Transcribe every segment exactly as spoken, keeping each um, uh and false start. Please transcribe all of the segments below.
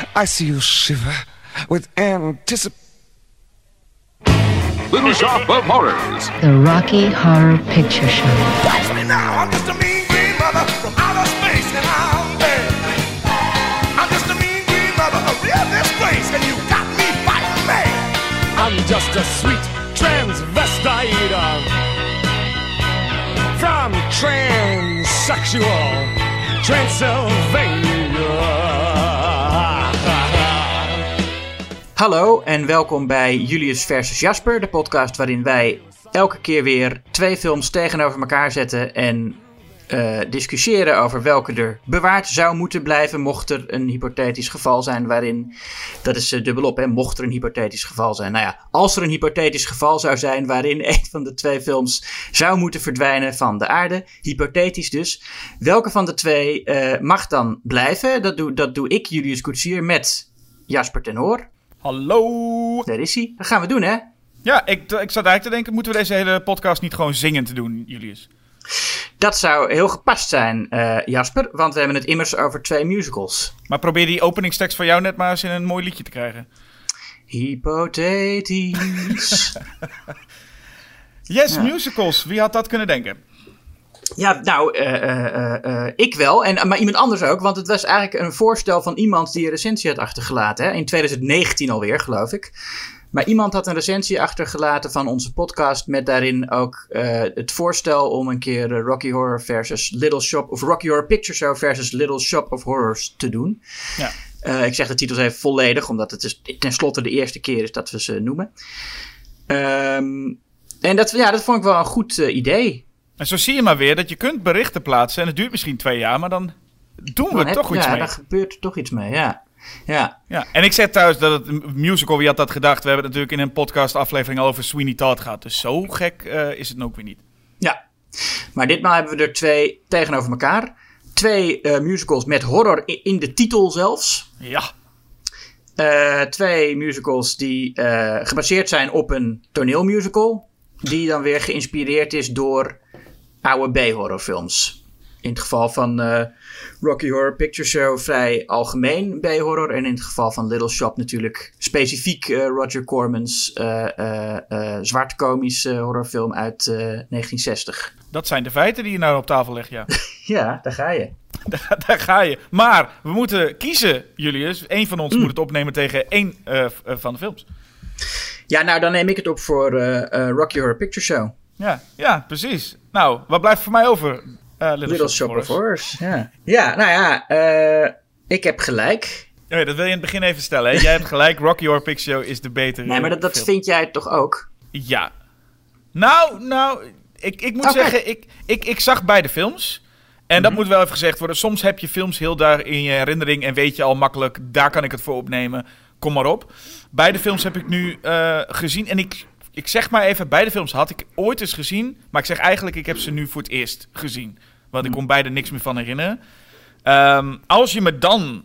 I see you shiver with anticipation. Little Shop of Horrors. The Rocky Horror Picture Show. Watch me now, I'm just a mean green mother from outer space and I'm dead. I'm just a mean green mother, a real disgrace, and you got me fighting mad. I'm just a sweet transvestite uh, from transsexual Transylvania. Hallo en welkom bij Julius versus Jasper, de podcast waarin wij elke keer weer twee films tegenover elkaar zetten en uh, discussiëren over welke er bewaard zou moeten blijven mocht er een hypothetisch geval zijn waarin, dat is uh, dubbelop hè, mocht er een hypothetisch geval zijn. Nou ja, als er een hypothetisch geval zou zijn waarin een van de twee films zou moeten verdwijnen van de aarde, hypothetisch dus, welke van de twee uh, mag dan blijven? Dat doe, dat doe ik, Julius Koetsier, met Jasper ten Hoor. Hallo! Daar is hij. Dat gaan we doen, hè? Ja, ik, ik zat eigenlijk te denken, moeten we deze hele podcast niet gewoon zingend doen, Julius? Dat zou heel gepast zijn, uh, Jasper, want we hebben het immers over twee musicals. Maar probeer die openingstekst van jou net maar eens in een mooi liedje te krijgen. Hypothetisch. Yes, Ja. musicals. Wie had dat kunnen denken? Ja, nou, uh, uh, uh, ik wel, en, maar iemand anders ook, want het was eigenlijk een voorstel van iemand die een recensie had achtergelaten. Hè? In twintig negentien alweer, geloof ik. Maar iemand had een recensie achtergelaten van onze podcast met daarin ook uh, het voorstel om een keer uh, Rocky Horror versus Little Shop of Rocky Horror Picture Show versus Little Shop of Horrors te doen. Ja. Uh, ik zeg de titels even volledig, omdat het is tenslotte de eerste keer is dat we ze noemen. Um, en dat, ja, dat vond ik wel een goed uh, idee. En zo zie je maar weer dat je kunt berichten plaatsen en het duurt misschien twee jaar, maar dan doen we Dan er heb- toch iets ja, mee. dan gebeurt er toch iets mee, ja. Ja, Ja. En ik zeg thuis dat het een musical, wie had dat gedacht? We hebben het natuurlijk in een podcast aflevering al over Sweeney Todd gehad. Dus zo gek uh, is het nou ook weer niet. ja. Maar ditmaal hebben we er twee tegenover elkaar. Twee uh, musicals met horror i- in de titel zelfs. Ja. Uh, twee musicals die uh, gebaseerd zijn op een toneelmusical. Die dan weer geïnspireerd is door oude B-horrorfilms. In het geval van uh, Rocky Horror Picture Show vrij algemeen B-horror. En in het geval van Little Shop natuurlijk specifiek uh, Roger Cormans uh, uh, uh, zwart-komische horrorfilm uit uh, negentien zestig. Dat zijn de feiten die je nou op tafel legt, ja. Ja, daar ga je. Daar, daar ga je. Maar we moeten kiezen, Julius. Eén van ons Mm. moet het opnemen tegen één uh, f- uh, van de films. Ja, nou dan neem ik het op voor uh, uh, Rocky Horror Picture Show. Ja, ja, precies. Nou, wat blijft voor mij over? Uh, Little, Little Shop Shop of Horrors. Horrors. Ja, ja nou ja, uh, ik heb gelijk. Oh ja, dat wil je in het begin even stellen. Hè? Jij hebt gelijk, Rocky Horror Picture Show is de betere Nee, maar dat, dat film. vind jij toch ook? Ja. Nou, nou, ik, ik moet Oké. zeggen, ik, ik, ik zag beide films. En dat Mhm. moet wel even gezegd worden. Soms heb je films heel daar in je herinnering en weet je al makkelijk, daar kan ik het voor opnemen. Kom maar op. Beide films heb ik nu uh, gezien. En ik, ik zeg maar even, beide films had ik ooit eens gezien. Maar ik zeg eigenlijk, ik heb ze nu voor het eerst gezien. Want ik kon beide niks meer van herinneren. Um, als je me dan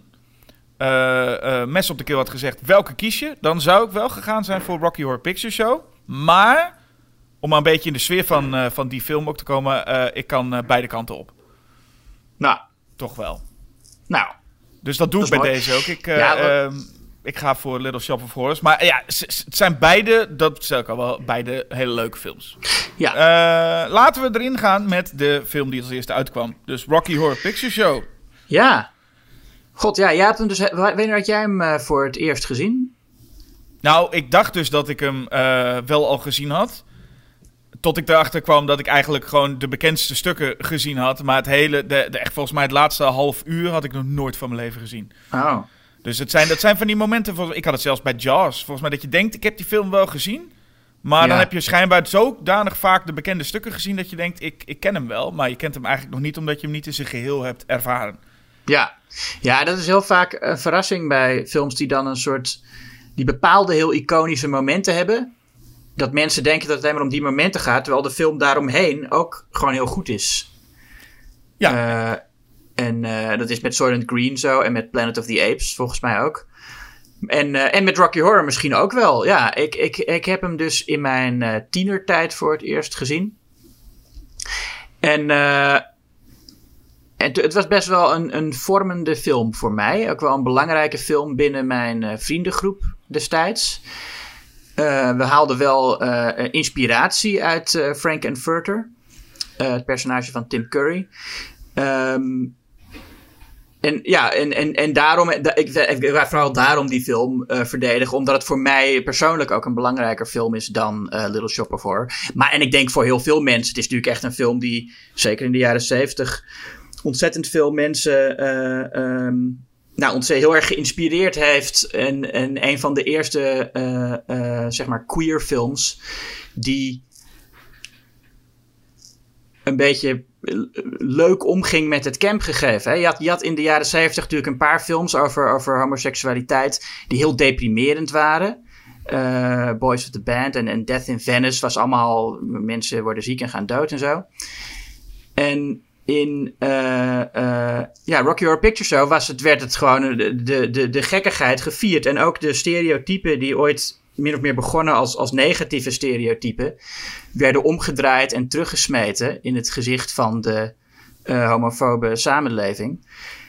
uh, uh, mes op de keel had gezegd, welke kies je? Dan zou ik wel gegaan zijn voor Rocky Horror Picture Show. Maar, om maar een beetje in de sfeer van, uh, van die film ook te komen, uh, ik kan uh, beide kanten op. Nou, Toch wel. nou. Dus dat doe Dat ik is bij mooi. deze ook. Ik, uh, Ja, wat- um, ik ga voor Little Shop of Horrors. Maar ja, s- s- het zijn beide, dat stel ik al wel, beide hele leuke films. Ja, Uh, laten we erin gaan met de film die als eerste uitkwam. Dus Rocky Horror Picture Show. ja. God, ja, jij hebt hem dus... Wanneer had jij hem uh, voor het eerst gezien? Nou, ik dacht dus dat ik hem uh, wel al gezien had. Tot ik erachter kwam dat ik eigenlijk gewoon de bekendste stukken gezien had. Maar het hele, de, de, echt volgens mij het laatste half uur had ik nog nooit van mijn leven gezien. Oh. Dus het zijn, dat zijn van die momenten, volgens, ik had het zelfs bij Jaws. Volgens mij dat je denkt, ik heb die film wel gezien. Maar Ja. dan heb je schijnbaar zodanig vaak de bekende stukken gezien dat je denkt, ik, ik ken hem wel. Maar je kent hem eigenlijk nog niet omdat je hem niet in zijn geheel hebt ervaren. Ja. Ja, dat is heel vaak een verrassing bij films die dan een soort... die bepaalde heel iconische momenten hebben. Dat mensen denken dat het alleen maar om die momenten gaat, terwijl de film daaromheen ook gewoon heel goed is. Ja. Uh, en uh, dat is met Soylent Green zo en met Planet of the Apes volgens mij ook. En, uh, en met Rocky Horror misschien ook wel. Ja, ik, ik, ik heb hem dus in mijn uh, tienertijd voor het eerst gezien. En uh, En t- het was best wel een, een vormende film voor mij. Ook wel een belangrijke film binnen mijn uh, vriendengroep destijds. Uh, we haalden wel uh, inspiratie uit uh, Frank-N-Furter. Uh, het personage van Tim Curry. Um, en ja, en, en, en daarom, ik, ik ga vooral daarom die film uh, verdedigen. Omdat het voor mij persoonlijk ook een belangrijker film is dan uh, Little Shop of Horror. Maar en ik denk voor heel veel mensen, het is natuurlijk echt een film die, zeker in de jaren zeventig, ontzettend veel mensen uh, um, nou, ontzettend heel erg geïnspireerd heeft. En, en een van de eerste, uh, uh, zeg maar, queer films die een beetje leuk omging met het campgegeven. Hè? Je, had, je had in de jaren zeventig natuurlijk een paar films over, over homoseksualiteit die heel deprimerend waren. Uh, Boys of the Band en, en Death in Venice was allemaal mensen worden ziek en gaan dood en zo. En in uh, uh, ja, Rocky Horror Picture Show was het, werd het gewoon de, de, de, de gekkigheid gevierd. En ook de stereotypen die ooit min of meer begonnen als, als negatieve stereotypen, werden omgedraaid en teruggesmeten in het gezicht van de uh, homofobe samenleving.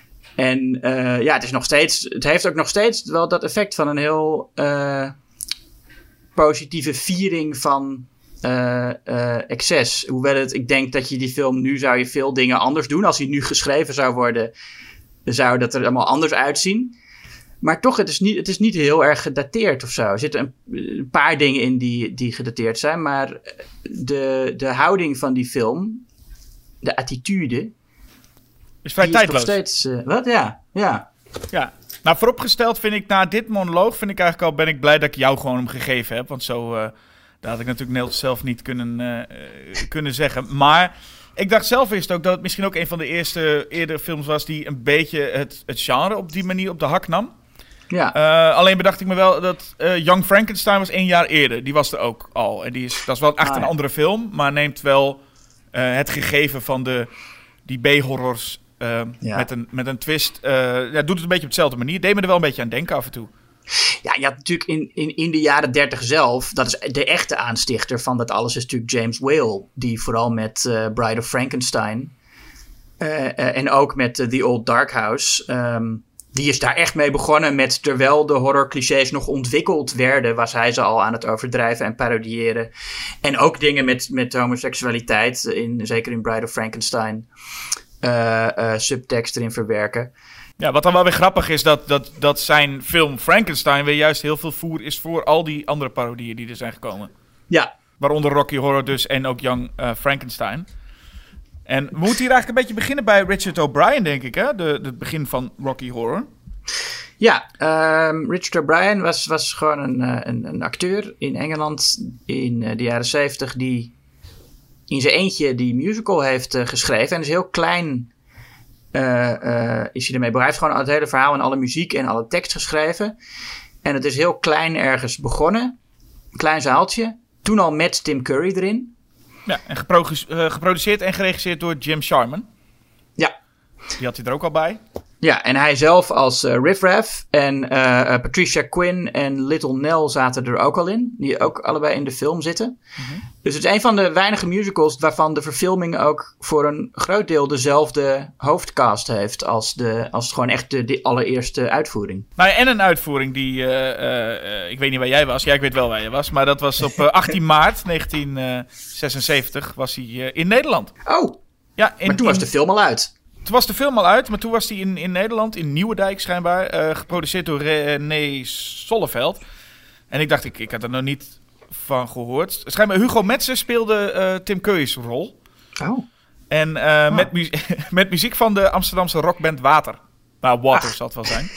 En uh, ja, het is nog steeds, het heeft ook nog steeds wel dat effect van een heel uh, positieve viering van uh, uh, excess. Hoewel het, ik denk dat je die film, nu zou je veel dingen anders doen. Als die nu geschreven zou worden, zou dat er allemaal anders uitzien. Maar toch, het is niet, het is niet heel erg gedateerd of zo. Er zitten een, een paar dingen in die, die gedateerd zijn. Maar de, de houding van die film, de attitude, is vrij tijdloos. Is nog steeds, uh, wat? Ja, ja. Ja. Nou, vooropgesteld vind ik, na dit monoloog, vind ik eigenlijk al, ben ik blij dat ik jou gewoon hem gegeven heb. Want zo, uh, dat had ik natuurlijk Nederlands zelf niet kunnen, uh, kunnen zeggen. Maar ik dacht zelf eerst ook dat het misschien ook een van de eerste eerdere films was die een beetje het, het genre op die manier op de hak nam. Ja. Uh, alleen bedacht ik me wel dat uh, Young Frankenstein was één jaar eerder. Die was er ook al. En die is, dat is wel echt ah, een ja. andere film, maar neemt wel uh, het gegeven van de, die B-horrors uh, ja. met, een, met een twist. Uh, ja, doet het een beetje op dezelfde manier. Deed me er wel een beetje aan denken af en toe. Ja, je had natuurlijk in, in, in de jaren dertig zelf, dat is de echte aanstichter van dat alles, is natuurlijk James Whale. Die vooral met uh, Bride of Frankenstein uh, uh, en ook met uh, The Old Dark House, um, die is daar echt mee begonnen met, terwijl de horrorclichés nog ontwikkeld werden, was hij ze al aan het overdrijven en parodiëren. En ook dingen met, met homoseksualiteit, in, zeker in Bride of Frankenstein, uh, uh, subtekst erin verwerken. Ja, wat dan wel weer grappig is, dat, dat, dat zijn film Frankenstein weer juist heel veel voer is voor al die andere parodieën die er zijn gekomen. Ja. Waaronder Rocky Horror dus en ook Young uh, Frankenstein. En we moeten hier eigenlijk een beetje beginnen bij Richard O'Brien, denk ik, hè? De, de begin van Rocky Horror. Ja, um, Richard O'Brien was, was gewoon een, een, een acteur in Engeland in de jaren zeventig die in zijn eentje die musical heeft uh, geschreven. En is heel klein uh, uh, is hij ermee bereid. Hij heeft gewoon het hele verhaal en alle muziek en alle tekst geschreven. En het is heel klein ergens begonnen. Een klein zaaltje. Toen al met Tim Curry erin. Ja, en geprodu- uh, geproduceerd en geregisseerd door Jim Sharman. Ja. Die had hij er ook al bij. Ja, en hij zelf als uh, Riff Raff. En uh, uh, Patricia Quinn en Little Nell zaten er ook al in. Die ook allebei in de film zitten. Mm-hmm. Dus het is een van de weinige musicals waarvan de verfilming ook voor een groot deel dezelfde hoofdcast heeft als, de, als het gewoon echt de, de allereerste uitvoering. Nou ja, en een uitvoering die, uh, uh, uh, ik weet niet waar jij was. Ja, ik weet wel waar jij was. Maar dat was op uh, achttien maart negentien zesenzeventig was hij uh, in Nederland. Oh, ja, in, maar toen in, was de film al uit. Toen was de film al uit, maar toen was hij in, in Nederland, in Nieuwedijk schijnbaar, uh, geproduceerd door René Solleveld. En ik dacht, ik, ik had er nog niet van gehoord. Schijnbaar Hugo Metzer speelde uh, Tim Curry's rol. Oh. En uh, oh. Met, mu- met muziek van de Amsterdamse rockband Water. Nou, Water Ach. zal het wel zijn.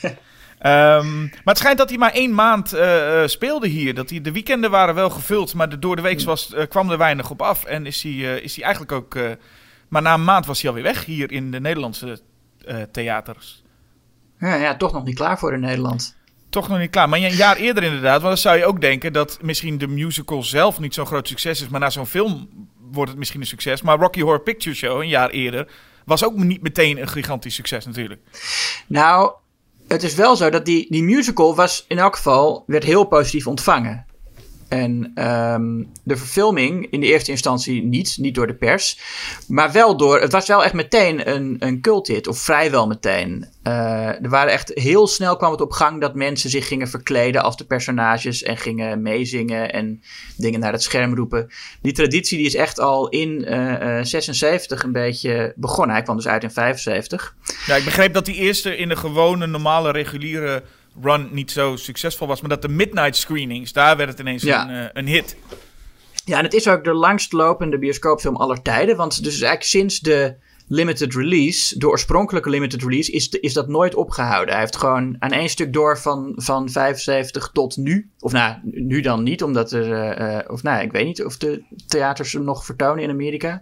um, maar het schijnt dat hij maar één maand uh, speelde hier. Dat hij, de weekenden waren wel gevuld, maar de, door de week was, uh, kwam er weinig op af. En is hij, uh, is hij eigenlijk ook... Uh, maar na een maand was hij alweer weg hier in de Nederlandse uh, theaters. Ja, ja, toch nog niet klaar voor in Nederland. Toch nog niet klaar. Maar een jaar eerder inderdaad. Want dan zou je ook denken dat misschien de musical zelf niet zo'n groot succes is. Maar na zo'n film wordt het misschien een succes. Maar Rocky Horror Picture Show, een jaar eerder, was ook niet meteen een gigantisch succes natuurlijk. Nou, het is wel zo dat die, die musical was in elk geval, werd heel positief ontvangen. En um, de verfilming in de eerste instantie niet, niet door de pers. Maar wel door, het was wel echt meteen een, een culthit, of vrijwel meteen. Uh, er waren echt, heel snel kwam het op gang dat mensen zich gingen verkleden als de personages en gingen meezingen en dingen naar het scherm roepen. Die traditie die is echt al in uh, uh, zesenzeventig een beetje begonnen. Hij kwam dus uit in vijfenzeventig. Ja, ik begreep dat die eerste in de gewone, normale, reguliere run niet zo succesvol was, maar dat de midnight screenings, daar werd het ineens ja. een, uh, een hit. Ja, en het is ook de langstlopende bioscoopfilm aller tijden, want dus eigenlijk sinds de limited release, de oorspronkelijke limited release, is, de, is dat nooit opgehouden. Hij heeft gewoon aan één stuk door van, van vijfenzeventig tot nu, of nou, nu dan niet, omdat er, uh, of nou, ik weet niet of de theaters hem nog vertonen in Amerika.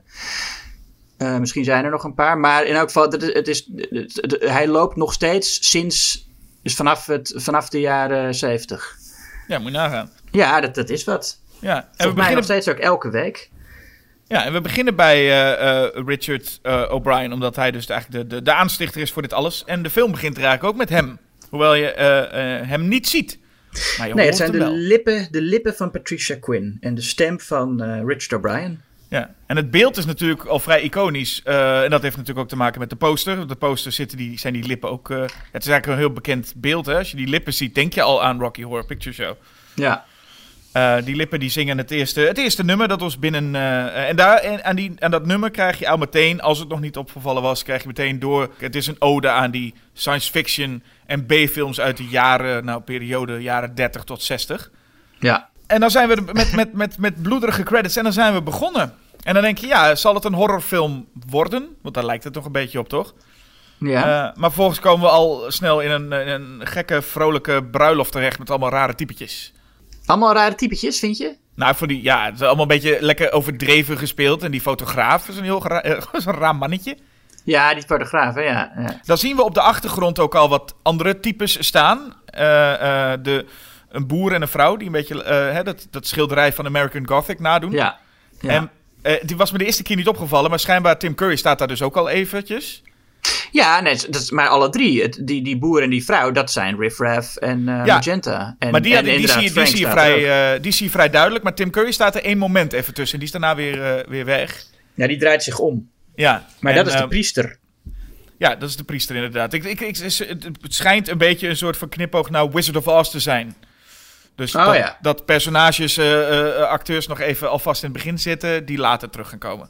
Uh, misschien zijn er nog een paar, maar in elk geval, het, het is, het, het, hij loopt nog steeds sinds, dus vanaf, het, vanaf de jaren zeventig. Ja, moet je nagaan. Ja, dat, dat is wat. Ja, en Volgens we mij beginnen nog steeds ook elke week. Ja, en we beginnen bij uh, uh, Richard uh, O'Brien, omdat hij dus eigenlijk de, de, de aanstichter is voor dit alles. En de film begint er eigenlijk ook met hem, hoewel je uh, uh, hem niet ziet. Maar je nee, hoort het zijn hem de wel. lippen, de lippen van Patricia Quinn en de stem van uh, Richard O'Brien. Ja, en het beeld is natuurlijk al vrij iconisch. Uh, en dat heeft natuurlijk ook te maken met de poster. Op de poster zitten die, zijn die lippen ook... Uh, het is eigenlijk een heel bekend beeld, hè. Als je die lippen ziet, denk je al aan Rocky Horror Picture Show. Ja. Uh, die lippen die zingen het eerste, het eerste nummer, dat was binnen... Uh, en daar, en, aan, die, aan dat nummer krijg je al meteen, als het nog niet opgevallen was, krijg je meteen door... Het is een ode aan die science fiction en B-films uit de jaren, nou, periode jaren dertig tot zestig. Ja. En dan zijn we met, met, met, met bloederige credits en dan zijn we begonnen. En dan denk je, ja, zal het een horrorfilm worden? Want daar lijkt het toch een beetje op, toch? Ja. Uh, maar vervolgens komen we al snel in een, in een gekke, vrolijke bruiloft terecht met allemaal rare typetjes. Allemaal rare typetjes, vind je? Nou, voor die, ja, het is allemaal een beetje lekker overdreven gespeeld. En die fotograaf is een heel gera- uh, is een raar mannetje. Ja, die fotograaf, hè, ja, ja. Dan zien we op de achtergrond ook al wat andere types staan. Uh, uh, de, een boer en een vrouw die een beetje uh, hè, dat, dat schilderij van American Gothic nadoen. Ja. ja. En uh, die was me de eerste keer niet opgevallen, maar schijnbaar Tim Curry staat daar dus ook al eventjes. Ja, nee, dat is, maar alle drie, het, die, die boer en die vrouw, dat zijn Riff Raff en uh, Ja, Magenta. En, maar die, en die, die, zie, je- die, Frank zie je staat er ook. vrij, uh, die zie je vrij duidelijk, maar Tim Curry staat er één moment even tussen. Die is daarna weer, uh, weer weg. Ja, die draait zich om. Ja, Maar en, dat is de uh, priester. Ja, dat is de priester inderdaad. Ik, ik, ik, het schijnt een beetje een soort van knipoog naar Wizard of Oz te zijn. Dus Oh, dat, ja. dat personages, uh, uh, acteurs nog even alvast in het begin zitten, die later terug gaan komen.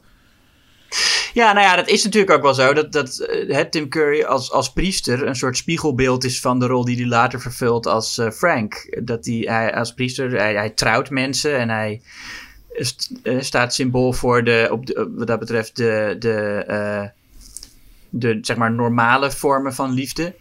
Ja, nou ja, dat is natuurlijk ook wel zo. Dat, dat uh, Tim Curry als, als priester een soort spiegelbeeld is van de rol die hij later vervult als uh, Frank. Dat hij, hij als priester, hij, hij trouwt mensen en hij st- uh, staat symbool voor de, op de, wat dat betreft, de, de, uh, de zeg maar normale vormen van liefde.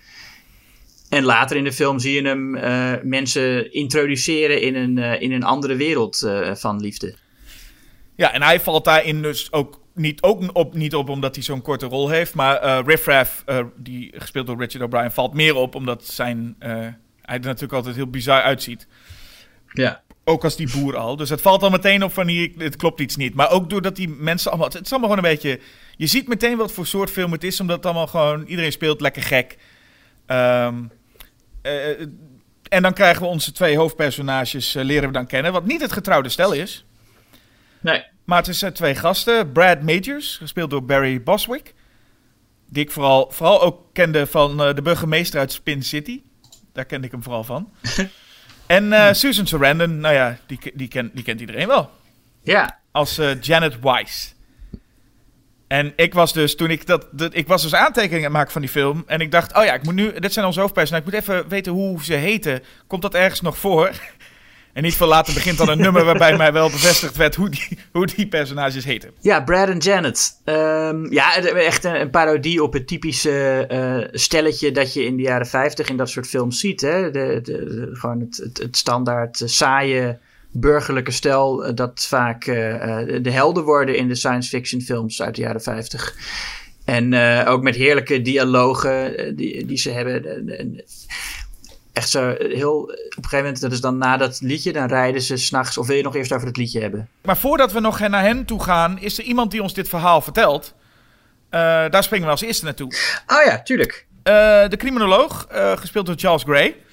En later in de film zie je hem uh, mensen introduceren in een, uh, in een andere wereld uh, van liefde. Ja, en hij valt daarin dus ook niet, ook op, niet op omdat hij zo'n korte rol heeft. Maar uh, Riff Raff, uh, die gespeeld door Richard O'Brien, valt meer op omdat zijn, uh, hij er natuurlijk altijd heel bizar uitziet. Ja. Ook als die boer al. Dus het valt al meteen op van hier, het klopt iets niet. Maar ook doordat die mensen allemaal, het is allemaal gewoon een beetje, je ziet meteen wat voor soort film het is, omdat het allemaal gewoon, iedereen speelt lekker gek. Um, uh, en dan krijgen we onze twee hoofdpersonages, uh, leren we dan kennen, wat niet het getrouwde stel is. Nee. Maar het is uh, twee gasten. Brad Majors, gespeeld door Barry Bostwick. Die ik vooral, vooral ook kende van uh, de burgemeester uit Spin City. Daar kende ik hem vooral van. En uh, Susan Sarandon, nou ja, die, die, ken, die kent iedereen wel. Ja. Als uh, Janet Weiss. En ik was dus, toen ik dat, dat... Ik was dus aantekeningen aan het maken van die film. En ik dacht, oh ja, ik moet nu... Dit zijn onze hoofdpersonages. Ik moet even weten hoe ze heten. Komt dat ergens nog voor? En niet veel later begint dan een nummer waarbij mij wel bevestigd werd hoe die, hoe die personages heten. Ja, Brad en Janet. Um, ja, echt een, een parodie op het typische uh, stelletje dat je in de jaren vijftig in dat soort films ziet. Hè? De, de, de, gewoon het, het, het standaard uh, saaie burgerlijke stel uh, dat vaak uh, uh, de helden worden in de science fiction films uit de jaren vijftig. En uh, ook met heerlijke dialogen uh, die, die ze hebben. Uh, Echt zo heel... Op een gegeven moment, dat is dan na dat liedje, dan rijden ze 's nachts. Of wil je nog eerst over het liedje hebben? Maar voordat we nog naar hen toe gaan, is er iemand die ons dit verhaal vertelt. Uh, daar springen we als eerste naartoe. Oh ja, tuurlijk. Uh, de criminoloog, uh, gespeeld door Charles Gray.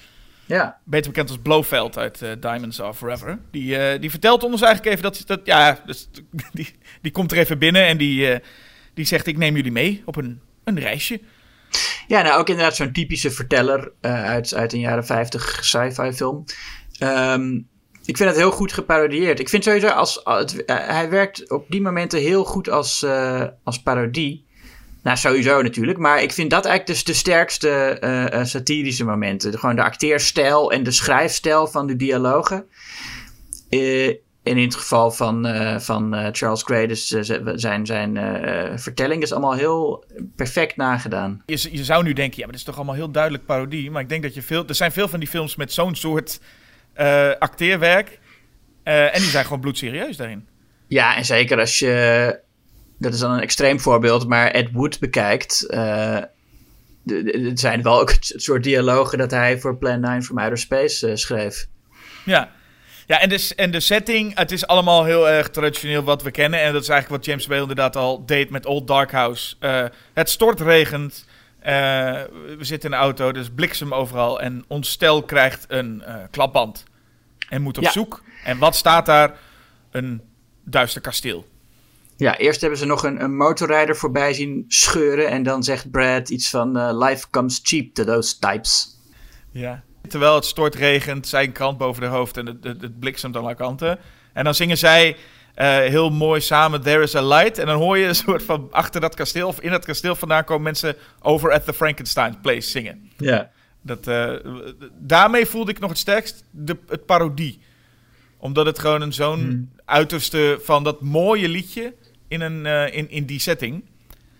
Ja. Beter bekend als Blofeld uit uh, Diamonds Are Forever. Die, uh, die vertelt ons eigenlijk even dat... dat ja, dus, die, die komt er even binnen en die, uh, die zegt... ik neem jullie mee op een, een reisje. Ja, nou ook inderdaad zo'n typische verteller uh, uit, uit een jaren vijftig sci-fi film. Um, ik vind het heel goed geparodieerd. Ik vind sowieso, als, als uh, hij werkt op die momenten heel goed als, uh, als parodie. Nou, sowieso natuurlijk. Maar ik vind dat eigenlijk dus de sterkste uh, uh, satirische momenten. Gewoon de acteerstijl en de schrijfstijl van de dialogen. Uh, en in het geval van, uh, van uh, Charles Gray, dus uh, zijn, zijn uh, vertelling is allemaal heel perfect nagedaan. Je, je zou nu denken, ja, maar dat is toch allemaal heel duidelijk parodie. Maar ik denk dat je veel... Er zijn veel van die films met zo'n soort uh, acteerwerk. Uh, en die zijn gewoon bloedserieus daarin. Ja, en zeker als je... Dat is dan een extreem voorbeeld, maar Ed Wood bekijkt. Uh, het zijn wel ook het soort dialogen dat hij voor Plan nine from Outer Space uh, schreef. Ja, ja en, de, en de setting, het is allemaal heel erg traditioneel wat we kennen. En dat is eigenlijk wat James Whale inderdaad al deed met Old Dark House. Uh, het stortregent, uh, we zitten in een auto, er is bliksem overal. En ons stel krijgt een uh, klapband en moet op ja. zoek. En wat staat daar? Een duister kasteel. Ja, eerst hebben ze nog een, een motorrijder voorbij zien scheuren. En dan zegt Brad iets van... Uh, life comes cheap to those types. Ja. Terwijl het stortregent, zijn krant boven de hoofd en het, het, het bliksemt aan alle kanten. En dan zingen zij uh, heel mooi samen There is a light. En dan hoor je een soort van achter dat kasteel... of in dat kasteel vandaan komen mensen over at the Frankenstein place zingen. Ja. Dat, uh, daarmee voelde ik nog het sterkst de, het parodie. Omdat het gewoon een zo'n hmm. uiterste van dat mooie liedje... In, een, uh, in, in die setting. Um,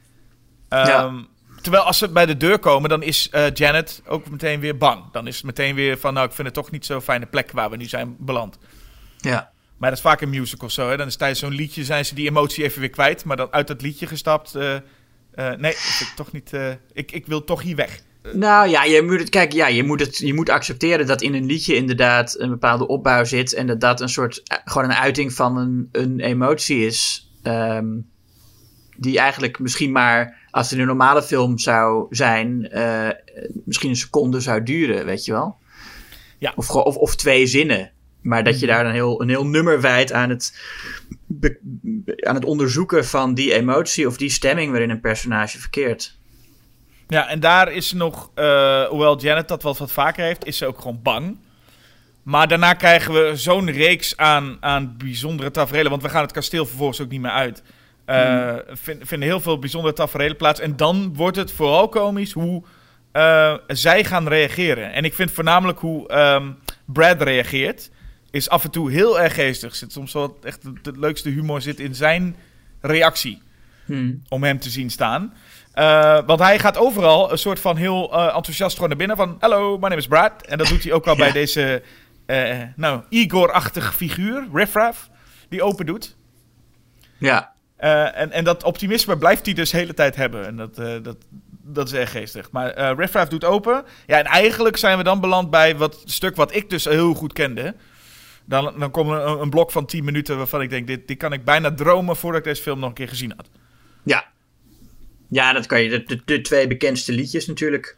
ja. Terwijl als ze bij de deur komen, dan is uh, Janet ook meteen weer bang. Dan is het meteen weer van, nou, ik vind het toch niet zo'n fijne plek waar we nu zijn beland. Ja. Maar dat is vaak een musical zo, hè. Dan is tijdens zo'n liedje, zijn ze die emotie even weer kwijt. Maar dan uit dat liedje gestapt. Uh, uh, nee, ik, toch niet, uh, ik, ik wil toch hier weg. Nou ja, je moet het, kijk, ja, je moet het, je moet accepteren dat in een liedje inderdaad een bepaalde opbouw zit. En dat dat een soort, gewoon een uiting van een, een emotie is. Um, die eigenlijk misschien maar, als het in een normale film zou zijn, uh, misschien een seconde zou duren, weet je wel? Ja. Of, of, of twee zinnen. Maar dat je daar een heel, een heel nummer wijdt aan het, be, aan het onderzoeken van die emotie of die stemming waarin een personage verkeert. Ja, en daar is ze nog, uh, hoewel Janet dat wel wat vaker heeft, is ze ook gewoon bang. Maar daarna krijgen we zo'n reeks aan, aan bijzondere taferelen. Want we gaan het kasteel vervolgens ook niet meer uit. Uh, mm. vind, vinden heel veel bijzondere taferelen plaats. En dan wordt het vooral komisch hoe uh, zij gaan reageren. En ik vind voornamelijk hoe um, Brad reageert. Is af en toe heel erg geestig. Zit soms wel echt de leukste humor zit in zijn reactie. Mm. Om hem te zien staan. Uh, want hij gaat overal een soort van heel uh, enthousiast gewoon naar binnen. Van, hello, my name is Brad. En dat doet hij ook al ja. bij deze... Uh, nou, Igor-achtige figuur, Riff Raff, die open doet. Ja. Uh, en, en dat optimisme blijft hij dus de hele tijd hebben. En dat, uh, dat, dat is echt geestig. Maar uh, Riff Raff doet open. Ja, en eigenlijk zijn we dan beland bij wat stuk wat ik dus heel goed kende. Dan, dan komt een, een blok van tien minuten waarvan ik denk... Dit, dit kan ik bijna dromen voordat ik deze film nog een keer gezien had. Ja. Ja, dat kan je. De, de, de twee bekendste liedjes natuurlijk.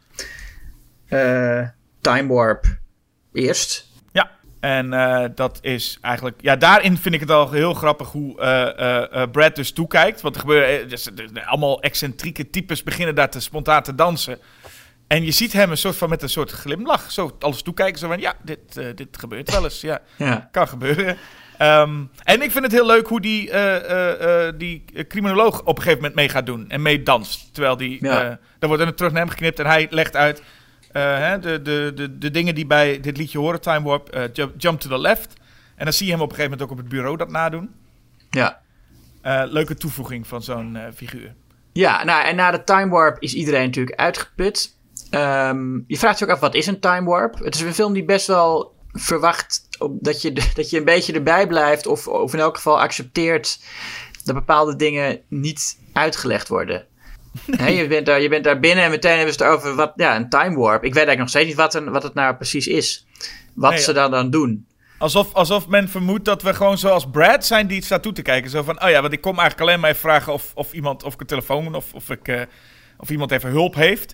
Uh, Time Warp eerst... En uh, dat is eigenlijk... Ja, daarin vind ik het al heel grappig hoe uh, uh, uh, Brad dus toekijkt. Want er gebeuren... Dus, dus, allemaal excentrieke types beginnen daar te spontaan te dansen. En je ziet hem een soort van met een soort glimlach. Zo alles toekijken. Zo van, ja, dit, uh, dit gebeurt wel eens. Ja, ja. Kan gebeuren. Um, en ik vind het heel leuk hoe die, uh, uh, uh, die criminoloog op een gegeven moment mee gaat doen. En mee danst. Terwijl die... Ja. Uh, dan wordt er terug naar hem geknipt en hij legt uit... Uh, hè, de, de, de, de dingen die bij dit liedje horen, Time Warp, uh, jump, jump to the left. En dan zie je hem op een gegeven moment ook op het bureau dat nadoen. Ja. Uh, leuke toevoeging van zo'n uh, figuur. Ja, nou, en na de Time Warp is iedereen natuurlijk uitgeput. Um, je vraagt je ook af, wat is een Time Warp? Het is een film die best wel verwacht dat je, dat je een beetje erbij blijft. Of, of in elk geval accepteert dat bepaalde dingen niet uitgelegd worden. He, je, bent daar, je bent daar binnen en meteen hebben ze het over wat, ja, een time warp. Ik weet eigenlijk nog steeds niet wat, een, wat het nou precies is. Wat nee, ze dan dan doen. Alsof, alsof men vermoedt dat we gewoon zoals Brad zijn die staat toe te kijken. Zo van, oh ja, want ik kom eigenlijk alleen maar even vragen of, of iemand, of ik een telefoon of, of, ik, uh, of iemand even hulp heeft.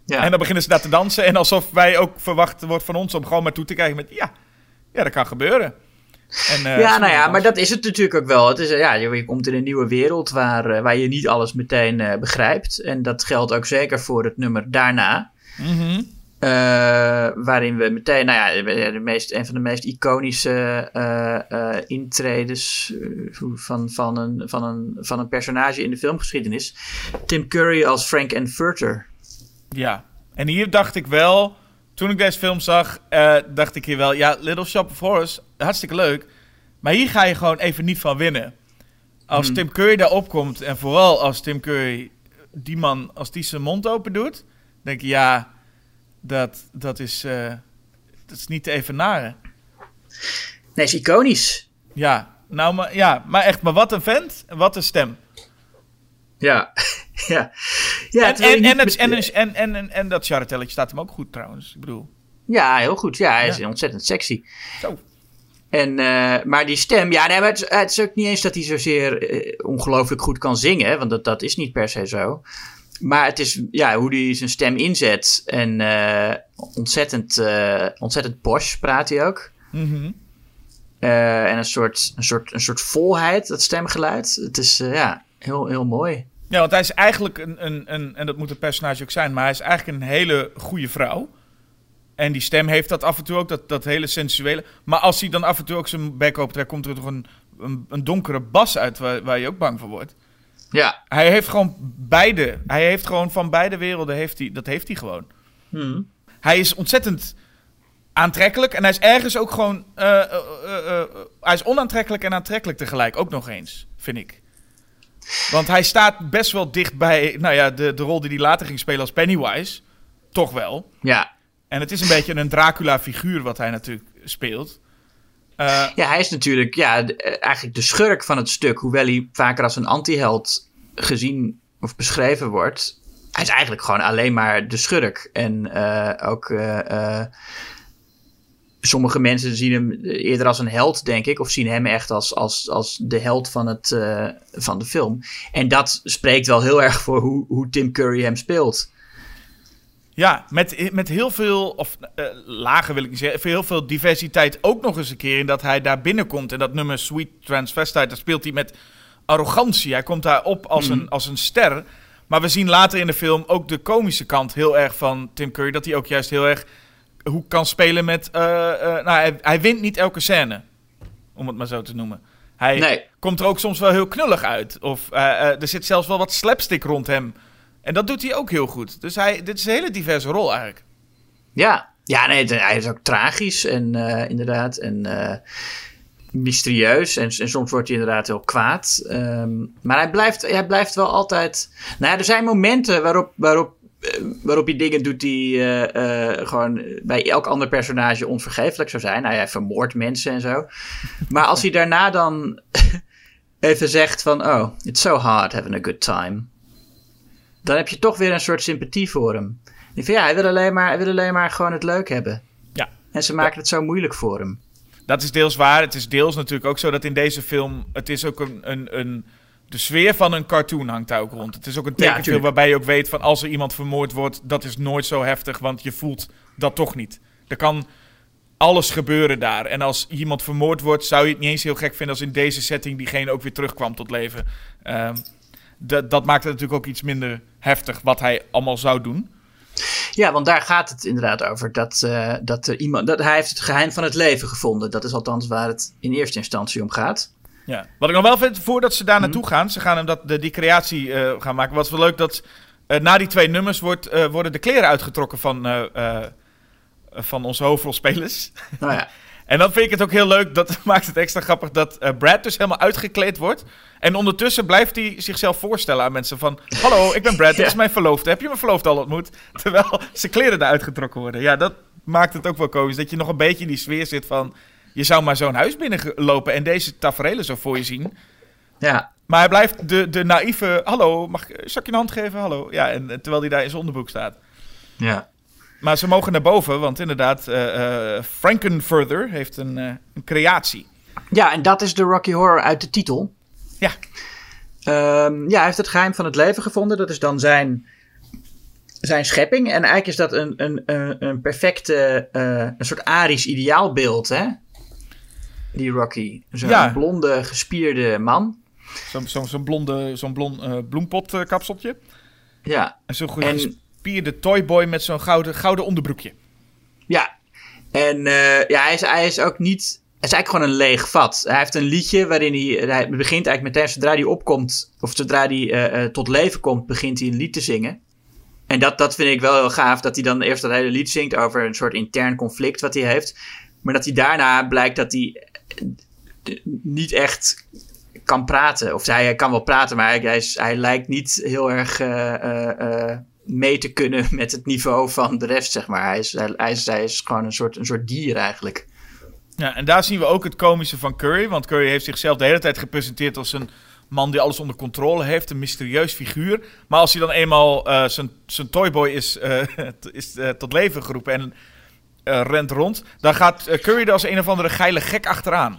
Ja. En dan beginnen ze daar te dansen. En alsof wij ook verwacht wordt van ons om gewoon maar toe te kijken met... Ja, ja dat kan gebeuren. En, uh, ja, nou ja, maar dat is het natuurlijk ook wel. Het is, ja, je, je komt in een nieuwe wereld waar, uh, waar je niet alles meteen uh, begrijpt. En dat geldt ook zeker voor het nummer daarna. Mm-hmm. Uh, waarin we meteen, nou ja, de meest, een van de meest iconische uh, uh, intredes uh, van, van, een, van, een, van een personage in de filmgeschiedenis. Tim Curry als Frank Furter. Ja, en hier dacht ik wel, toen ik deze film zag, uh, dacht ik hier wel, ja, Little Shop of Horrors, hartstikke leuk. Maar hier ga je gewoon even niet van winnen. Als hmm. Tim Curry daar opkomt, en vooral als Tim Curry, die man, als die zijn mond open doet, denk je, ja, dat, dat, is, uh, dat is niet te evenaren. Nee, is iconisch. Ja, nou, maar, ja, maar echt, maar wat een vent, wat een stem. Ja, ja. ja en, en, en, het, en, en, en, en, en dat charretelletje staat hem ook goed trouwens, ik bedoel. Ja, heel goed. Ja, hij is ja. ontzettend sexy. Zo. En, uh, maar die stem, ja, nee, maar het, is, het is ook niet eens dat hij zozeer uh, ongelooflijk goed kan zingen, want dat, dat is niet per se zo. Maar het is, ja, hoe hij zijn stem inzet en uh, ontzettend, uh, ontzettend posh praat hij ook. Mm-hmm. Uh, en een soort, een, soort, een soort volheid, dat stemgeluid. Het is, uh, ja, heel, heel mooi. Ja, want hij is eigenlijk een, een, een, en dat moet het personage ook zijn, maar hij is eigenlijk een hele goede vrouw. En die stem heeft dat af en toe ook, dat, dat hele sensuele. Maar als hij dan af en toe ook zijn bek optrekt, komt er toch een, een, een donkere bas uit waar, waar je ook bang voor wordt. Ja. Hij heeft gewoon beide. Hij heeft gewoon van beide werelden, heeft hij, dat heeft hij gewoon. Hmm. Hij is ontzettend aantrekkelijk en hij is ergens ook gewoon... Uh, uh, uh, uh, hij is onaantrekkelijk en aantrekkelijk tegelijk, ook nog eens, vind ik. Want hij staat best wel dicht bij, nou ja, de, de rol die hij later ging spelen als Pennywise. Toch wel. Ja. En het is een beetje een Dracula-figuur wat hij natuurlijk speelt. Uh, ja, hij is natuurlijk ja, de, eigenlijk de schurk van het stuk. Hoewel hij vaker als een antiheld gezien of beschreven wordt. Hij is eigenlijk gewoon alleen maar de schurk. En uh, ook... Uh, uh, sommige mensen zien hem eerder als een held, denk ik. Of zien hem echt als, als, als de held van, het, uh, van de film. En dat spreekt wel heel erg voor hoe, hoe Tim Curry hem speelt. Ja, met, met heel veel, of uh, lagen wil ik niet zeggen, heel veel diversiteit ook nog eens een keer in dat hij daar binnenkomt. En dat nummer Sweet Transvestite, dat speelt hij met arrogantie. Hij komt daar op als, mm. een, als een ster. Maar we zien later in de film ook de komische kant heel erg van Tim Curry. Dat hij ook juist heel erg hoe kan spelen met... Uh, uh, nou, hij, hij wint niet elke scène, om het maar zo te noemen. Hij nee. komt er ook soms wel heel knullig uit. Of uh, uh, er zit zelfs wel wat slapstick rond hem. En dat doet hij ook heel goed. Dus hij, dit is een hele diverse rol eigenlijk. Ja, ja nee, hij is ook tragisch en uh, inderdaad en uh, mysterieus. En, en soms wordt hij inderdaad heel kwaad. Um, maar hij blijft, hij blijft wel altijd... Nou ja, er zijn momenten waarop, waarop, uh, waarop hij dingen doet die uh, uh, gewoon bij elk ander personage onvergeeflijk zou zijn. Nou ja, hij vermoordt mensen en zo. Maar als hij daarna dan even zegt van... Oh, it's so hard having a good time. Dan heb je toch weer een soort sympathie voor hem. Die van, ja, hij wil, alleen maar, hij wil alleen maar gewoon het leuk hebben. Ja. En ze maken ja. het zo moeilijk voor hem. Dat is deels waar. Het is deels natuurlijk ook zo dat in deze film... Het is ook een... een, een de sfeer van een cartoon hangt daar ook rond. Het is ook een tekenfilm ja, waarbij je ook weet van... Als er iemand vermoord wordt, dat is nooit zo heftig. Want je voelt dat toch niet. Er kan alles gebeuren daar. En als iemand vermoord wordt, zou je het niet eens heel gek vinden... als in deze setting diegene ook weer terugkwam tot leven. Um, Dat, dat maakt het natuurlijk ook iets minder heftig wat hij allemaal zou doen. Ja, want daar gaat het inderdaad over. Dat, uh, dat, uh, iemand, dat hij heeft het geheim van het leven gevonden. Dat is althans waar het in eerste instantie om gaat. Ja. Wat ik nog wel vind, voordat ze daar naartoe mm. gaan... ze gaan hem dat, de, die creatie uh, gaan maken. Wat is wel leuk dat uh, na die twee nummers... Wordt, uh, worden de kleren uitgetrokken van, uh, uh, van onze hoofdrolspelers. Oh ja. En dan vind ik het ook heel leuk, dat maakt het extra grappig... dat uh, Brad dus helemaal uitgekleed wordt. En ondertussen blijft hij zichzelf voorstellen aan mensen van... Hallo, ik ben Brad, dit ja. is mijn verloofde. Heb je mijn verloofde al ontmoet? Terwijl zijn kleren eruit getrokken worden. Ja, dat maakt het ook wel komisch. Dat je nog een beetje in die sfeer zit van... Je zou maar zo'n huis binnenlopen en deze taferelen zo voor je zien. Ja. Maar hij blijft de, de naïeve... Hallo, mag, zal ik je een hand geven? Hallo. Ja, en terwijl hij daar in zijn onderbroek staat. Ja. Maar ze mogen naar boven, want inderdaad... Uh, uh, Frankenfurter heeft een, uh, een creatie. Ja, en dat is de Rocky Horror uit de titel. Ja. Um, ja, hij heeft het geheim van het leven gevonden. Dat is dan zijn zijn schepping. En eigenlijk is dat een, een, een, een perfecte, uh, een soort Arisch ideaalbeeld, hè? Die Rocky. Zo'n Ja. blonde, gespierde man. Zo'n zo, zo blonde zo'n blond uh, bloempot uh, kapseltje. Ja. En zo'n goed En- gespierde toyboy met zo'n gouden, gouden onderbroekje. Ja. En uh, ja, hij is, hij is ook niet... Het is eigenlijk gewoon een leeg vat. Hij heeft een liedje waarin hij... Hij begint eigenlijk meteen, zodra hij opkomt... Of zodra hij uh, uh, tot leven komt, begint hij een lied te zingen. En dat, dat vind ik wel heel gaaf. Dat hij dan eerst dat hele lied zingt over een soort intern conflict wat hij heeft. Maar dat hij daarna blijkt dat hij uh, niet echt kan praten. Of hij, hij kan wel praten, maar hij, hij, is, hij lijkt niet heel erg uh, uh, uh, mee te kunnen met het niveau van de rest, zeg maar. Hij is, hij, hij is, hij is gewoon een soort, een soort dier eigenlijk. Ja, en daar zien we ook het komische van Curry. Want Curry heeft zichzelf de hele tijd gepresenteerd als een man die alles onder controle heeft. Een mysterieus figuur. Maar als hij dan eenmaal uh, zijn, zijn toyboy is, uh, is uh, tot leven geroepen en uh, rent rond, dan gaat uh, Curry er als een of andere geile gek achteraan.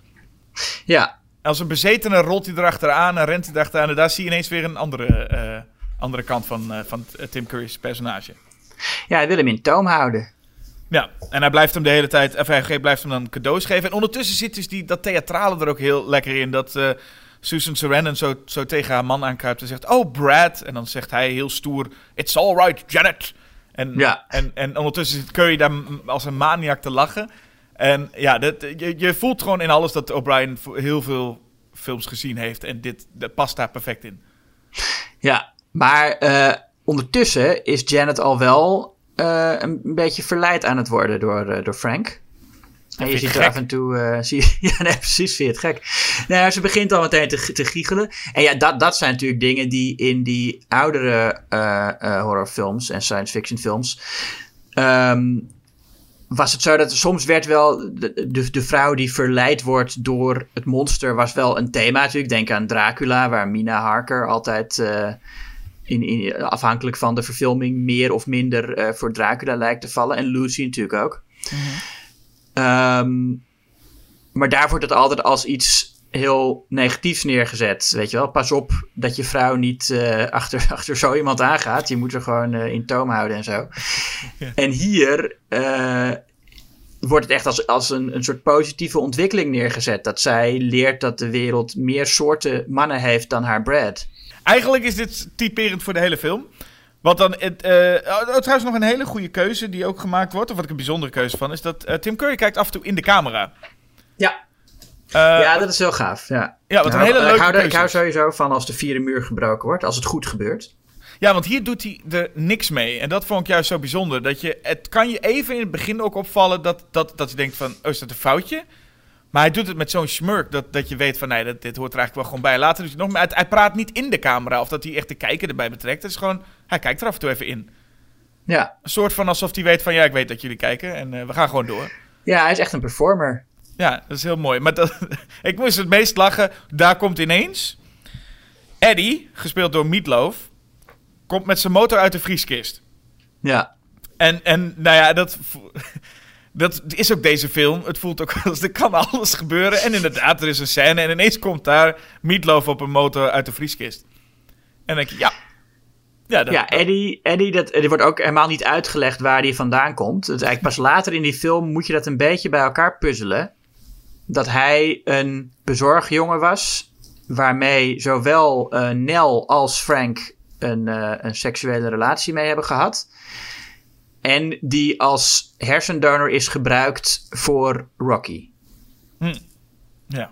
Ja, Als een bezetene rolt hij erachteraan en rent hij erachteraan. En daar zie je ineens weer een andere, uh, andere kant van, uh, van Tim Curry's personage. ja, hij wil hem in toom houden. Ja, en hij blijft hem de hele tijd, of hij blijft hem dan cadeaus geven. En ondertussen zit dus die, dat theatrale er ook heel lekker in. Dat uh, Susan Sarandon zo, zo tegen haar man aankruipt en zegt, oh Brad. En dan zegt hij heel stoer, it's all right Janet. En, Ja. en, en ondertussen zit Curry daar als een maniak te lachen. En ja, dat, je, je voelt gewoon in alles dat O'Brien heel veel films gezien heeft. En dit dat past daar perfect in. Ja, maar uh, ondertussen is Janet al wel uh, een, een beetje verleid aan het worden door, uh, door Frank. En je vind ik ziet er gek. af en toe... Uh, zie je, ja, nee, precies, vind je het gek. Nou, ze begint al meteen te, te giechelen. En ja, dat, dat zijn natuurlijk dingen die in die oudere uh, uh, horrorfilms en science fiction films... Um, was het zo dat er soms werd wel... De, de, de vrouw die verleid wordt door het monster was wel een thema natuurlijk. Denk aan Dracula, waar Mina Harker altijd... Uh, in, in, afhankelijk van de verfilming meer of minder uh, voor Dracula lijkt te vallen. En Lucy natuurlijk ook. Mm-hmm. Um, maar daar wordt het altijd als iets heel negatiefs neergezet. Weet je wel, pas op dat je vrouw niet uh, achter, achter zo iemand aangaat. Je moet er gewoon uh, in toom houden en zo. Ja. En hier uh, wordt het echt als, als een, een soort positieve ontwikkeling neergezet. Dat zij leert dat de wereld meer soorten mannen heeft dan haar Brad. Eigenlijk is dit typerend voor de hele film. Wat dan, het, uh, oh, trouwens nog een hele goede keuze die ook gemaakt wordt, of wat ik een bijzondere keuze van, is dat uh, Tim Curry kijkt af en toe in de camera. Ja. Uh, ja, dat is heel gaaf. Ja, ja wat nou, een hele leuke ik hou, keuze. Ik hou sowieso van als de vierde muur gebroken wordt, als het goed gebeurt. Ja, want hier doet hij er niks mee. En dat vond ik juist zo bijzonder. Dat je, het kan je even in het begin ook opvallen dat, dat, dat je denkt van, oh, is dat een foutje? Maar hij doet het met zo'n smirk dat, dat je weet van, nee, dat, dit hoort er eigenlijk wel gewoon bij. Later doet hij nog, maar hij, hij praat niet in de camera of dat hij echt de kijker erbij betrekt. Het is gewoon, hij kijkt er af en toe even in. Ja. Een soort van alsof hij weet van, ja, ik weet dat jullie kijken en uh, we gaan gewoon door. Ja, hij is echt een performer. Ja, dat is heel mooi. Maar dat, ik moest het meest lachen, daar komt ineens Eddie, gespeeld door Meatloaf, komt met zijn motor uit de vrieskist. Ja. En, en nou ja, dat... Dat is ook deze film. Het voelt ook als er kan alles gebeuren. En inderdaad, er is een scène. En ineens komt daar Meatloaf op een motor uit de vrieskist. En dan denk je, ja. Ja, dat, ja Eddie, Eddie dat, er wordt ook helemaal niet uitgelegd waar die vandaan komt. Dus eigenlijk pas later in die film moet je dat een beetje bij elkaar puzzelen. Dat hij een bezorgjongen was. Waarmee zowel uh, Nell als Frank een, uh, een seksuele relatie mee hebben gehad. En die als hersendonor is gebruikt voor Rocky. Hm. Ja.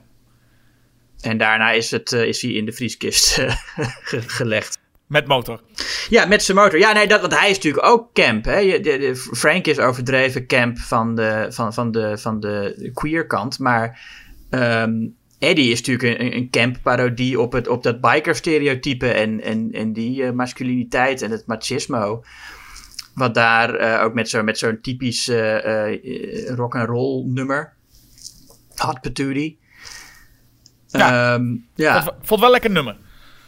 En daarna is, het, uh, is hij in de vrieskist uh, gelegd. Met motor. Ja, met zijn motor. Ja, nee, dat, want hij is natuurlijk ook camp. Hè? De, de, Frank is overdreven camp van de, van, van de, van de queer kant. Maar um, Eddie is natuurlijk een, een camp parodie op, het, op dat biker stereotype. En, en, en die uh, masculiniteit en het machismo. Wat daar uh, ook met, zo, met zo'n typisch uh, uh, rock'n'roll nummer. Hot Patootie. Ja, um, ja. Vond, vond wel lekker nummer.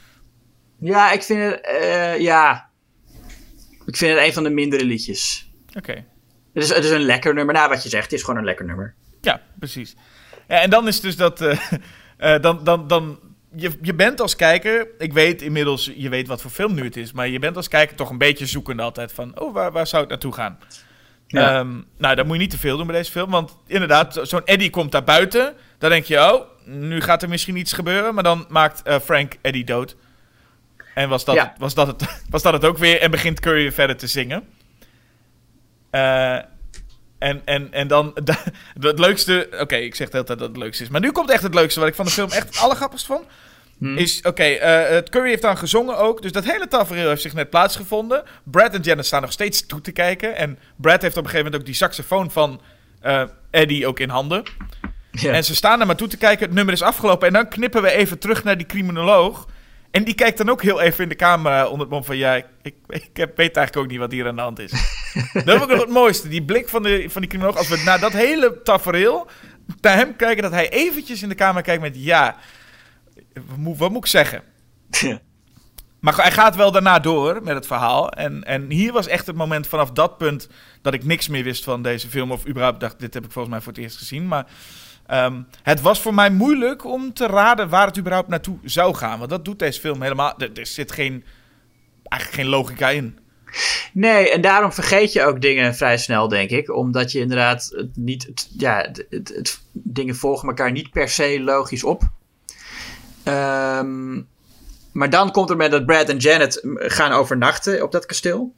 Ja, ik vind het... Uh, ja. Ik vind het een van de mindere liedjes. Oké. Okay. Het is, het is een lekker nummer. Nou, wat je zegt, het is gewoon een lekker nummer. Ja, precies. Ja, en dan is dus dat... Uh, uh, dan, dan, dan je, je bent als kijker... Ik weet inmiddels, je weet wat voor film nu het is... maar je bent als kijker toch een beetje zoekende altijd van... oh, waar, waar zou het naartoe gaan? Ja. Um, nou, dat moet je niet te veel doen bij deze film... want inderdaad, zo'n Eddie komt daar buiten... dan denk je, oh, nu gaat er misschien iets gebeuren... maar dan maakt uh, Frank Eddie dood... En was dat, ja. was, dat het, was dat het ook weer... en begint Curry verder te zingen. Uh, en, en, en dan... Het leukste... Oké, okay, ik zeg de hele tijd dat het leukste is. Maar nu komt echt het leukste... wat ik van de film echt het allergrappigst vond. Hmm. Is, oké, okay, uh, Curry heeft dan gezongen ook. Dus dat hele tafereel heeft zich net plaatsgevonden. Brad en Janet staan nog steeds toe te kijken. En Brad heeft op een gegeven moment ook die saxofoon van uh, Eddie ook in handen. Ja. En ze staan er maar toe te kijken. Het nummer is afgelopen. En dan knippen we even terug naar die criminoloog... En die kijkt dan ook heel even in de camera onder het mom van... ja, ik, ik, ik weet eigenlijk ook niet wat hier aan de hand is. Dat is ook nog het mooiste. Die blik van, de, van die criminoloog... als we naar dat hele tafereel naar hem kijken... dat hij eventjes in de camera kijkt met... ja, wat moet, wat moet ik zeggen? Ja. Maar hij gaat wel daarna door met het verhaal. En, en hier was echt het moment vanaf dat punt... dat ik niks meer wist van deze film. Of überhaupt dacht, dit heb ik volgens mij voor het eerst gezien. Maar... Um, het was voor mij moeilijk om te raden waar het überhaupt naartoe zou gaan. Want dat doet deze film helemaal... Er, er zit geen, eigenlijk geen logica in. Nee, en daarom vergeet je ook dingen vrij snel, denk ik. Omdat je inderdaad het niet... Het, ja, het, het, het, dingen volgen elkaar niet per se logisch op. Um, maar dan komt er met dat Brad en Janet gaan overnachten op dat kasteel.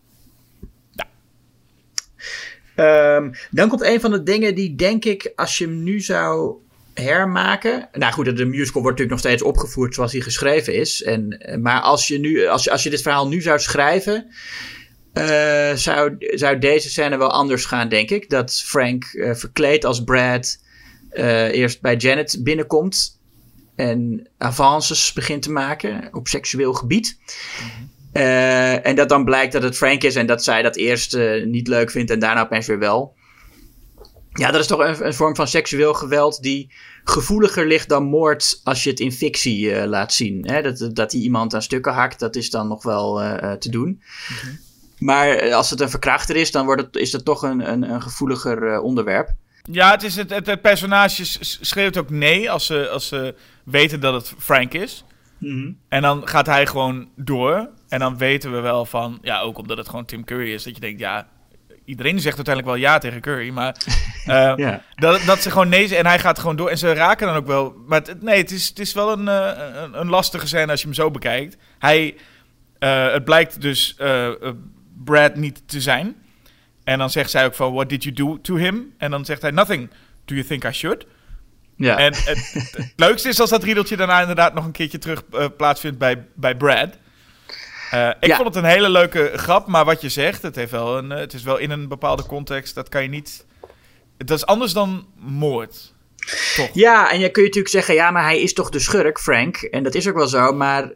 Um, dan komt een van de dingen die, denk ik, als je hem nu zou hermaken... Nou goed, de musical wordt natuurlijk nog steeds opgevoerd zoals hij geschreven is. En, maar als je, nu, als, je, als je dit verhaal nu zou schrijven... Uh, zou, zou deze scène wel anders gaan, denk ik. Dat Frank uh, verkleed als Brad uh, eerst bij Janet binnenkomt... en avances begint te maken op seksueel gebied... Mm-hmm. Uh, en dat dan blijkt dat het Frank is en dat zij dat eerst uh, niet leuk vindt en daarna opeens weer wel. Ja, dat is toch een, een vorm van seksueel geweld die gevoeliger ligt dan moord als je het in fictie uh, laat zien. Hè? Dat, dat hij iemand aan stukken hakt, dat is dan nog wel uh, te doen. Mm-hmm. Maar als het een verkrachter is, dan wordt het, is dat toch een, een, een gevoeliger uh, onderwerp. Ja, het, is het, het, het personage schreeuwt ook nee als ze, als ze weten dat het Frank is. Mm-hmm. En dan gaat hij gewoon door. En dan weten we wel van... Ja, ook omdat het gewoon Tim Curry is. Dat je denkt, ja... Iedereen zegt uiteindelijk wel ja tegen Curry. Maar uh, ja. dat, dat ze gewoon nee zeggen. En hij gaat gewoon door. En ze raken dan ook wel... Maar het, nee, het is, het is wel een, uh, een, een lastige scène als je hem zo bekijkt. Hij... Uh, het blijkt dus uh, uh, Brad niet te zijn. En dan zegt zij ook van... What did you do to him? En dan zegt hij... Nothing. Do you think I should? Ja. En het, het, het leukste is als dat riedeltje daarna inderdaad nog een keertje terug uh, plaatsvindt bij, bij Brad. Uh, ik ja. vond het een hele leuke grap, maar wat je zegt, het, heeft wel een, uh, het is wel in een bepaalde context, dat kan je niet... Dat is anders dan moord, toch? Ja, en je kun je natuurlijk zeggen, ja, maar hij is toch de schurk, Frank. En dat is ook wel zo, maar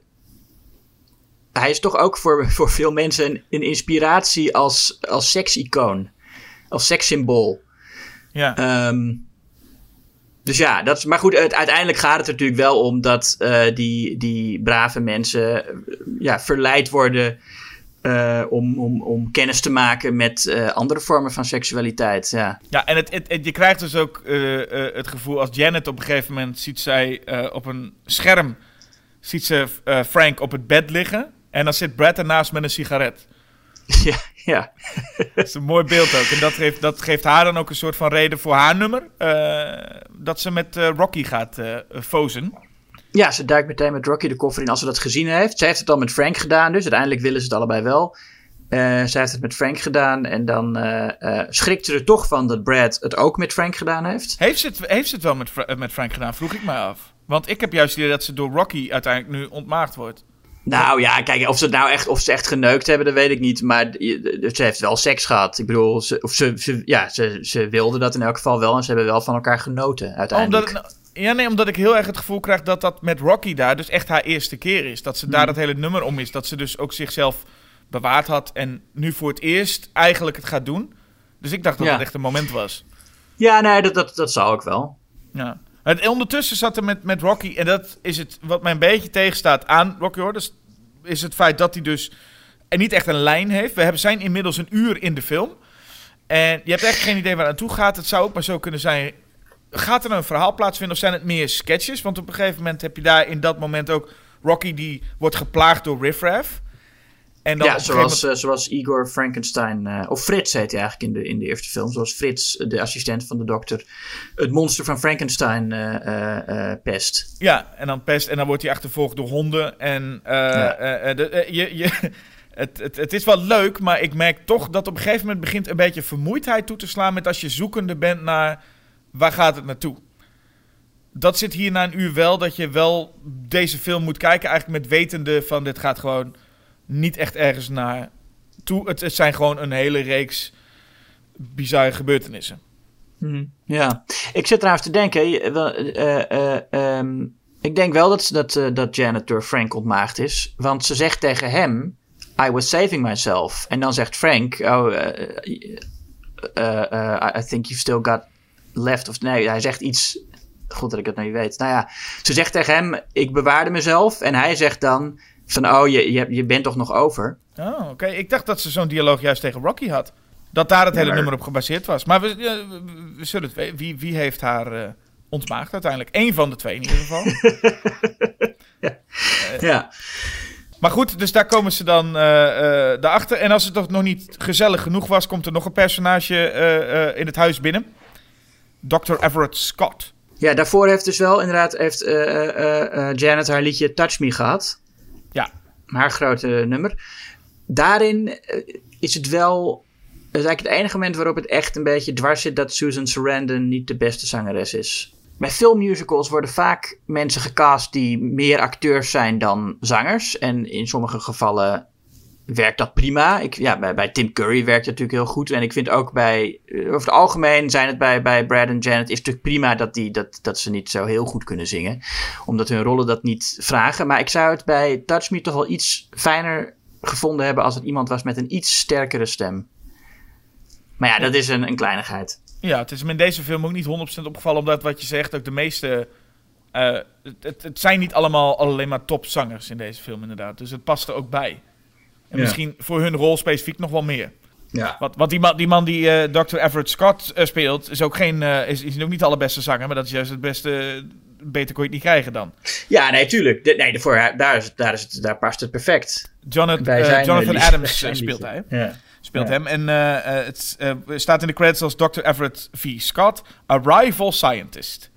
hij is toch ook voor, voor veel mensen een, een inspiratie als, als seksicoon. Als sekssymbool. Ja. Um, Dus ja, dat is, maar goed, het, uiteindelijk gaat het er natuurlijk wel om dat uh, die, die brave mensen uh, ja, verleid worden uh, om, om, om kennis te maken met uh, andere vormen van seksualiteit. Ja, ja en het, het, het, je krijgt dus ook uh, uh, het gevoel als Janet op een gegeven moment ziet zij uh, op een scherm, ziet ze uh, Frank op het bed liggen en dan zit Brad ernaast met een sigaret. Ja, ja. Dat is een mooi beeld ook. En dat geeft, dat geeft haar dan ook een soort van reden voor haar nummer. Uh, dat ze met uh, Rocky gaat uh, fozen. Ja, ze duikt meteen met Rocky de koffer in als ze dat gezien heeft. Ze heeft het al met Frank gedaan, dus uiteindelijk willen ze het allebei wel. Uh, ze heeft het met Frank gedaan en dan uh, uh, schrikt ze er toch van dat Brad het ook met Frank gedaan heeft. Heeft ze het, heeft ze het wel met, met Frank gedaan, vroeg ik mij af. Want ik heb juist het idee dat ze door Rocky uiteindelijk nu ontmaagd wordt. Nou ja, kijk, of ze het nou echt, of ze echt geneukt hebben, dat weet ik niet. Maar ze heeft wel seks gehad. Ik bedoel, ze, of ze, ze, ja, ze, ze wilden dat in elk geval wel. En ze hebben wel van elkaar genoten, uiteindelijk. Omdat het, ja, nee, omdat ik heel erg het gevoel krijg dat dat met Rocky daar dus echt haar eerste keer is. Dat ze daar hmm. dat hele nummer om is. Dat ze dus ook zichzelf bewaard had en nu voor het eerst eigenlijk het gaat doen. Dus ik dacht dat ja. het echt een moment was. Ja, nee, dat, dat, dat zou ook wel. Ja. En ondertussen zat er met, met Rocky, en dat is het wat mij een beetje tegenstaat aan Rocky Horror, dus is het feit dat hij dus en niet echt een lijn heeft. We hebben, zijn inmiddels een uur in de film. En je hebt echt geen idee waar het naartoe gaat. Het zou ook maar zo kunnen zijn gaat er nou een verhaal plaatsvinden of zijn het meer sketches? Want op een gegeven moment heb je daar in dat moment ook Rocky die wordt geplaagd door Riff Raff. En dan ja, op een zoals, moment... uh, zoals Igor Frankenstein, uh, of Frits heet hij eigenlijk in de, in de eerste film. Zoals Frits, de assistent van de dokter, het monster van Frankenstein uh, uh, uh, pest. Ja, en dan pest en dan wordt hij achtervolgd door honden. En uh, ja. uh, uh, de, uh, je, je, het, het, het is wel leuk, maar ik merk toch dat op een gegeven moment begint een beetje vermoeidheid toe te slaan met als je zoekende bent naar waar gaat het naartoe. Dat zit hier na een uur wel, dat je wel deze film moet kijken eigenlijk met wetende van dit gaat gewoon niet echt ergens naar toe. Het, het zijn gewoon een hele reeks bizarre gebeurtenissen. Mm, ja, ik zit trouwens te denken, uh, uh, uh, um, ik denk wel dat, dat, uh, dat Janet door Frank ontmaagd is, want ze zegt tegen hem, I was saving myself. En dan zegt Frank, oh, uh, uh, uh, I think you've still got left. Of nee, hij zegt iets, goed dat ik het nou niet weet. Nou ja, ze zegt tegen hem, ik bewaarde mezelf. En hij zegt dan van, oh, je, je, je bent toch nog over? Oh, oké. Okay. Ik dacht dat ze zo'n dialoog juist tegen Rocky had. Dat daar het ja, hele maar... nummer op gebaseerd was. Maar we, uh, we, we zullen het weten. Wie, wie heeft haar uh, ontmaagd uiteindelijk? Eén van de twee in ieder geval. ja. Uh, ja. Maar goed, dus daar komen ze dan uh, uh, daarachter. En als het toch nog niet gezellig genoeg was, komt er nog een personage uh, uh, in het huis binnen. dokter Everett Scott. Ja, daarvoor heeft dus wel inderdaad heeft, uh, uh, uh, Janet haar liedje Touch Me gehad. Ja. Haar grote nummer. Daarin uh, is het wel... Dat is eigenlijk het enige moment waarop het echt een beetje dwars zit dat Susan Sarandon niet de beste zangeres is. Bij filmmusicals worden vaak mensen gecast die meer acteurs zijn dan zangers. En in sommige gevallen werkt dat prima. Ik, ja, bij, bij Tim Curry werkt het natuurlijk heel goed. En ik vind ook bij, over het algemeen zijn het bij, bij Brad en Janet is het natuurlijk prima dat, die, dat, dat ze niet zo heel goed kunnen zingen. Omdat hun rollen dat niet vragen. Maar ik zou het bij Touch Me toch wel iets fijner gevonden hebben als het iemand was met een iets sterkere stem. Maar ja, dat is een, een kleinigheid. Ja, het is me in deze film ook niet honderd procent opgevallen, omdat wat je zegt, ook de meeste... Uh, het, het zijn niet allemaal alleen maar topzangers in deze film inderdaad. Dus het past er ook bij. En ja. Misschien voor hun rol specifiek nog wel meer. Ja. Want, want die man die, man die uh, dokter Everett Scott uh, speelt, is ook, geen, uh, is, is ook niet de allerbeste zanger, maar dat is juist het beste... Beter kon je het niet krijgen dan. Ja, nee, tuurlijk. De, nee, daarvoor, daar, is het, daar, is het, daar past het perfect. Jonathan, uh, Jonathan Adams uh, speelt hij. Ja. Speelt ja. hem. En uh, uh, het uh, staat in de credits als dokter Everett V. Scott, a rival scientist.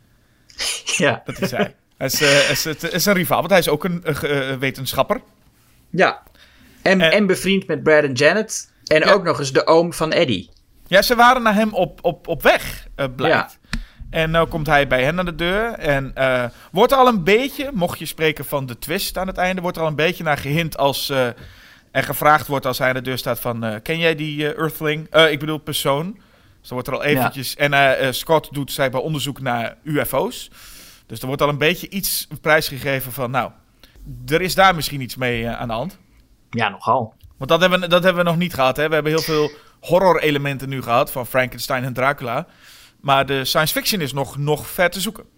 Ja. Dat is hij. Hij is, uh, is, is, is een rivaal, want hij is ook een uh, wetenschapper. Ja. En, en, en bevriend met Brad en Janet. En ja. ook nog eens de oom van Eddie. Ja, ze waren naar hem op, op, op weg, uh, blijkt. Ja. En nu komt hij bij hen aan de deur. En uh, wordt er al een beetje, mocht je spreken van de twist aan het einde, wordt er al een beetje naar gehint als uh, er gevraagd wordt als hij aan de deur staat van, uh, ken jij die uh, Earthling? Uh, ik bedoel persoon. Dus dan wordt er al eventjes... Ja. En uh, uh, Scott doet blijkbaar onderzoek naar U F O's. Dus er wordt al een beetje iets prijsgegeven van, nou, er is daar misschien iets mee uh, aan de hand. Ja, nogal. Want dat hebben, we, dat hebben we nog niet gehad. Hè? We hebben heel veel horror-elementen nu gehad van Frankenstein en Dracula. Maar de science fiction is nog, nog ver te zoeken.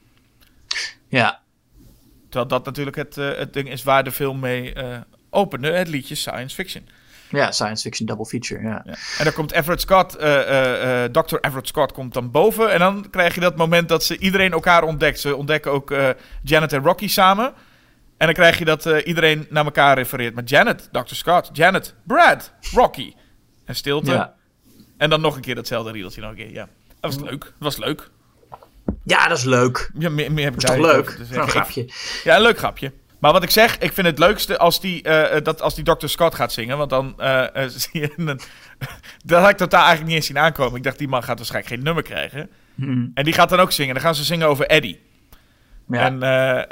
Ja. Terwijl dat natuurlijk het, uh, het ding is waar de film mee uh, opende. Het liedje science fiction. Ja, science fiction double feature, ja. ja. En dan komt Everett Scott, uh, uh, uh, dokter Everett Scott komt dan boven. En dan krijg je dat moment dat ze iedereen elkaar ontdekt. Ze ontdekken ook uh, Janet en Rocky samen. En dan krijg je dat uh, iedereen naar elkaar refereert. Maar Janet, dokter Scott, Janet, Brad, Rocky. En stilte. Ja. En dan nog een keer datzelfde riedeltje nog een keer, ja. Dat was leuk. Dat was leuk. Ja, dat is leuk. Ja, meer, meer heb ik dat is toch leuk? Dus een grapje. Ja, een leuk grapje. Maar wat ik zeg, ik vind het leukste als die, uh, dat als die dokter Scott gaat zingen. Want dan uh, uh, zie je... Een, dat had ik totaal eigenlijk niet eens zien aankomen. Ik dacht, die man gaat waarschijnlijk geen nummer krijgen. Hmm. En die gaat dan ook zingen. Dan gaan ze zingen over Eddie. Ja. En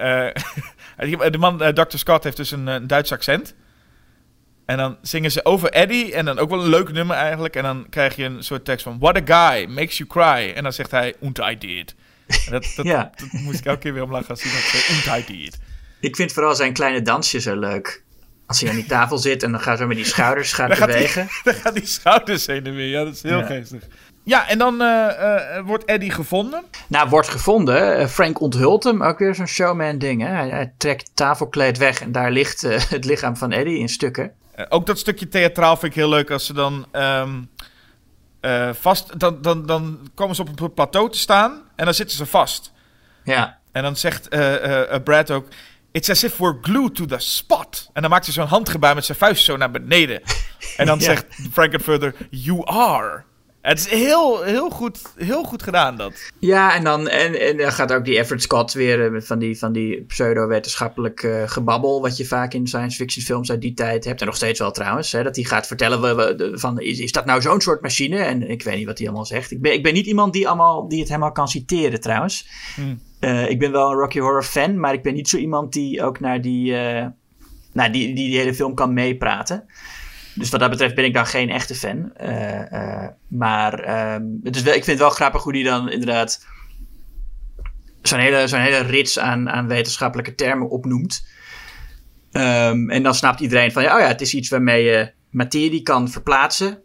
uh, uh, de man, uh, dokter Scott, heeft dus een, een Duits accent. En dan zingen ze over Eddie. En dan ook wel een leuk nummer eigenlijk. En dan krijg je een soort tekst van... What a guy, makes you cry. En dan zegt hij... Und I did. En dat, dat, ja. dat, dat moest ik elke keer weer om lachen als hij dat zei. Und I did. Ik vind vooral zijn kleine dansjes zo leuk. Als hij aan die tafel zit en dan gaat hij met die schouders gaat dan bewegen. Gaat die, dan gaat die schouders heen en weer. Ja, dat is heel ja. geestig. Ja, en dan uh, uh, wordt Eddie gevonden. Nou, wordt gevonden. Uh, Frank onthult hem. Ook weer zo'n showman ding. Hè? Hij, hij trekt het tafelkleed weg en daar ligt uh, het lichaam van Eddie in stukken. Uh, ook dat stukje theatraal vind ik heel leuk als ze dan... Um, uh, vast... Dan, dan, dan komen ze op een plateau te staan en dan zitten ze vast. Ja. En dan zegt uh, uh, uh, Brad ook... It's as if we're glued to the spot. En dan maakt hij zo'n handgebaar met zijn vuist zo naar beneden. En dan ja. zegt Frank-N-Furter... You are... Het is heel, heel, goed, heel goed gedaan, dat. Ja, en dan, en, en dan gaat ook die Everett Scott weer uh, van die, van die pseudo-wetenschappelijk uh, gebabbel... wat je vaak in science fiction films uit die tijd hebt. En nog steeds wel trouwens. Hè, dat hij gaat vertellen we, we, van, is, is dat nou zo'n soort machine? En ik weet niet wat hij allemaal zegt. Ik ben, ik ben niet iemand die, allemaal, die het helemaal kan citeren trouwens. Hmm. Uh, ik ben wel een Rocky Horror fan, maar ik ben niet zo iemand die ook naar die, uh, nou, die, die, die hele film kan meepraten. Dus wat dat betreft ben ik dan geen echte fan. Uh, uh, maar um, het is wel, ik vind het wel grappig hoe die dan inderdaad zo'n hele, zo'n hele rits aan, aan wetenschappelijke termen opnoemt. Um, en dan snapt iedereen van, ja, oh ja, het is iets waarmee je materie kan verplaatsen.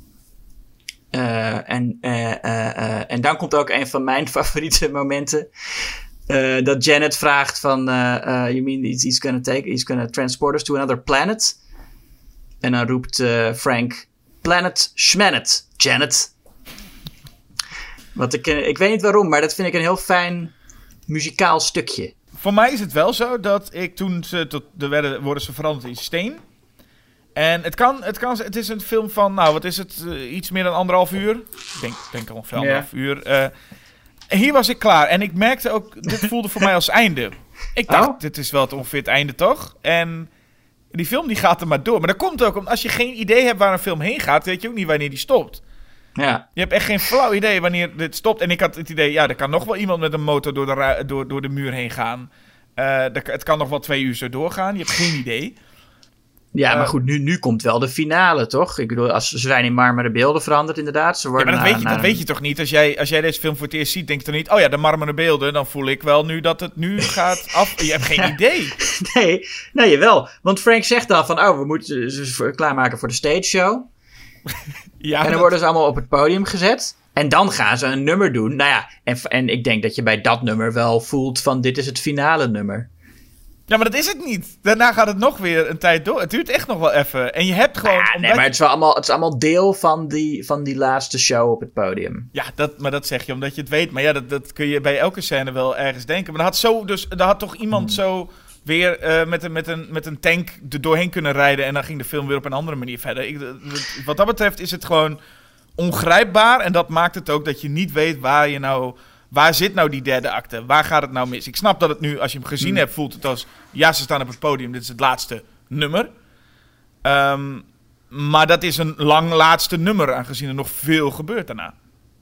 Uh, en, uh, uh, uh, en dan komt ook een van mijn favoriete momenten. Uh, dat Janet vraagt van... Uh, uh, you mean he's, he's gonna take... He's gonna transport us to another planet? En dan roept uh, Frank... Planet Schmanet, Janet. Wat ik, ik weet niet waarom, maar dat vind ik een heel fijn muzikaal stukje. Voor mij is het wel zo dat ik toen ze tot de werden, worden ze veranderd in steen. En het kan, het kan, het is een film van, nou wat is het, uh, iets meer dan anderhalf uur. Ik denk, denk ongeveer anderhalf yeah. uur. Uh, en hier was ik klaar. En ik merkte ook, dit voelde voor mij als einde. Ik dacht, oh? dit is wel het, ongeveer het einde toch? En die film die gaat er maar door. Maar dat komt ook, omdat als je geen idee hebt waar een film heen gaat, weet je ook niet wanneer die stopt. Ja. Je hebt echt geen flauw idee wanneer dit stopt. En ik had het idee, ja, er kan nog wel iemand met een motor door de, door, door de muur heen gaan. Uh, de, het kan nog wel twee uur zo doorgaan. Je hebt geen idee. Ja, uh, maar goed, nu, nu komt wel de finale, toch? Ik bedoel, als ze zijn in marmeren beelden veranderd, inderdaad. Ze worden ja, maar dat, na, weet je, dat weet je toch niet? Als jij, als jij deze film voor het eerst ziet, denk je toch niet... Oh ja, de marmeren beelden, dan voel ik wel nu dat het nu gaat af... Je hebt geen idee. Nee, nee, jawel. Want Frank zegt dan van... Oh, we moeten ze klaarmaken voor de stage show. Ja, en dan dat... worden ze allemaal op het podium gezet. En dan gaan ze een nummer doen. Nou ja, en, en ik denk dat je bij dat nummer wel voelt van... Dit is het finale nummer. Ja, maar dat is het niet. Daarna gaat het nog weer een tijd door. Het duurt echt nog wel even. En je hebt gewoon... Ah, nee, maar het is, wel allemaal, het is allemaal deel van die, van die laatste show op het podium. Ja, dat, maar dat zeg je omdat je het weet. Maar ja, dat, dat kun je bij elke scène wel ergens denken. Maar er had, zo, dus, er had toch iemand hmm. zo weer uh, met, een, met, een, met een tank er doorheen kunnen rijden... en dan ging de film weer op een andere manier verder. Ik, wat dat betreft is het gewoon ongrijpbaar. En dat maakt het ook dat je niet weet waar je nou... Waar zit nou die derde acte? Waar gaat het nou mis? Ik snap dat het nu, als je hem gezien hmm. hebt, voelt het als... Ja, ze staan op het podium, dit is het laatste nummer. Um, maar dat is een lang laatste nummer, aangezien er nog veel gebeurt daarna.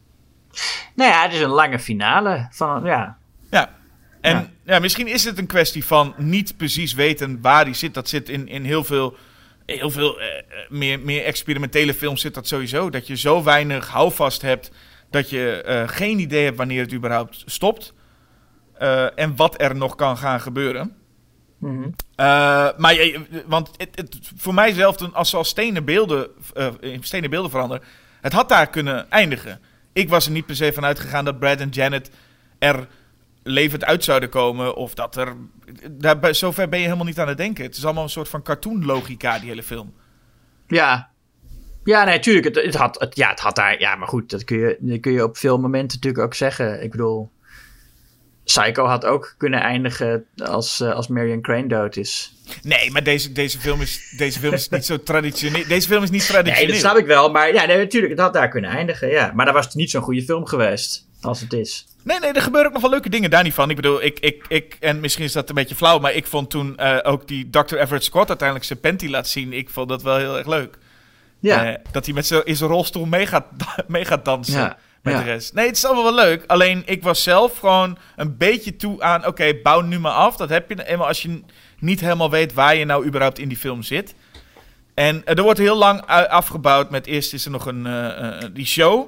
Nou ja, het is een lange finale. Van, ja. Ja, en ja. Ja, misschien is het een kwestie van niet precies weten waar die zit. Dat zit in, in heel veel, heel veel uh, meer, meer experimentele films zit dat sowieso. Dat je zo weinig houvast hebt... dat je uh, geen idee hebt wanneer het überhaupt stopt. Uh, en wat er nog kan gaan gebeuren. Mm-hmm. Uh, maar uh, want het, het, voor mijzelf, als ze als stenen beelden, uh, in stenen beelden veranderen... het had daar kunnen eindigen. Ik was er niet per se van uitgegaan dat Brad en Janet er levend uit zouden komen. Of dat er... Daar, zover ben je helemaal niet aan het denken. Het is allemaal een soort van cartoonlogica, die hele film. Ja, Ja, nee, tuurlijk. Het, het, had, het, ja, het had daar... Ja, maar goed, dat kun, je, dat kun je op veel momenten natuurlijk ook zeggen. Ik bedoel... Psycho had ook kunnen eindigen als, uh, als Marion Crane dood is. Nee, maar deze, deze, film, is, deze film is niet zo traditioneel. Deze film is niet traditioneel. Nee, dat snap ik wel. Maar ja, nee, natuurlijk, het had daar kunnen eindigen. Ja. Maar dan was het niet zo'n goede film geweest als het is. Nee, nee, er gebeuren ook nog wel leuke dingen daar niet van. Ik bedoel, ik, ik, ik, en misschien is dat een beetje flauw... maar ik vond toen uh, ook die dokter Everett Scott uiteindelijk zijn panty laat zien. Ik vond dat wel heel erg leuk. Ja. Uh, dat hij met zijn, in zijn rolstoel mee gaat, mee gaat dansen ja. met ja. de rest. Nee, het is allemaal wel leuk. Alleen, ik was zelf gewoon een beetje toe aan... Oké, okay, bouw nu maar af. Dat heb je eenmaal als je niet helemaal weet... waar je nou überhaupt in die film zit. En uh, er wordt heel lang afgebouwd met... Eerst is er nog een uh, uh, die show...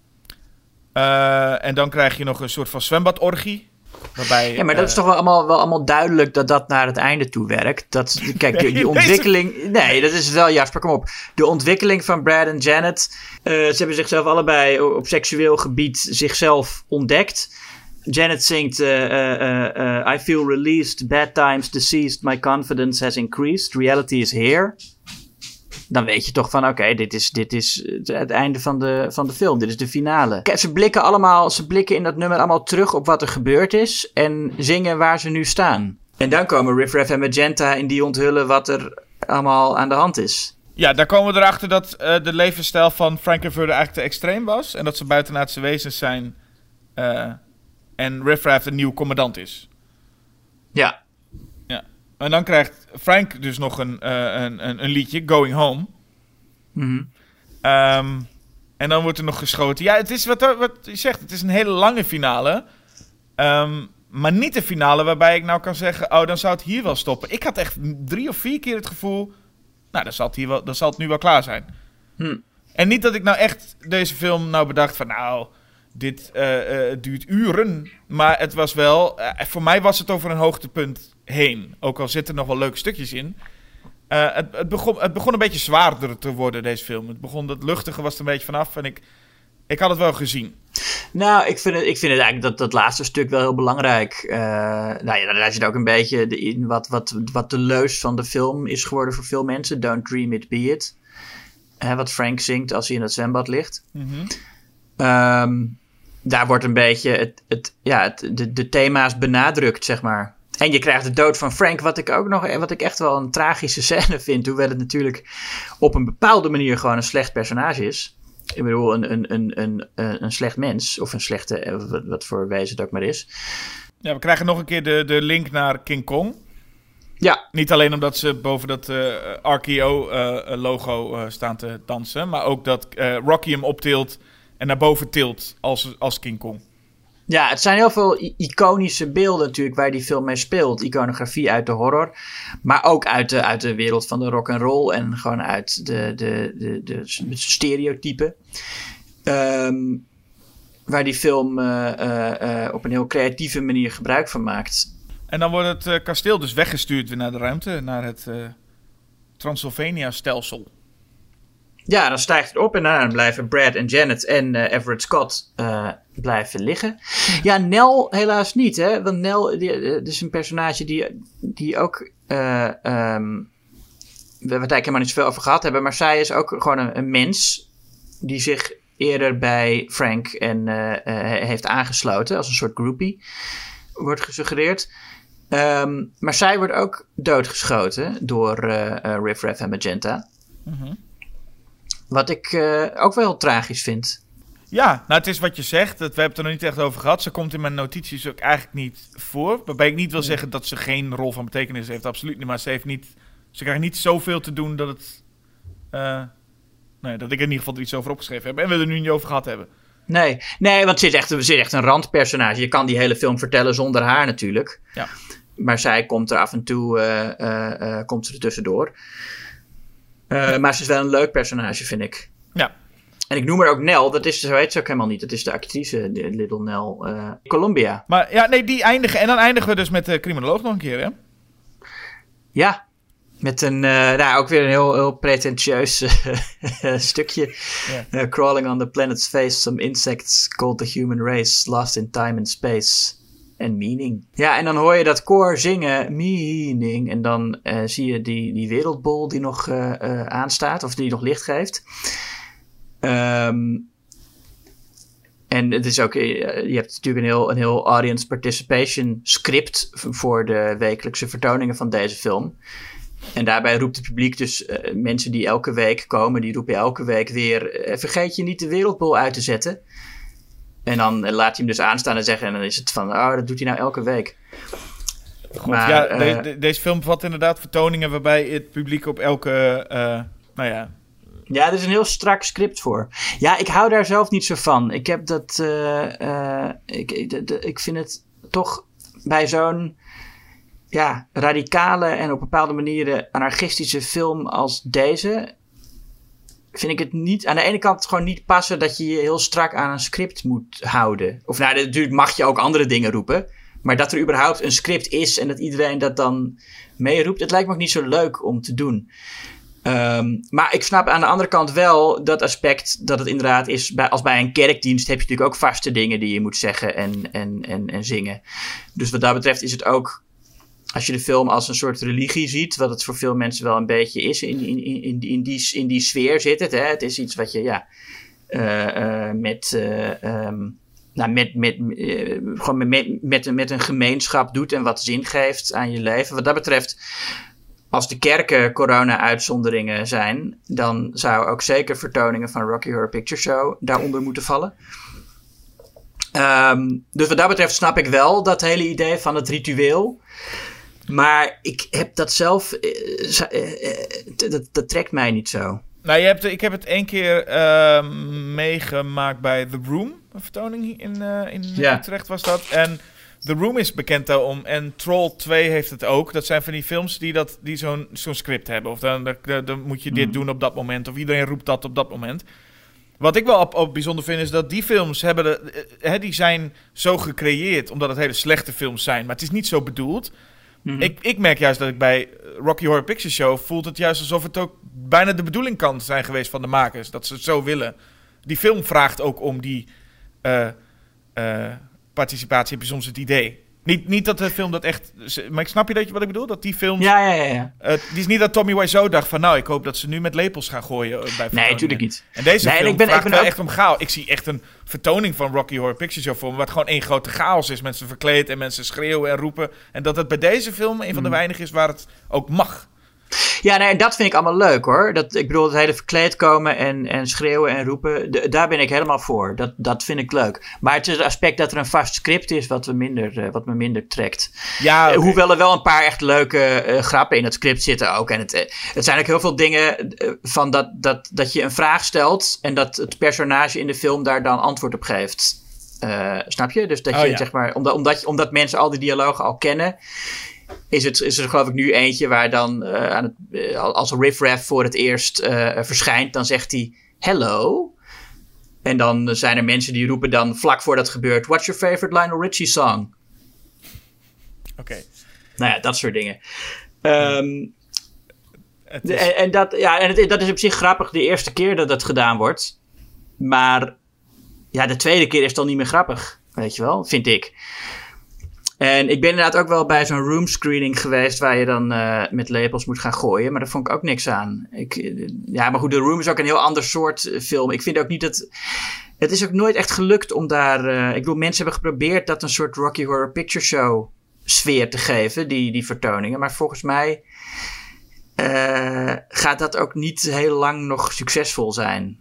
Uh, en dan krijg je nog een soort van zwembadorgie. Waarbij, ja, maar dat uh, is toch wel allemaal, wel allemaal duidelijk dat dat naar het einde toe werkt. Dat, kijk, nee, die ontwikkeling... Deze... Nee, dat is wel... Jasper, kom op. De ontwikkeling van Brad en Janet... Uh, ze hebben zichzelf allebei op seksueel gebied zichzelf ontdekt. Janet zingt... Uh, uh, uh, I feel released, bad times deceased, my confidence has increased, reality is here. dan weet je toch van oké, okay, dit is, dit is het einde van de, van de film. Dit is de finale. Kijk, ze blikken allemaal, ze blikken in dat nummer allemaal terug op wat er gebeurd is en zingen waar ze nu staan. En dan komen Riff Raff en Magenta en die onthullen wat er allemaal aan de hand is. Ja, daar komen we erachter dat uh, de levensstijl van Frank-N-Furter eigenlijk te extreem was. En dat ze buitenaardse wezens zijn. Uh, en Riff Raff een nieuw commandant is. Ja. Ja. En dan krijgt Frank dus nog een, uh, een, een, een liedje, Going Home. Mm-hmm. Um, en dan wordt er nog geschoten. Ja, het is wat, wat je zegt, het is een hele lange finale. Um, maar niet de finale waarbij ik nou kan zeggen, oh, dan zou het hier wel stoppen. Ik had echt drie of vier keer het gevoel, nou, dan zal het, hier wel, dan zal het nu wel klaar zijn. Hm. En niet dat ik nou echt deze film nou bedacht van, nou, dit uh, uh, duurt uren. Maar het was wel, uh, voor mij was het over een hoogtepunt heen. Ook al zitten er nog wel leuke stukjes in. Uh, het, het, begon, het begon een beetje zwaarder te worden, deze film. Het begon, het luchtige was er een beetje vanaf. En ik, ik had het wel gezien. Nou, ik vind het, ik vind het eigenlijk dat, dat laatste stuk wel heel belangrijk. Uh, nou ja, daar zit ook een beetje in wat, wat, wat de leus van de film is geworden voor veel mensen. Don't dream it, be it. Hè, wat Frank zingt als hij in het zwembad ligt. Mm-hmm. Um, daar wordt een beetje het, het, ja, het, de, de thema's benadrukt, zeg maar. En je krijgt de dood van Frank, wat ik ook nog, wat ik echt wel een tragische scène vind. Hoewel het natuurlijk op een bepaalde manier gewoon een slecht personage is. Ik bedoel, een, een, een, een, een slecht mens. Of een slechte, wat, wat voor wezen het ook maar is. Ja, we krijgen nog een keer de, de link naar King Kong. Ja. Niet alleen omdat ze boven dat uh, R K O-logo uh, uh, staan te dansen. Maar ook dat uh, Rocky hem optilt en naar boven tilt als, als King Kong. Ja, het zijn heel veel i- iconische beelden natuurlijk waar die film mee speelt. Iconografie uit de horror. Maar ook uit de, uit de wereld van de rock and roll. En gewoon uit de, de, de, de, de stereotypen. Um, waar die film uh, uh, uh, op een heel creatieve manier gebruik van maakt. En dan wordt het uh, kasteel dus weggestuurd weer naar de ruimte. Naar het uh, Transylvania-stelsel. Ja, dan stijgt het op en dan blijven Brad en Janet en uh, Everett Scott uh, blijven liggen. Ja, Nell helaas niet, hè. Want Nell die, uh, is een personage die, die ook... Uh, um, we hebben het eigenlijk helemaal niet zoveel over gehad hebben. Maar zij is ook gewoon een, een mens die zich eerder bij Frank en, uh, uh, heeft aangesloten. Als een soort groupie, wordt gesuggereerd. Um, maar zij wordt ook doodgeschoten door uh, uh, Riff Raff en Magenta. Mm-hmm. Wat ik uh, ook wel heel tragisch vind. Ja, nou het is wat je zegt. Dat, we hebben het er nog niet echt over gehad. Ze komt in mijn notities ook eigenlijk niet voor. Waarbij ik niet wil zeggen dat ze geen rol van betekenis heeft. Absoluut niet. Maar ze heeft niet... Ze krijgt niet zoveel te doen dat het... Uh, nee, dat ik in ieder geval er iets over opgeschreven heb. En we er nu niet over gehad hebben. Nee, nee, want ze is echt, ze is echt een randpersonage. Je kan die hele film vertellen zonder haar natuurlijk. Ja. Maar zij komt er af en toe uh, uh, uh, komt ze er tussendoor. Uh, maar ze is wel een leuk personage, vind ik. Ja. En ik noem haar ook Nell. Dat is, zo heet ze ook helemaal niet. Dat is de actrice, de Little Nell. Uh, Columbia. Maar ja, nee, die eindigen. En dan eindigen we dus met de criminoloog nog een keer, hè? Ja. Met een, uh, nou, ook weer een heel, heel pretentieus uh, stukje. Yeah. Uh, crawling on the planet's face, some insects called the human race, lost in time and space. En meaning. Ja, en dan hoor je dat koor zingen, meaning. En dan uh, zie je die, die wereldbol die nog uh, uh, aanstaat, of die nog licht geeft. Um, en het is ook, uh, je hebt natuurlijk een heel, een heel audience participation script voor de wekelijkse vertoningen van deze film. En daarbij roept het publiek dus uh, mensen die elke week komen, die roepen elke week weer, uh, vergeet je niet de wereldbol uit te zetten. En dan uh, laat hij hem dus aanstaan en zeggen, en dan is het van, oh, dat doet hij nou elke week. Goed, maar, ja, uh, de, de, deze film bevat inderdaad vertoningen waarbij het publiek op elke, uh, nou ja... Ja, er is een heel strak script voor. Ja, ik hou daar zelf niet zo van. Ik heb dat, uh, uh, ik, ik, de, ik vind het toch bij zo'n, ja, radicale en op bepaalde manieren anarchistische film als deze, vind ik het niet, aan de ene kant gewoon niet passen dat je je heel strak aan een script moet houden. Of nou, natuurlijk mag je ook andere dingen roepen, maar dat er überhaupt een script is en dat iedereen dat dan meeroept, het lijkt me ook niet zo leuk om te doen. Um, maar ik snap aan de andere kant wel dat aspect dat het inderdaad is, bij, als bij een kerkdienst heb je natuurlijk ook vaste dingen die je moet zeggen en, en, en, en zingen. Dus wat dat betreft is het ook als je de film als een soort religie ziet, wat het voor veel mensen wel een beetje is, in, in, in, in, die, in, die, in die sfeer zit het. Hè? Het is iets wat je ja, uh, uh, met, uh, um, nou, met, met, uh, gewoon met, met, met een gemeenschap doet en wat zin geeft aan je leven. Wat dat betreft, als de kerken corona-uitzonderingen zijn, dan zou ook zeker vertoningen van Rocky Horror Picture Show daaronder moeten vallen. Um, dus wat dat betreft snap ik wel dat hele idee van het ritueel. Maar ik heb dat zelf... Uh, uh, uh, dat, dat trekt mij niet zo. Nou, je hebt, ik heb het één keer uh, meegemaakt bij The Room. Een vertoning in, uh, in ja. Utrecht was dat. En The Room is bekend daarom. En Troll twee heeft het ook. Dat zijn van die films die, dat, die zo'n, zo'n script hebben. Of dan, dan, dan moet je dit mm. doen op dat moment. Of iedereen roept dat op dat moment. Wat ik wel op, op bijzonder vind is dat die films hebben de, he, die zijn zo gecreëerd omdat het hele slechte films zijn. Maar het is niet zo bedoeld. Mm-hmm. Ik, ik merk juist dat ik bij Rocky Horror Picture Show voelt het juist alsof het ook bijna de bedoeling kan zijn geweest van de makers. Dat ze het zo willen. Die film vraagt ook om die uh, uh, participatie. Heb je soms het idee. Niet, niet dat de film dat echt... Maar ik snap je dat je wat ik bedoel? Dat die films... Ja, ja, ja. ja. Uh, het is niet dat Tommy Wiseau dacht van... Nou, ik hoop dat ze nu met lepels gaan gooien. Bij nee, natuurlijk niet. En deze nee, film ik ben, vraagt ik ben wel ook... echt om chaos. Ik zie echt een vertoning van Rocky Horror Picture Show voor me... wat gewoon één grote chaos is. Mensen verkleed en mensen schreeuwen en roepen. En dat het bij deze film een van de weinigen is waar het ook mag. Ja, nee, en dat vind ik allemaal leuk hoor. Dat, ik bedoel, het hele verkleed komen en, en schreeuwen en roepen, d- daar ben ik helemaal voor. Dat, dat vind ik leuk. Maar het is het aspect dat er een vast script is wat, we minder, uh, wat me minder trekt. Ja, okay. Hoewel er wel een paar echt leuke uh, grappen in het script zitten ook. En het, uh, het zijn ook heel veel dingen uh, van dat, dat, dat je een vraag stelt en dat het personage in de film daar dan antwoord op geeft. Uh, snap je? Dus dat je, oh, ja. zeg maar, omdat, omdat, omdat mensen al die dialogen al kennen... Is, het, is er geloof ik nu eentje waar dan uh, aan het, uh, als Riff Raff voor het eerst uh, verschijnt, dan zegt hij hello. En dan zijn er mensen die roepen dan vlak voor dat gebeurt, what's your favorite Lionel Richie song? Oké. Okay. Nou ja, dat soort dingen. Um, is... en, en, dat, ja, en het, dat is op zich grappig de eerste keer dat dat gedaan wordt. Maar ja, de tweede keer is het al niet meer grappig. Weet je wel, vind ik. En ik ben inderdaad ook wel bij zo'n room screening geweest... waar je dan uh, met lepels moet gaan gooien. Maar daar vond ik ook niks aan. Ik, uh, ja, maar goed, The Room is ook een heel ander soort uh, film. Ik vind ook niet dat... Het is ook nooit echt gelukt om daar... Uh, ik bedoel, mensen hebben geprobeerd... dat een soort Rocky Horror Picture Show sfeer te geven. Die, die vertoningen. Maar volgens mij... Uh, gaat dat ook niet heel lang nog succesvol zijn.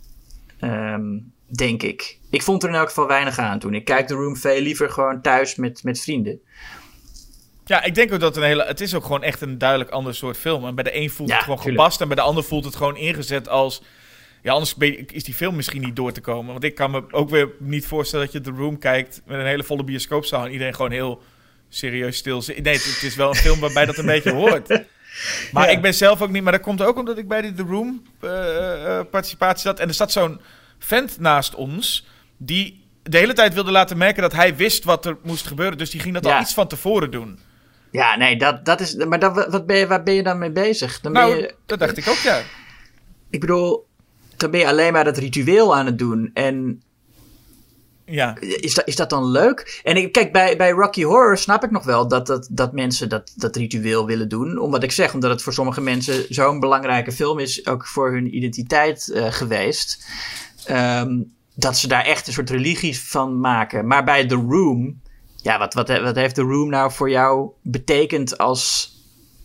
Um, denk ik. Ik vond er in elk geval weinig aan toen. Ik kijk The Room veel liever gewoon thuis met, met vrienden. Ja, ik denk ook dat het een hele... Het is ook gewoon echt een duidelijk ander soort film. En bij de een voelt ja, het gewoon tuurlijk. gepast. En bij de ander voelt het gewoon ingezet als... Ja, anders is die film misschien niet door te komen. Want ik kan me ook weer niet voorstellen dat je The Room kijkt... met een hele volle bioscoopzaal... en iedereen gewoon heel serieus stil zit. Nee, het, het is wel een film waarbij dat een beetje hoort. Maar ja. Ik ben zelf ook niet... Maar dat komt ook omdat ik bij die The Room uh, uh, participatie zat. En er zat zo'n vent naast ons... die de hele tijd wilde laten merken dat hij wist wat er moest gebeuren. Dus die ging dat ja. al iets van tevoren doen. Ja, nee, dat, dat is... Maar dat, wat ben je, waar ben je dan mee bezig? Dan nou, ben je, dat dacht ik ook, ja. Ik bedoel, dan ben je alleen maar dat ritueel aan het doen. En ja. is, dat, is dat dan leuk? En ik, kijk, bij, bij Rocky Horror snap ik nog wel dat, dat, dat mensen dat, dat ritueel willen doen. Omdat ik zeg, omdat het voor sommige mensen zo'n belangrijke film is. Ook voor hun identiteit uh, geweest. Um, dat ze daar echt een soort religie van maken. Maar bij The Room... Ja, wat, wat, wat heeft The Room nou voor jou betekend als,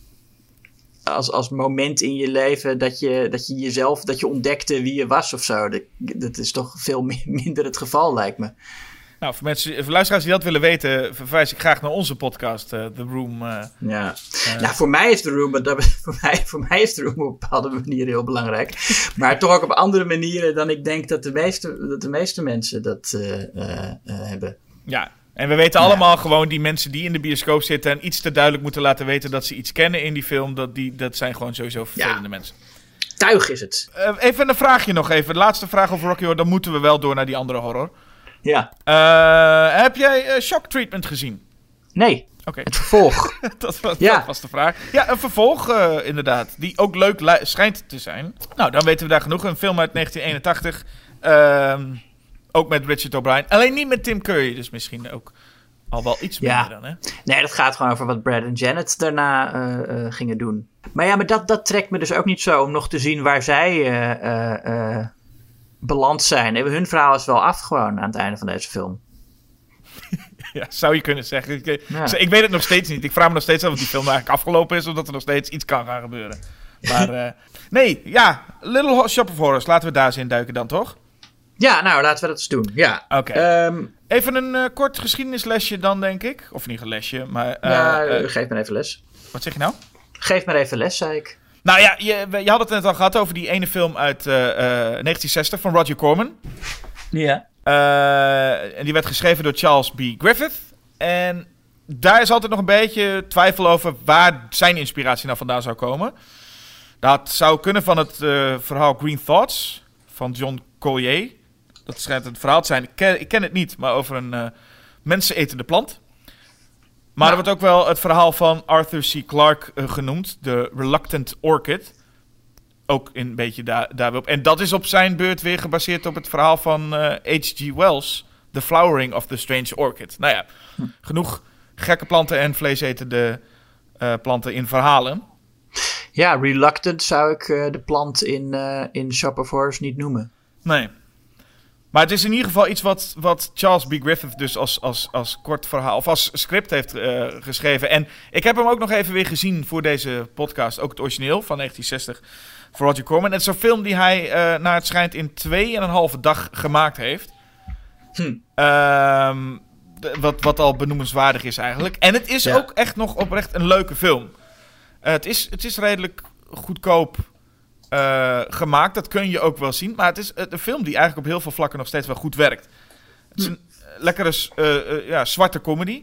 als, als moment in je leven... Dat je, dat je jezelf, dat je ontdekte wie je was of zo? Dat, dat is toch veel minder het geval, lijkt me. Nou, voor mensen, voor luisteraars die dat willen weten... verwijs ik graag naar onze podcast, uh, The Room. Uh, ja. Uh, nou, voor mij is The Room... Dat, voor, mij, voor mij is The Room op bepaalde manieren heel belangrijk. Maar toch ook op andere manieren dan ik denk... dat de meeste, dat de meeste mensen dat uh, uh, uh, hebben. Ja, en we weten allemaal ja. gewoon... die mensen die in de bioscoop zitten... en iets te duidelijk moeten laten weten... dat ze iets kennen in die film... dat, die, dat zijn gewoon sowieso vervelende ja. mensen. Tuig is het. Uh, even een vraagje nog even. De laatste vraag over Rocky Horror... dan moeten we wel door naar die andere horror... Ja. Uh, heb jij uh, Shock Treatment gezien? Nee. Okay. Het vervolg. dat, was, ja. dat was de vraag. Ja, een vervolg uh, inderdaad. Die ook leuk li- schijnt te zijn. Nou, dan weten we daar genoeg. Een film uit negentien eenentachtig. Uh, ook met Richard O'Brien. Alleen niet met Tim Curry. Dus misschien ook Al wel iets Ja. minder dan, hè? Nee, dat gaat gewoon over wat Brad en Janet daarna uh, uh, gingen doen. Maar ja, maar dat, dat trekt me dus ook niet zo om nog te zien waar zij uh, uh, uh, beland zijn. Hun verhaal is wel af gewoon aan het einde van deze film. Ja, zou je kunnen zeggen. Ik, Ja. ik weet het nog steeds niet. Ik vraag me nog steeds af of die film eigenlijk afgelopen is, of dat er nog steeds iets kan gaan gebeuren. Maar uh, nee, ja, Little Shop of Horrors. Laten we daar eens in duiken dan, toch? Ja, nou, laten we dat eens doen. Ja. Oké. Okay. Um, even een uh, kort geschiedenislesje dan, denk ik. Of niet een lesje, maar... Uh, ja, uh, geef maar even les. Wat zeg je nou? Geef maar even les, zei ik. Nou ja, je, je had het net al gehad over die ene film uit uh, uh, negentien zestig van Roger Corman. Ja. Uh, en die werd geschreven door Charles B. Griffith. En daar is altijd nog een beetje twijfel over waar zijn inspiratie nou vandaan zou komen. Dat zou kunnen van het uh, verhaal Green Thoughts van John Collier. Dat schijnt het verhaal te zijn. Ik ken, ik ken het niet, maar over een uh, mensenetende plant. Maar nou. er wordt ook wel het verhaal van Arthur C. Clarke uh, genoemd. De Reluctant Orchid. Ook een beetje daar, daar op. En dat is op zijn beurt weer gebaseerd op het verhaal van uh, H G. Wells. The Flowering of the Strange Orchid. Nou ja, hm. genoeg gekke planten en vleesetende uh, planten in verhalen. Ja, Reluctant zou ik uh, de plant in, uh, in Shop of Horrors niet noemen. Nee. Maar het is in ieder geval iets wat, wat Charles B. Griffith dus als, als, als kort verhaal of als script heeft uh, geschreven. En ik heb hem ook nog even weer gezien voor deze podcast. Ook het origineel van negentien zestig voor Roger Corman. Het is een film die hij uh, naar het schijnt in twee en een halve dag gemaakt heeft. Hm. Um, wat, wat al benoemenswaardig is eigenlijk. En het is ja. ook echt nog oprecht een leuke film. Uh, het, is, het is redelijk goedkoop uh, gemaakt. Dat kun je ook wel zien. Maar het is een film die eigenlijk op heel veel vlakken nog steeds wel goed werkt. Het is een hm. lekkere uh, uh, ja, zwarte comedy.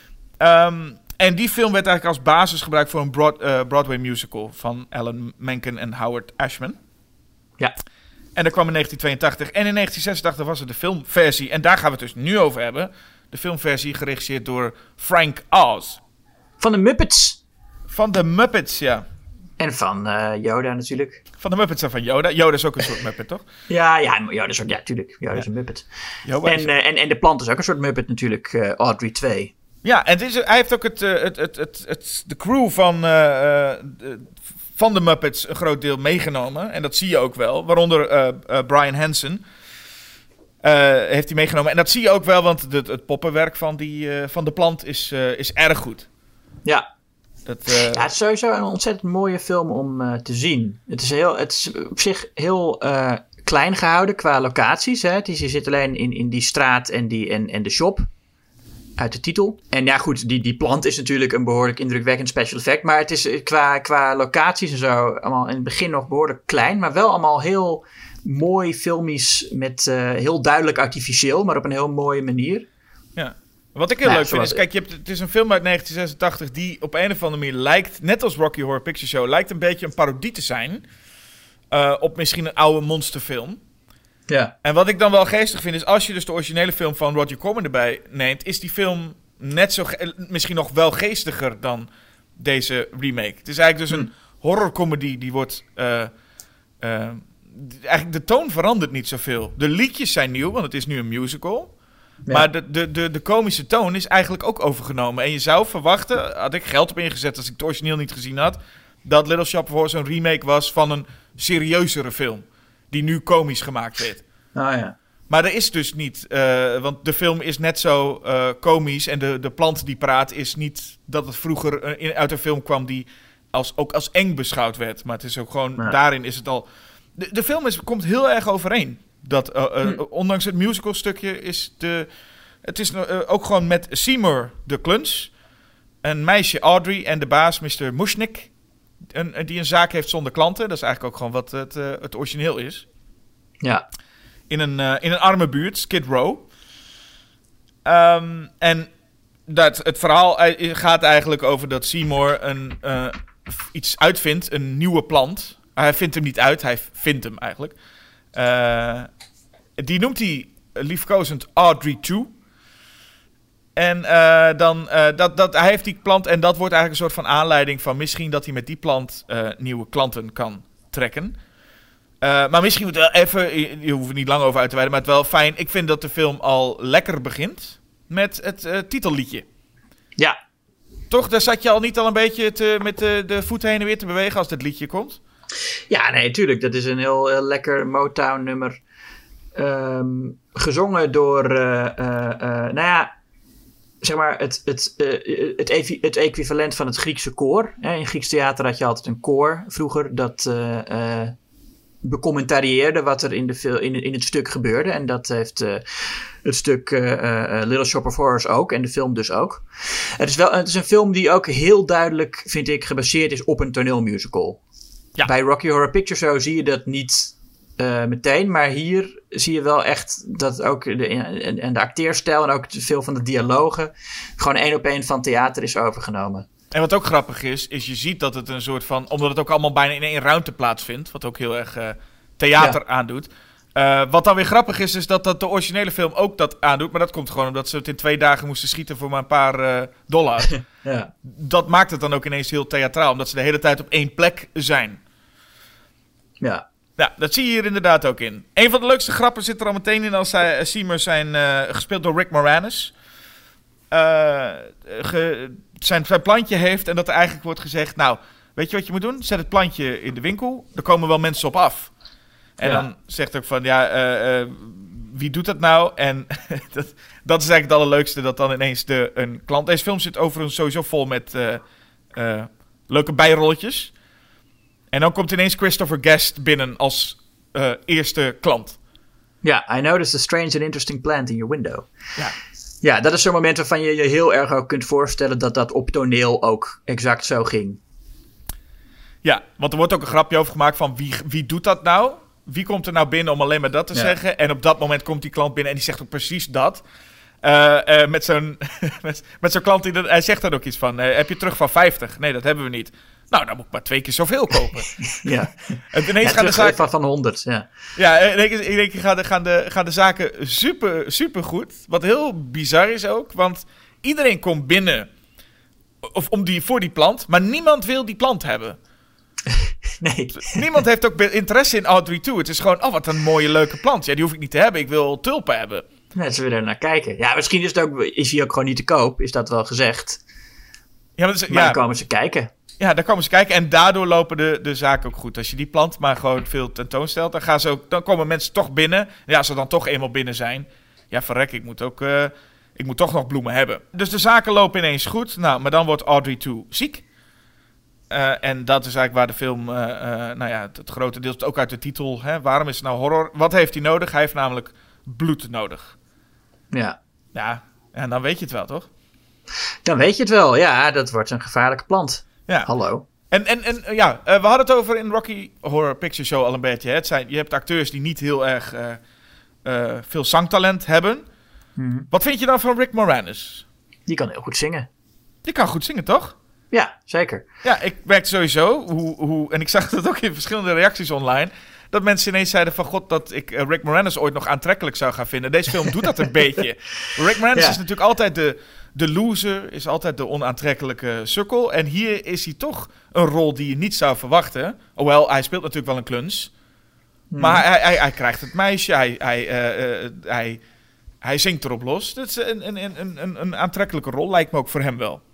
Um, en die film werd eigenlijk als basis gebruikt voor een broad, uh, Broadway musical van Alan Menken en Howard Ashman. Ja. En dat kwam in negentien tweeëntachtig. En in negentien zesentachtig was er de filmversie. En daar gaan we het dus nu over hebben. De filmversie geregisseerd door Frank Oz. Van de Muppets. Van de Muppets, ja. En van uh, Yoda natuurlijk. Van de Muppets en van Yoda. Yoda is ook een soort Muppet, toch? Ja, ja, Yoda is ook, ja, tuurlijk. Yoda ja. is een Muppet. Yoda en, uh, en, en de plant is ook een soort Muppet natuurlijk. Uh, Audrey twee. Ja, en het is, hij heeft ook het, uh, het, het, het, het, de crew van... Uh, uh, van de Muppets een groot deel meegenomen. En dat zie je ook wel. Waaronder uh, uh, Brian Hansen uh, heeft hij meegenomen. En dat zie je ook wel, want de, het poppenwerk van, die, uh, van de plant is, uh, is erg goed. Ja. Dat, uh... ja, het is sowieso een ontzettend mooie film om uh, te zien. Het is, heel, het is op zich heel uh, klein gehouden qua locaties. Hè. Het is, je zit alleen in, in die straat en, die, en, en de shop. Uit de titel. En ja goed, die, die plant is natuurlijk een behoorlijk indrukwekkend special effect. Maar het is qua, qua locaties en zo allemaal in het begin nog behoorlijk klein. Maar wel allemaal heel mooi filmisch met uh, heel duidelijk artificieel. Maar op een heel mooie manier. Ja. Wat ik heel nou, leuk vind is, kijk, je hebt, het is een film uit negentien zesentachtig die op een of andere manier lijkt, net als Rocky Horror Picture Show, lijkt een beetje een parodie te zijn. Uh, op misschien een oude monsterfilm. Ja. En wat ik dan wel geestig vind is, als je dus de originele film van Roger Corman erbij neemt, is die film net zo, ge- misschien nog wel geestiger dan deze remake. Het is eigenlijk dus een horrorcomedy die wordt, uh, uh, eigenlijk de toon verandert niet zoveel. De liedjes zijn nieuw, want het is nu een musical. Ja. Maar de, de, de, de komische toon is eigenlijk ook overgenomen. En je zou verwachten, had ik geld op ingezet als ik het origineel niet gezien had, dat Little Shop of Horrors een remake was van een serieuzere film. Die nu komisch gemaakt werd. Oh ja. Maar dat is dus niet. Uh, want de film is net zo uh, komisch. En de, de plant die praat is niet dat het vroeger uh, in, uit een film kwam die als, ook als eng beschouwd werd. Maar het is ook gewoon, ja. daarin is het al... De, de film is, komt heel erg overeen. Dat, uh, uh, hm. Ondanks het musical stukje is de... Het is uh, ook gewoon met Seymour de Kluns. Een meisje Audrey en de baas mister Mushnick. Een, die een zaak heeft zonder klanten. Dat is eigenlijk ook gewoon wat het, uh, het origineel is. Ja. In een, uh, in een arme buurt, Skid Row. Um, en dat, het verhaal gaat eigenlijk over dat Seymour een, uh, iets uitvindt. Een nieuwe plant. Hij vindt hem niet uit, hij vindt hem eigenlijk. Uh, die noemt hij liefkozend Audrey twee. En uh, dan, uh, dat, dat, hij heeft die plant en dat wordt eigenlijk een soort van aanleiding van misschien dat hij met die plant uh, nieuwe klanten kan trekken. Uh, maar misschien moet wel even, je hoeft er niet lang over uit te wijden, maar het wel fijn. Ik vind dat de film al lekker begint. met het uh, titelliedje. Ja. Toch, daar zat je al niet al een beetje te, met de, de voeten heen en weer te bewegen als dit liedje komt? Ja, nee, tuurlijk. Dat is een heel, heel lekker Motown nummer. Um, gezongen door, uh, uh, uh, nou ja, zeg maar het, het, uh, het, evi- het equivalent van het Griekse koor. Hè? In Grieks theater had je altijd een koor vroeger dat uh, uh, becommentarieerde wat er in, de fil- in, in het stuk gebeurde. En dat heeft uh, het stuk uh, uh, Little Shop of Horrors ook en de film dus ook. Het is, wel, het is een film die ook heel duidelijk, vind ik, gebaseerd is op een toneelmusical. Ja. Bij Rocky Horror Picture Show zie je dat niet uh, meteen, maar hier zie je wel echt dat ook de, en, en de acteerstijl en ook veel van de dialogen gewoon één op één van theater is overgenomen. En wat ook grappig is, is je ziet dat het een soort van, omdat het ook allemaal bijna in één ruimte plaatsvindt, wat ook heel erg uh, theater ja. aandoet. Uh, wat dan weer grappig is, is dat, dat de originele film ook dat aandoet, maar dat komt gewoon omdat ze het in twee dagen moesten schieten voor maar een paar uh, dollar. ja. Dat maakt het dan ook ineens heel theatraal, omdat ze de hele tijd op één plek zijn. Ja. Ja, dat zie je hier inderdaad ook in. Een van de leukste grappen zit er al meteen in als zij, uh, Seymour zijn uh, gespeeld door Rick Moranis. Uh, ge, zijn, zijn plantje heeft en dat er eigenlijk wordt gezegd, nou, weet je wat je moet doen? Zet het plantje in de winkel, er komen wel mensen op af. En ja. dan zegt ook van, ja, uh, uh, wie doet dat nou? En dat, dat is eigenlijk het allerleukste, dat dan ineens de, een klant... Deze film zit overigens sowieso vol met uh, uh, leuke bijrolletjes. En dan komt ineens Christopher Guest binnen als uh, eerste klant. Ja, I noticed a strange and interesting plant in your window. Ja. Ja, dat is zo'n moment waarvan je je heel erg ook kunt voorstellen dat dat op toneel ook exact zo ging. Ja, want er wordt ook een grapje over gemaakt van wie, wie doet dat nou? Wie komt er nou binnen om alleen maar dat te ja. zeggen? En op dat moment komt die klant binnen en die zegt ook precies dat. Uh, uh, met, zo'n, met, met zo'n klant, die dat, hij zegt dan ook iets van, uh, heb je terug van vijftig? Nee, dat hebben we niet. Nou, dan moet ik maar twee keer zoveel kopen. ja, en ineens ja gaan de zaken van, van honderd, ja. Ja, in één keer, in één keer gaan, de, gaan, de, gaan de zaken super, super goed. Wat heel bizar is ook, want iedereen komt binnen of om die, voor die plant, maar niemand wil die plant hebben. Nee. Niemand heeft ook interesse in Audrey two. Het is gewoon, oh, wat een mooie, leuke plant. Ja, die hoef ik niet te hebben. Ik wil tulpen hebben. Ja, ze willen er naar kijken. Ja, misschien is, het ook, is hij ook gewoon niet te koop. Is dat wel gezegd? Ja, maar, dus, maar ja, dan komen ze kijken. Ja, dan komen ze kijken. En daardoor lopen de, de zaken ook goed. Als je die plant maar gewoon veel tentoonstelt, dan, gaan ze ook, dan komen mensen toch binnen. Ja, als ze dan toch eenmaal binnen zijn. Ja, verrek, ik moet ook... Uh, ik moet toch nog bloemen hebben. Dus de zaken lopen ineens goed. Nou, maar dan wordt Audrey two ziek. Uh, en dat is eigenlijk waar de film, uh, uh, nou ja, het, het grote deel, ook uit de titel, hè, waarom is het nou horror? Wat heeft hij nodig? Hij heeft namelijk bloed nodig. Ja. Ja, en dan weet je het wel, toch? Dan weet je het wel, ja, dat wordt een gevaarlijke plant. Ja. Hallo. En, en, en ja, uh, we hadden het over in Rocky Horror Picture Show al een beetje. Hè? Het zijn, je hebt acteurs die niet heel erg uh, uh, veel zangtalent hebben. Mm-hmm. Wat vind je dan van Rick Moranis? Die kan heel goed zingen. Die kan goed zingen, toch? Ja, zeker. Ja, ik merkte sowieso, hoe, hoe, en ik zag dat ook in verschillende reacties online, dat mensen ineens zeiden van god, dat ik uh, Rick Moranis ooit nog aantrekkelijk zou gaan vinden. Deze film doet dat een beetje. Rick Moranis ja. is natuurlijk altijd de, de loser, is altijd de onaantrekkelijke sukkel. En hier is hij toch een rol die je niet zou verwachten. Hoewel, hij speelt natuurlijk wel een kluns. Hmm. Maar hij, hij, hij krijgt het meisje, hij, hij, uh, uh, hij, hij zingt erop los. Dat is een, een, een, een, een aantrekkelijke rol, lijkt me ook voor hem wel.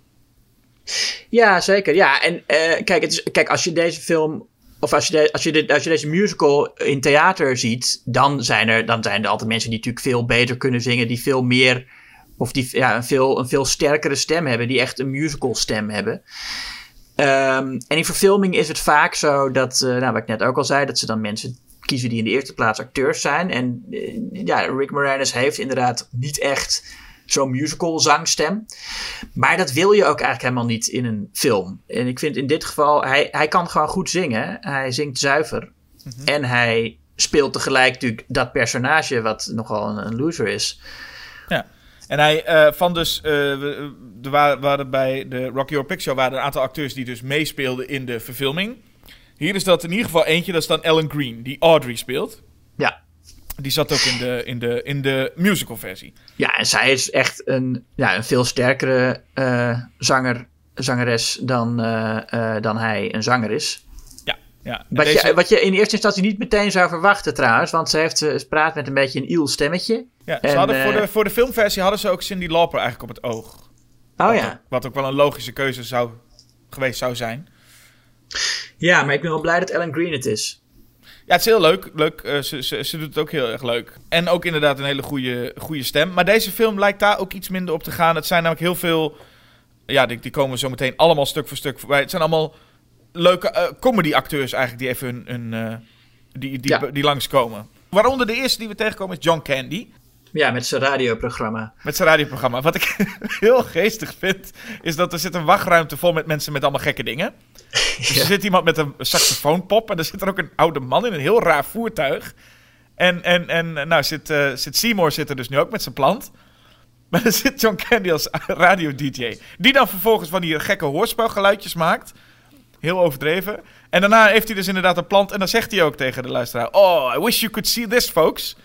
Ja, zeker. Ja, en uh, kijk, het is, kijk, als je deze film, of als je, de, als, je de, als je deze musical in theater ziet, dan zijn er, dan zijn er altijd mensen die natuurlijk veel beter kunnen zingen, die veel meer, of die ja, een, veel, een veel sterkere stem hebben, die echt een musical stem hebben. Um, en in verfilming is het vaak zo dat, uh, nou, wat ik net ook al zei, dat ze dan mensen kiezen die in de eerste plaats acteurs zijn. En uh, ja, Rick Moranis heeft inderdaad niet echt zo'n musical zangstem. Maar dat wil je ook eigenlijk helemaal niet in een film. En ik vind in dit geval, hij, hij kan gewoon goed zingen. Hij zingt zuiver. Mm-hmm. En hij speelt tegelijk natuurlijk dat personage wat nogal een, een loser is. Ja, en hij uh, van dus, uh, er waren, waren bij de Rocky Horror Picture Show waren er een aantal acteurs die dus meespeelden in de verfilming. Hier is dat in ieder geval eentje, dat is dan Ellen Green, die Audrey speelt. Ja. Die zat ook in de, in de, in de musical versie. Ja, en zij is echt een, ja, een veel sterkere uh, zanger, zangeres dan, uh, uh, dan hij een zanger is. Ja, ja. Wat, deze... je, wat je in eerste instantie niet meteen zou verwachten trouwens. Want ze, heeft, ze praat met een beetje een iel stemmetje. Ja, ze En, hadden voor, uh, de, voor de filmversie hadden ze ook Cyndi Lauper eigenlijk op het oog. Oh wat ja. Ook, wat ook wel een logische keuze zou, geweest zou zijn. Ja, maar ik ben wel blij dat Ellen Greene het is. Ja, het is heel leuk. leuk. Uh, ze, ze, ze doet het ook heel erg leuk. En ook inderdaad een hele goede, goede stem. Maar deze film lijkt daar ook iets minder op te gaan. Het zijn namelijk heel veel... Ja, die, die komen zo meteen allemaal stuk voor stuk voorbij. Het zijn allemaal leuke uh, comedy-acteurs eigenlijk die even hun... hun uh, die, die, Ja. die langskomen. Waaronder de eerste die we tegenkomen is John Candy. Ja, met zijn radioprogramma. Met zijn radioprogramma. Wat ik heel geestig vind, is dat er zit een wachtruimte vol met mensen met allemaal gekke dingen. Dus Ja. er zit iemand met een saxofoonpop en er zit er ook een oude man in een heel raar voertuig. En, en, en nou zit, uh, zit Seymour zit er dus nu ook met zijn plant. Maar er zit John Candy als radio-D J. Die dan vervolgens van die gekke hoorspelgeluidjes maakt. Heel overdreven. En daarna heeft hij dus inderdaad een plant en dan zegt hij ook tegen de luisteraar... Oh, I wish you could see this, folks.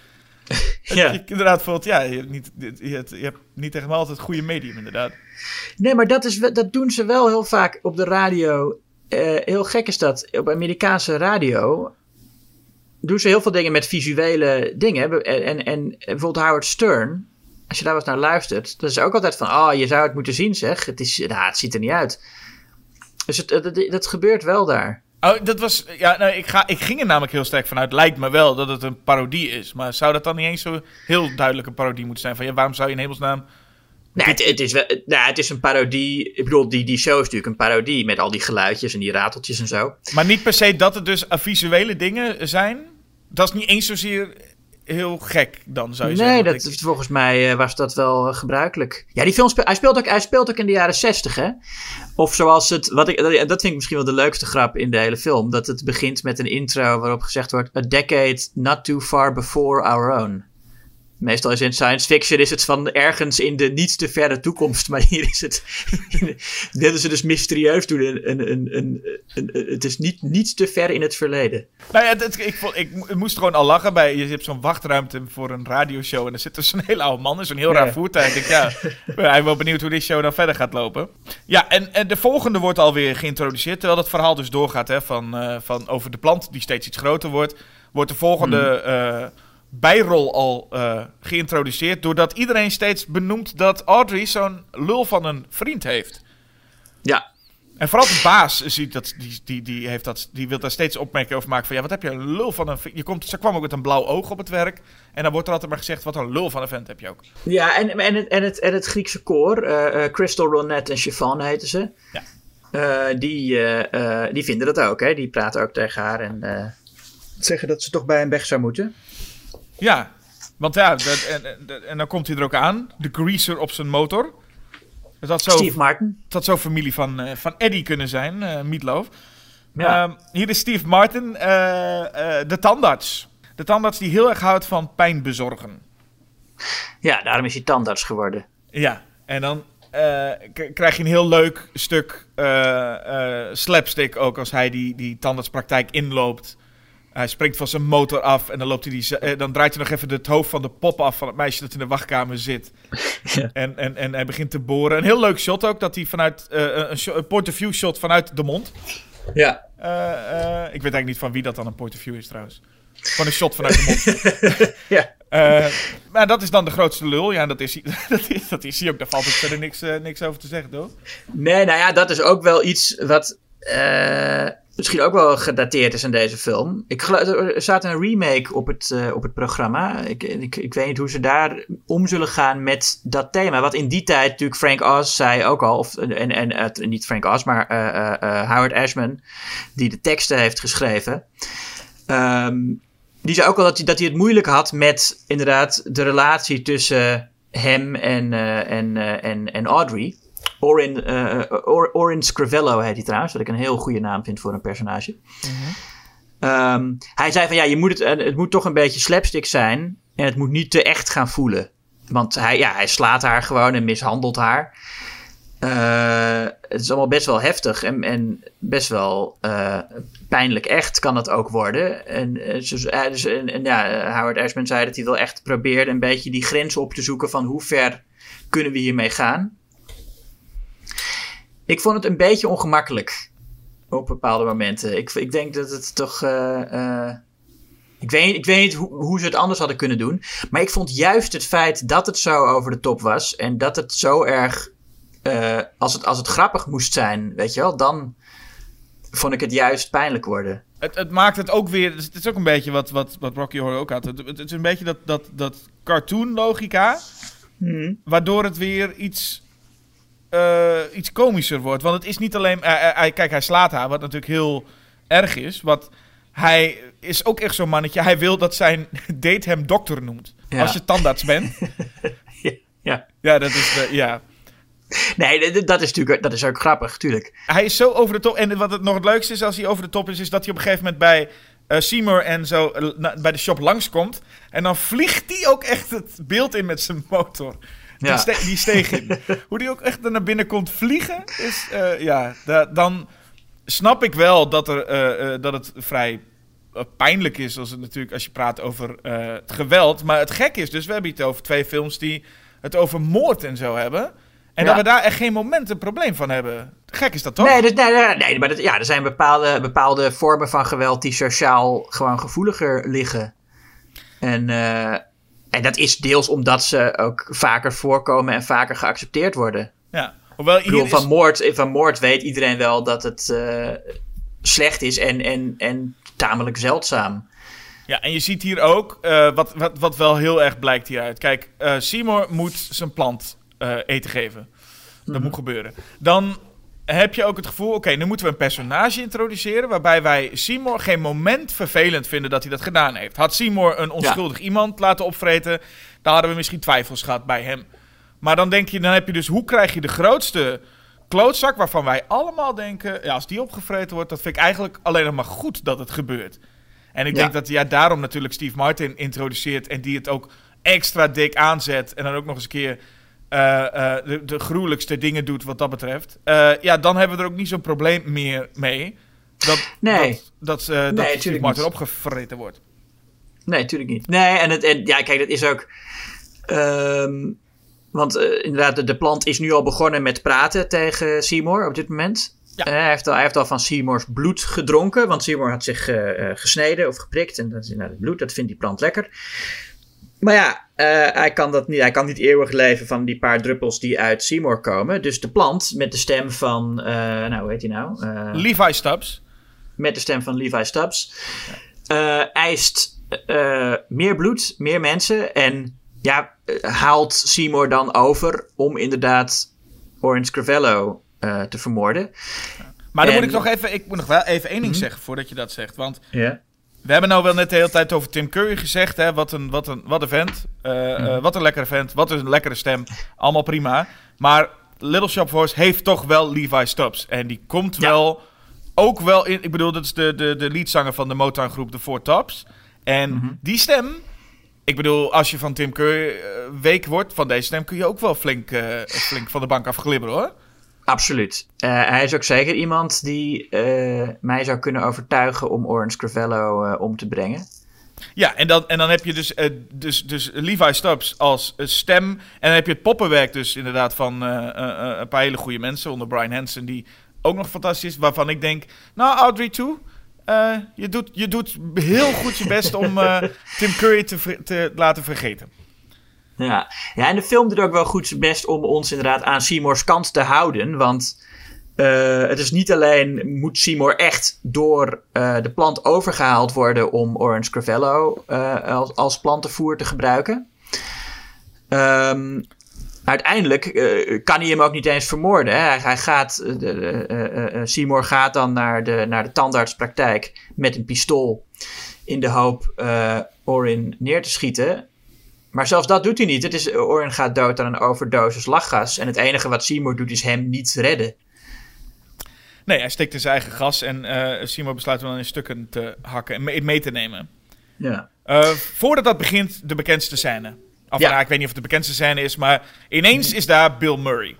Ja. Dat je inderdaad voelt, ja, je hebt niet, je hebt, je hebt niet tegen mij altijd het goede medium, inderdaad. Nee, maar dat, is, dat doen ze wel heel vaak op de radio. Uh, heel gek is dat. Op Amerikaanse radio doen ze heel veel dingen met visuele dingen. En, en, en bijvoorbeeld Howard Stern, als je daar wat naar luistert, dan is ook altijd van, oh, je zou het moeten zien, zeg. Het, is, nou, het ziet er niet uit. Dus het, dat, dat gebeurt wel daar. Oh, dat was... Ja, nou, ik, ga, ik ging er namelijk heel sterk vanuit. Lijkt me wel dat het een parodie is. Maar zou dat dan niet eens zo heel duidelijk een parodie moeten zijn? Van ja, waarom zou je in hemelsnaam... Nee, het, het, is wel, nou, het is een parodie. Ik bedoel, die, die show is natuurlijk een parodie met al die geluidjes en die rateltjes en zo. Maar niet per se dat het dus visuele dingen zijn? Dat is niet eens zozeer heel gek dan, zou je nee, zeggen? dat, ik... volgens mij uh, was dat wel uh, gebruikelijk. Ja, die film spe- hij, speelt ook, hij speelt ook in de jaren zestig, hè? Of zoals het... Wat ik, dat, dat vind ik misschien wel de leukste grap in de hele film. Dat het begint met een intro waarop gezegd wordt... A decade not too far before our own. Meestal is in science fiction is het van ergens in de niet te verre toekomst. Maar hier is het... willen ze dus mysterieus doen. Een, een, een, een, een, een, het is niet, niet te ver in het verleden. Nou ja, dat, ik, vond, ik, ik moest gewoon al lachen bij... Je hebt zo'n wachtruimte voor een radioshow... en er zit dus een hele oude man in zo'n heel Ja. raar voertuig. Ik denk, ja, ik ben wel benieuwd hoe die show dan verder gaat lopen. Ja, en, en de volgende wordt alweer geïntroduceerd... terwijl dat verhaal dus doorgaat, hè, van, uh, van over de plant die steeds iets groter wordt... wordt de volgende... Uh, bijrol al uh, geïntroduceerd... doordat iedereen steeds benoemt dat Audrey zo'n lul van een vriend heeft. Ja. En vooral de baas ziet dat, die, die, die, heeft dat, die wil daar steeds opmerkingen over maken van... ja, wat heb je een lul van een vriend... Je komt, ze kwam ook met een blauw oog op het werk... en dan wordt er altijd maar gezegd... wat een lul van een vent heb je ook. Ja, en, en, het, en, het, en het Griekse koor... Uh, uh, Crystal, Ronette en Chiffon heten ze... Ja. Uh, die, uh, uh, die vinden dat ook, hè. Die praten ook tegen haar en... Uh, zeggen dat ze toch bij hem weg zou moeten... Ja, want ja, dat, en, en, en dan komt hij er ook aan. De greaser op zijn motor. Dat zou, Steve Martin. Dat zou familie van, uh, van Eddie kunnen zijn, uh, Meatloaf. Ja. Um, hier is Steve Martin, uh, uh, de tandarts. De tandarts die heel erg houdt van pijn bezorgen. Ja, daarom is hij tandarts geworden. Ja, en dan uh, k- krijg je een heel leuk stuk uh, uh, slapstick ook als hij die, die tandartspraktijk inloopt. Hij springt van zijn motor af en dan, loopt hij die, eh, dan draait hij nog even het hoofd van de pop af van het meisje dat in de wachtkamer zit. Ja. En, en, en hij begint te boren. Een heel leuk shot ook, dat hij vanuit uh, een, shot, een point-of-view shot vanuit de mond. Ja. Uh, uh, ik weet eigenlijk niet van wie dat dan een point-of-view is trouwens. Gewoon een shot vanuit de mond. Ja. Uh, maar dat is dan de grootste lul. Ja, dat is hij, dat is, dat is hij ook. Daar valt ook verder niks, uh, niks over te zeggen, toch? Nee, nou ja, dat is ook wel iets wat... Uh... misschien ook wel gedateerd is in deze film. Ik geloof, er staat een remake op het, uh, op het programma. Ik, ik, ik weet niet hoe ze daar om zullen gaan met dat thema. Wat in die tijd natuurlijk Frank Oz zei ook al. Of, en, en uh, niet Frank Oz, maar uh, uh, uh, Howard Ashman. Die de teksten heeft geschreven. Um, die zei ook al dat hij, dat hij het moeilijk had met inderdaad de relatie tussen hem en, uh, en, uh, en, en Audrey. Orin, uh, Or, Orin Scrivello heet hij trouwens, wat ik een heel goede naam vind voor een personage. Mm-hmm. Um, hij zei van ja, je moet het, het moet toch een beetje slapstick zijn en het moet niet te echt gaan voelen. Want hij, ja, hij slaat haar gewoon en mishandelt haar. Uh, het is allemaal best wel heftig en, en best wel uh, pijnlijk echt kan het ook worden. En, uh, dus, uh, dus, en, en ja, Howard Ashman zei dat hij wel echt probeerde een beetje die grens op te zoeken van hoe ver kunnen we hiermee gaan. Ik vond het een beetje ongemakkelijk op bepaalde momenten. Ik, ik denk dat het toch... Uh, uh, Ik weet, ik weet niet hoe, hoe ze het anders hadden kunnen doen. Maar ik vond juist het feit dat het zo over de top was. En dat het zo erg... Uh, als, het, als het grappig moest zijn, weet je wel. Dan vond ik het juist pijnlijk worden. Het, het maakt het ook weer... Het is ook een beetje wat, wat, wat Rocky Horror ook had. Het, het is een beetje dat, dat, dat cartoon logica. Hmm. Waardoor het weer iets... Uh, iets komischer wordt. Want het is niet alleen... Uh, uh, uh, kijk, hij slaat haar. Wat natuurlijk heel erg is. Wat... Hij is ook echt zo'n mannetje. Hij wil dat zijn date hem dokter noemt. Ja. Als je tandarts bent. ja, ja. Ja, dat is de... Ja. Nee, dat is natuurlijk dat is ook grappig, tuurlijk. Hij is zo over de top. En wat het nog het leukste is als hij over de top is... is dat hij op een gegeven moment bij uh, Seymour en zo... Uh, na, bij de shop langskomt. En dan vliegt hij ook echt het beeld in met zijn motor. Die, ja. ste- die steeg in. Hoe die ook echt er naar binnen komt vliegen... is... Uh, ja, da, dan... snap ik wel dat, er, uh, uh, dat het vrij uh, pijnlijk is als, het natuurlijk, als je praat over uh, het geweld. Maar het gek is dus, we hebben het over twee films die het over moord en zo hebben. En ja. dat we daar echt geen moment een probleem van hebben. Gek is dat toch? Nee, dus, nee, nee, nee maar dat, ja, er zijn bepaalde, bepaalde vormen van geweld die sociaal gewoon gevoeliger liggen. En, uh, en dat is deels omdat ze ook vaker voorkomen en vaker geaccepteerd worden. Ja. Hoewel, bedoel, is... van, moord, van moord weet iedereen wel dat het uh, slecht is en, en, en tamelijk zeldzaam. Ja, en je ziet hier ook, uh, wat, wat, wat wel heel erg blijkt hieruit. Kijk, uh, Seymour moet zijn plant uh, eten geven. Dat mm-hmm. moet gebeuren. Dan heb je ook het gevoel, oké, okay, nu moeten we een personage introduceren... waarbij wij Seymour geen moment vervelend vinden dat hij dat gedaan heeft. Had Seymour een onschuldig ja. iemand laten opvreten... dan hadden we misschien twijfels gehad bij hem... Maar dan denk je, dan heb je dus, hoe krijg je de grootste klootzak waarvan wij allemaal denken, ja, als die opgevreten wordt, dat vind ik eigenlijk alleen nog maar goed dat het gebeurt. En ik ja. denk dat ja, daarom natuurlijk Steve Martin introduceert en die het ook extra dik aanzet en dan ook nog eens een keer uh, uh, de, de gruwelijkste dingen doet wat dat betreft. Uh, ja, dan hebben we er ook niet zo'n probleem meer mee dat, nee. dat, dat, uh, nee, dat Steve Martin niet. opgevreten wordt. Nee, natuurlijk niet. Nee, en, het, en ja, kijk, dat is ook... Um... Want uh, inderdaad, de, de plant is nu al begonnen met praten tegen Seymour op dit moment. Ja. Uh, hij, heeft al, hij heeft al van Seymours bloed gedronken. Want Seymour had zich uh, uh, gesneden of geprikt. En dat is inderdaad het bloed, dat vindt die plant lekker. Maar ja, uh, hij, kan dat niet, hij kan niet eeuwig leven van die paar druppels die uit Seymour komen. Dus de plant met de stem van... Uh, nou, hoe heet hij nou? Uh, Levi Stubbs. Met de stem van Levi Stubbs. Uh, eist uh, meer bloed, meer mensen en... Ja, haalt Seymour dan over om inderdaad Orange Crivello uh, te vermoorden. Maar dan en... moet ik nog even, ik moet nog wel even één ding mm-hmm. zeggen voordat je dat zegt. Want yeah. we hebben nou wel net de hele tijd over Tim Curry gezegd. Hè? Wat een, wat een, wat een vent. Uh, mm-hmm. uh, wat een lekkere vent. Wat een lekkere stem. Allemaal prima. Maar Little Shop of Horrors heeft toch wel Levi Stubbs. En die komt ja. wel ook wel in... Ik bedoel, dat is de, de, de leadzanger van de Motown groep The Four Tops. En mm-hmm. die stem... Ik bedoel, als je van Tim Curry uh, week wordt van deze stem... kun je ook wel flink, uh, flink van de bank afglibberen, hoor. Absoluut. Uh, hij is ook zeker iemand die uh, mij zou kunnen overtuigen... om Orange Crivello uh, om te brengen. Ja, en dan, en dan heb je dus, uh, dus, dus Levi Stubbs als uh, stem... en dan heb je het poppenwerk dus inderdaad van uh, uh, een paar hele goede mensen... onder Brian Hansen, die ook nog fantastisch is... waarvan ik denk, nou, Audrey toe... Uh, je, doet, je doet heel goed je best om uh, Tim Curry te, ver- te laten vergeten. Ja. ja, en de film doet ook wel goed zijn best om ons inderdaad aan Seymour's kant te houden. Want uh, het is niet alleen moet Seymour echt door uh, de plant overgehaald worden om Orange Crivello uh, als, als plantenvoer te gebruiken. Um, Uiteindelijk uh, kan hij hem ook niet eens vermoorden. Hè? Hij, hij gaat, uh, uh, uh, Seymour gaat dan naar de, naar de tandartspraktijk met een pistool in de hoop uh, Orin neer te schieten. Maar zelfs dat doet hij niet. Het is, Orin gaat dood aan een overdosis lachgas. En het enige wat Seymour doet is hem niet redden. Nee, hij steekt in zijn eigen gas en uh, Seymour besluit hem dan in stukken te hakken en mee, mee te nemen. Ja. Uh, voordat dat begint, de bekendste scène. Of ja. nou, ik weet niet of het de bekendste scène is, maar ineens is daar Bill Murray.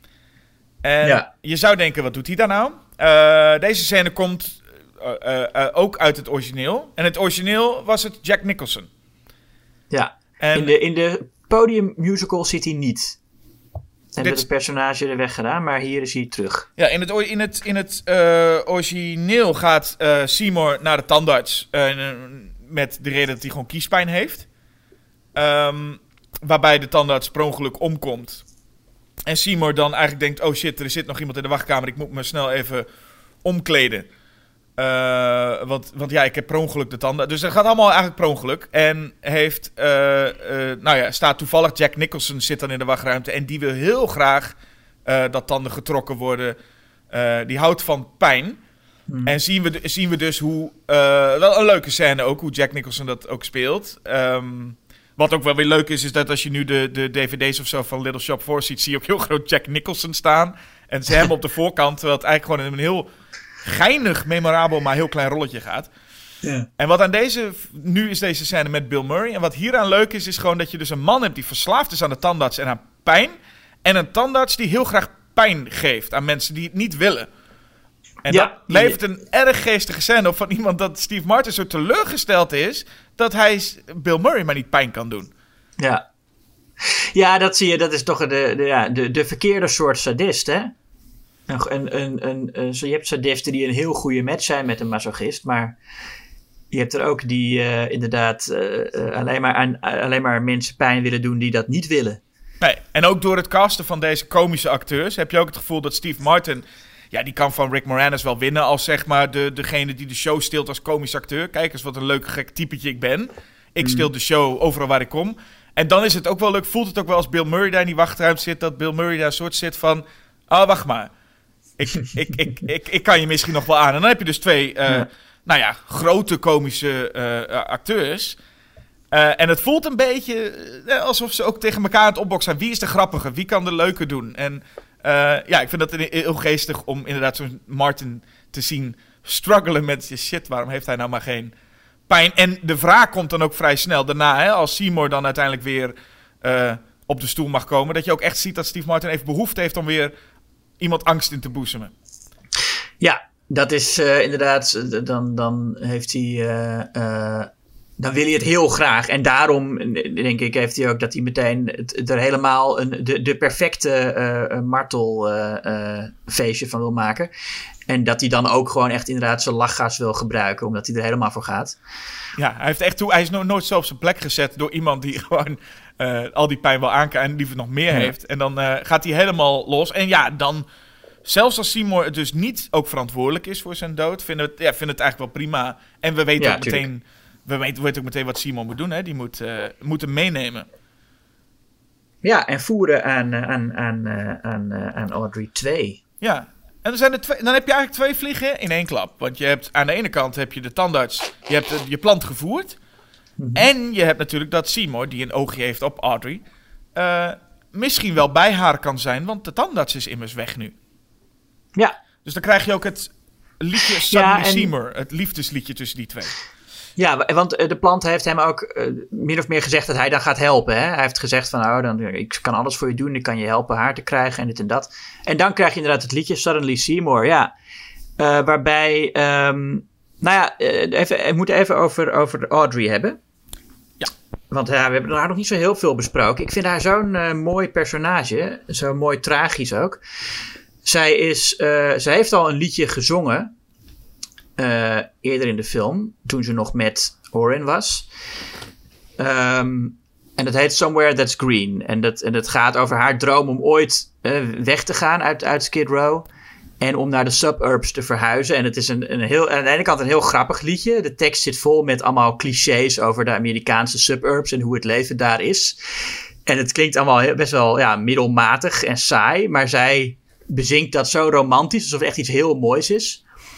En ja. je zou denken, wat doet hij daar nou? Uh, deze scène komt uh, uh, uh, ook uit het origineel. En het origineel was het Jack Nicholson. Ja, en in de, in de podiummusical zit hij niet. En dit... het personage er weggedaan, maar hier is hij terug. Ja, in het, in het, in het uh, origineel gaat uh, Seymour naar de tandarts. Uh, met de reden dat hij gewoon kiespijn heeft. Um, waarbij de tandarts per ongeluk omkomt. En Seymour dan eigenlijk denkt, oh shit, er zit nog iemand in de wachtkamer. Ik moet me snel even omkleden. Uh, want, want ja, ik heb per ongeluk de tanden. Dus dat gaat allemaal eigenlijk per ongeluk. En heeft, uh, uh, nou ja, staat toevallig Jack Nicholson zit dan in de wachtruimte. En die wil heel graag uh, dat tanden getrokken worden. Uh, die houdt van pijn. Hmm. En zien we, zien we dus hoe, uh, wel een leuke scène ook, hoe Jack Nicholson dat ook speelt. Um, wat ook wel weer leuk is, is dat als je nu de, de D V D's of zo van Little Shop of Horrors ziet, zie je ook heel groot Jack Nicholson staan. En ze hebben op de voorkant, terwijl het eigenlijk gewoon in een heel geinig, memorabel, maar heel klein rolletje gaat. Ja. En wat aan deze, nu is deze scène met Bill Murray. En wat hieraan leuk is, is gewoon dat je dus een man hebt die verslaafd is aan de tandarts en aan pijn. En een tandarts die heel graag pijn geeft aan mensen die het niet willen. En ja, dat levert een erg geestige scène op van iemand dat Steve Martin zo teleurgesteld is dat hij Bill Murray maar niet pijn kan doen. Ja, ja, dat zie je. Dat is toch de, de, ja, de, de verkeerde soort sadist, hè? Een, een, een, een, een, je hebt sadisten die een heel goede match zijn met een masochist, maar je hebt er ook die uh, inderdaad uh, uh, alleen, maar aan, uh, alleen maar mensen pijn willen doen die dat niet willen. Nee, en ook door het casten van deze komische acteurs heb je ook het gevoel dat Steve Martin, ja, die kan van Rick Moranis wel winnen als zeg maar de, degene die de show steelt als komisch acteur. Kijk eens wat een leuk gek typetje ik ben. Ik steel de show overal waar ik kom. En dan is het ook wel leuk, voelt het ook wel als Bill Murray daar in die wachtruimte zit, dat Bill Murray daar een soort zit van, oh, wacht maar. Ik, ik, ik, ik, ik kan je misschien nog wel aan. En dan heb je dus twee, uh, ja. nou ja, grote komische uh, acteurs. Uh, en het voelt een beetje uh, alsof ze ook tegen elkaar aan het opboksen zijn. Wie is de grappige? Wie kan de leuke doen? En uh, ja, ik vind dat heel geestig om inderdaad zo'n Martin te zien struggelen met shit. Waarom heeft hij nou maar geen pijn? En de vraag komt dan ook vrij snel daarna, hè, als Seymour dan uiteindelijk weer uh, op de stoel mag komen. Dat je ook echt ziet dat Steve Martin even behoefte heeft om weer iemand angst in te boezemen. Ja, dat is uh, inderdaad, dan, dan heeft hij, uh, uh, dan wil hij het heel graag. En daarom, denk ik, heeft hij ook dat hij meteen het, er helemaal een, de, de perfecte uh, martelfeestje uh, uh, van wil maken. En dat hij dan ook gewoon echt inderdaad zijn lachgas wil gebruiken, omdat hij er helemaal voor gaat. Ja, hij, heeft echt toe, hij is no- nooit zo op zijn plek gezet door iemand die gewoon uh, al die pijn wil aankijken en liever nog meer ja. heeft. En dan uh, gaat hij helemaal los. En ja, dan, zelfs als Seymour dus niet ook verantwoordelijk is voor zijn dood, vinden we het, ja, vinden het eigenlijk wel prima. En we weten ja, ook meteen, we weten, we weten ook meteen wat Seymour moet doen. Hè? Die moet, uh, moet hem meenemen. Ja, en voeren aan, aan, aan, aan, aan Audrey twee. Ja. En dan, zijn er twee, dan heb je eigenlijk twee vliegen in één klap. Want je hebt aan de ene kant heb je de tandarts, je hebt je plant gevoerd. Mm-hmm. En je hebt natuurlijk dat Seymour, die een oogje heeft op Audrey, uh, misschien wel bij haar kan zijn, want de tandarts is immers weg nu. Ja. Dus dan krijg je ook het liedje Suddenly ja, en... Seymour, het liefdesliedje tussen die twee. Ja, want de plant heeft hem ook uh, min of meer gezegd dat hij dan gaat helpen. Hè? Hij heeft gezegd van, oh, dan, ik kan alles voor je doen. Ik kan je helpen haar te krijgen en dit en dat. En dan krijg je inderdaad het liedje Suddenly Seymour, ja. Uh, waarbij, um, nou ja, uh, even, we moeten even over, over Audrey hebben. Ja. Want uh, we hebben haar nog niet zo heel veel besproken. Ik vind haar zo'n uh, mooi personage. Zo mooi tragisch ook. Zij, is, uh, zij heeft al een liedje gezongen. Uh, eerder in de film, toen ze nog met Oren was. Um, en dat heet Somewhere That's Green. En dat, en dat gaat over haar droom om ooit uh, weg te gaan uit, uit Skid Row. En om naar de suburbs te verhuizen. En het is een, een heel, aan de ene kant een heel grappig liedje. De tekst zit vol met allemaal clichés over de Amerikaanse suburbs en hoe het leven daar is. En het klinkt allemaal heel, best wel ja, middelmatig en saai. Maar zij bezingt dat zo romantisch, alsof het echt iets heel moois is.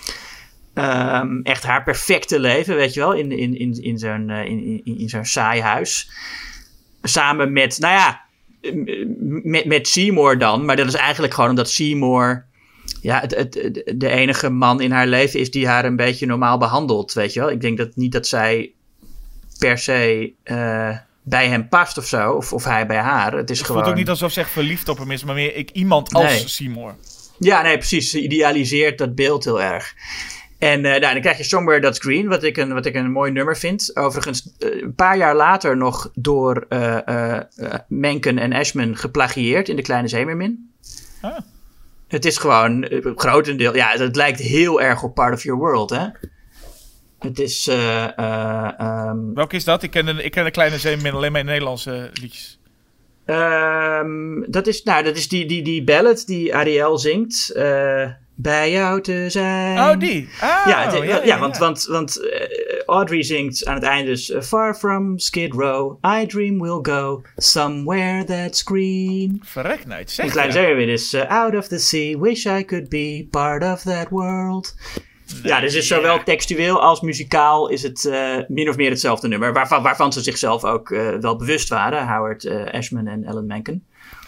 Um, echt haar perfecte leven, weet je wel, in, in, in, in, zo'n, uh, in, in, in zo'n saai huis. Samen met, nou ja, met, met Seymour dan. Maar dat is eigenlijk gewoon omdat Seymour ja, het, het, de enige man in haar leven is die haar een beetje normaal behandelt, weet je wel. Ik denk dat niet dat zij per se uh, bij hem past of zo, of, of hij bij haar. Het is het gewoon... voelt ook niet alsof ze echt verliefd op hem is, maar meer ik, iemand als nee. Seymour. Ja, nee, precies. Ze idealiseert dat beeld heel erg. En uh, nou, dan krijg je Somewhere That's Green, wat ik een, wat ik een mooi nummer vind. Overigens, uh, een paar jaar later nog door uh, uh, uh, Menken en Ashman geplagieerd in De Kleine Zeemeermin. Ah. Het is gewoon uh, grotendeel... Ja, het lijkt heel erg op Part of Your World, hè? Het is... Uh, uh, um, Welke is dat? Ik ken de, ik ken de Kleine Zeemermin alleen maar in Nederlandse liedjes. Um, dat is, nou, dat is die, die, die ballad die Ariel zingt. Uh, bij jou te zijn. Oh, die? Ah, ja, het, ja, ja, ja, ja, want, want, want uh, Audrey zingt aan het einde dus... Uh, Far from Skid Row, I dream we'll go somewhere that's green. Verrek, nou, het zegt en Kleine ja. Zeemermin is... Uh, out of the sea, wish I could be part of that world. Nee, ja, dus is zowel textueel als muzikaal is het uh, min of meer hetzelfde nummer. Waarvan, waarvan ze zichzelf ook uh, wel bewust waren. Howard uh, Ashman en Alan Menken.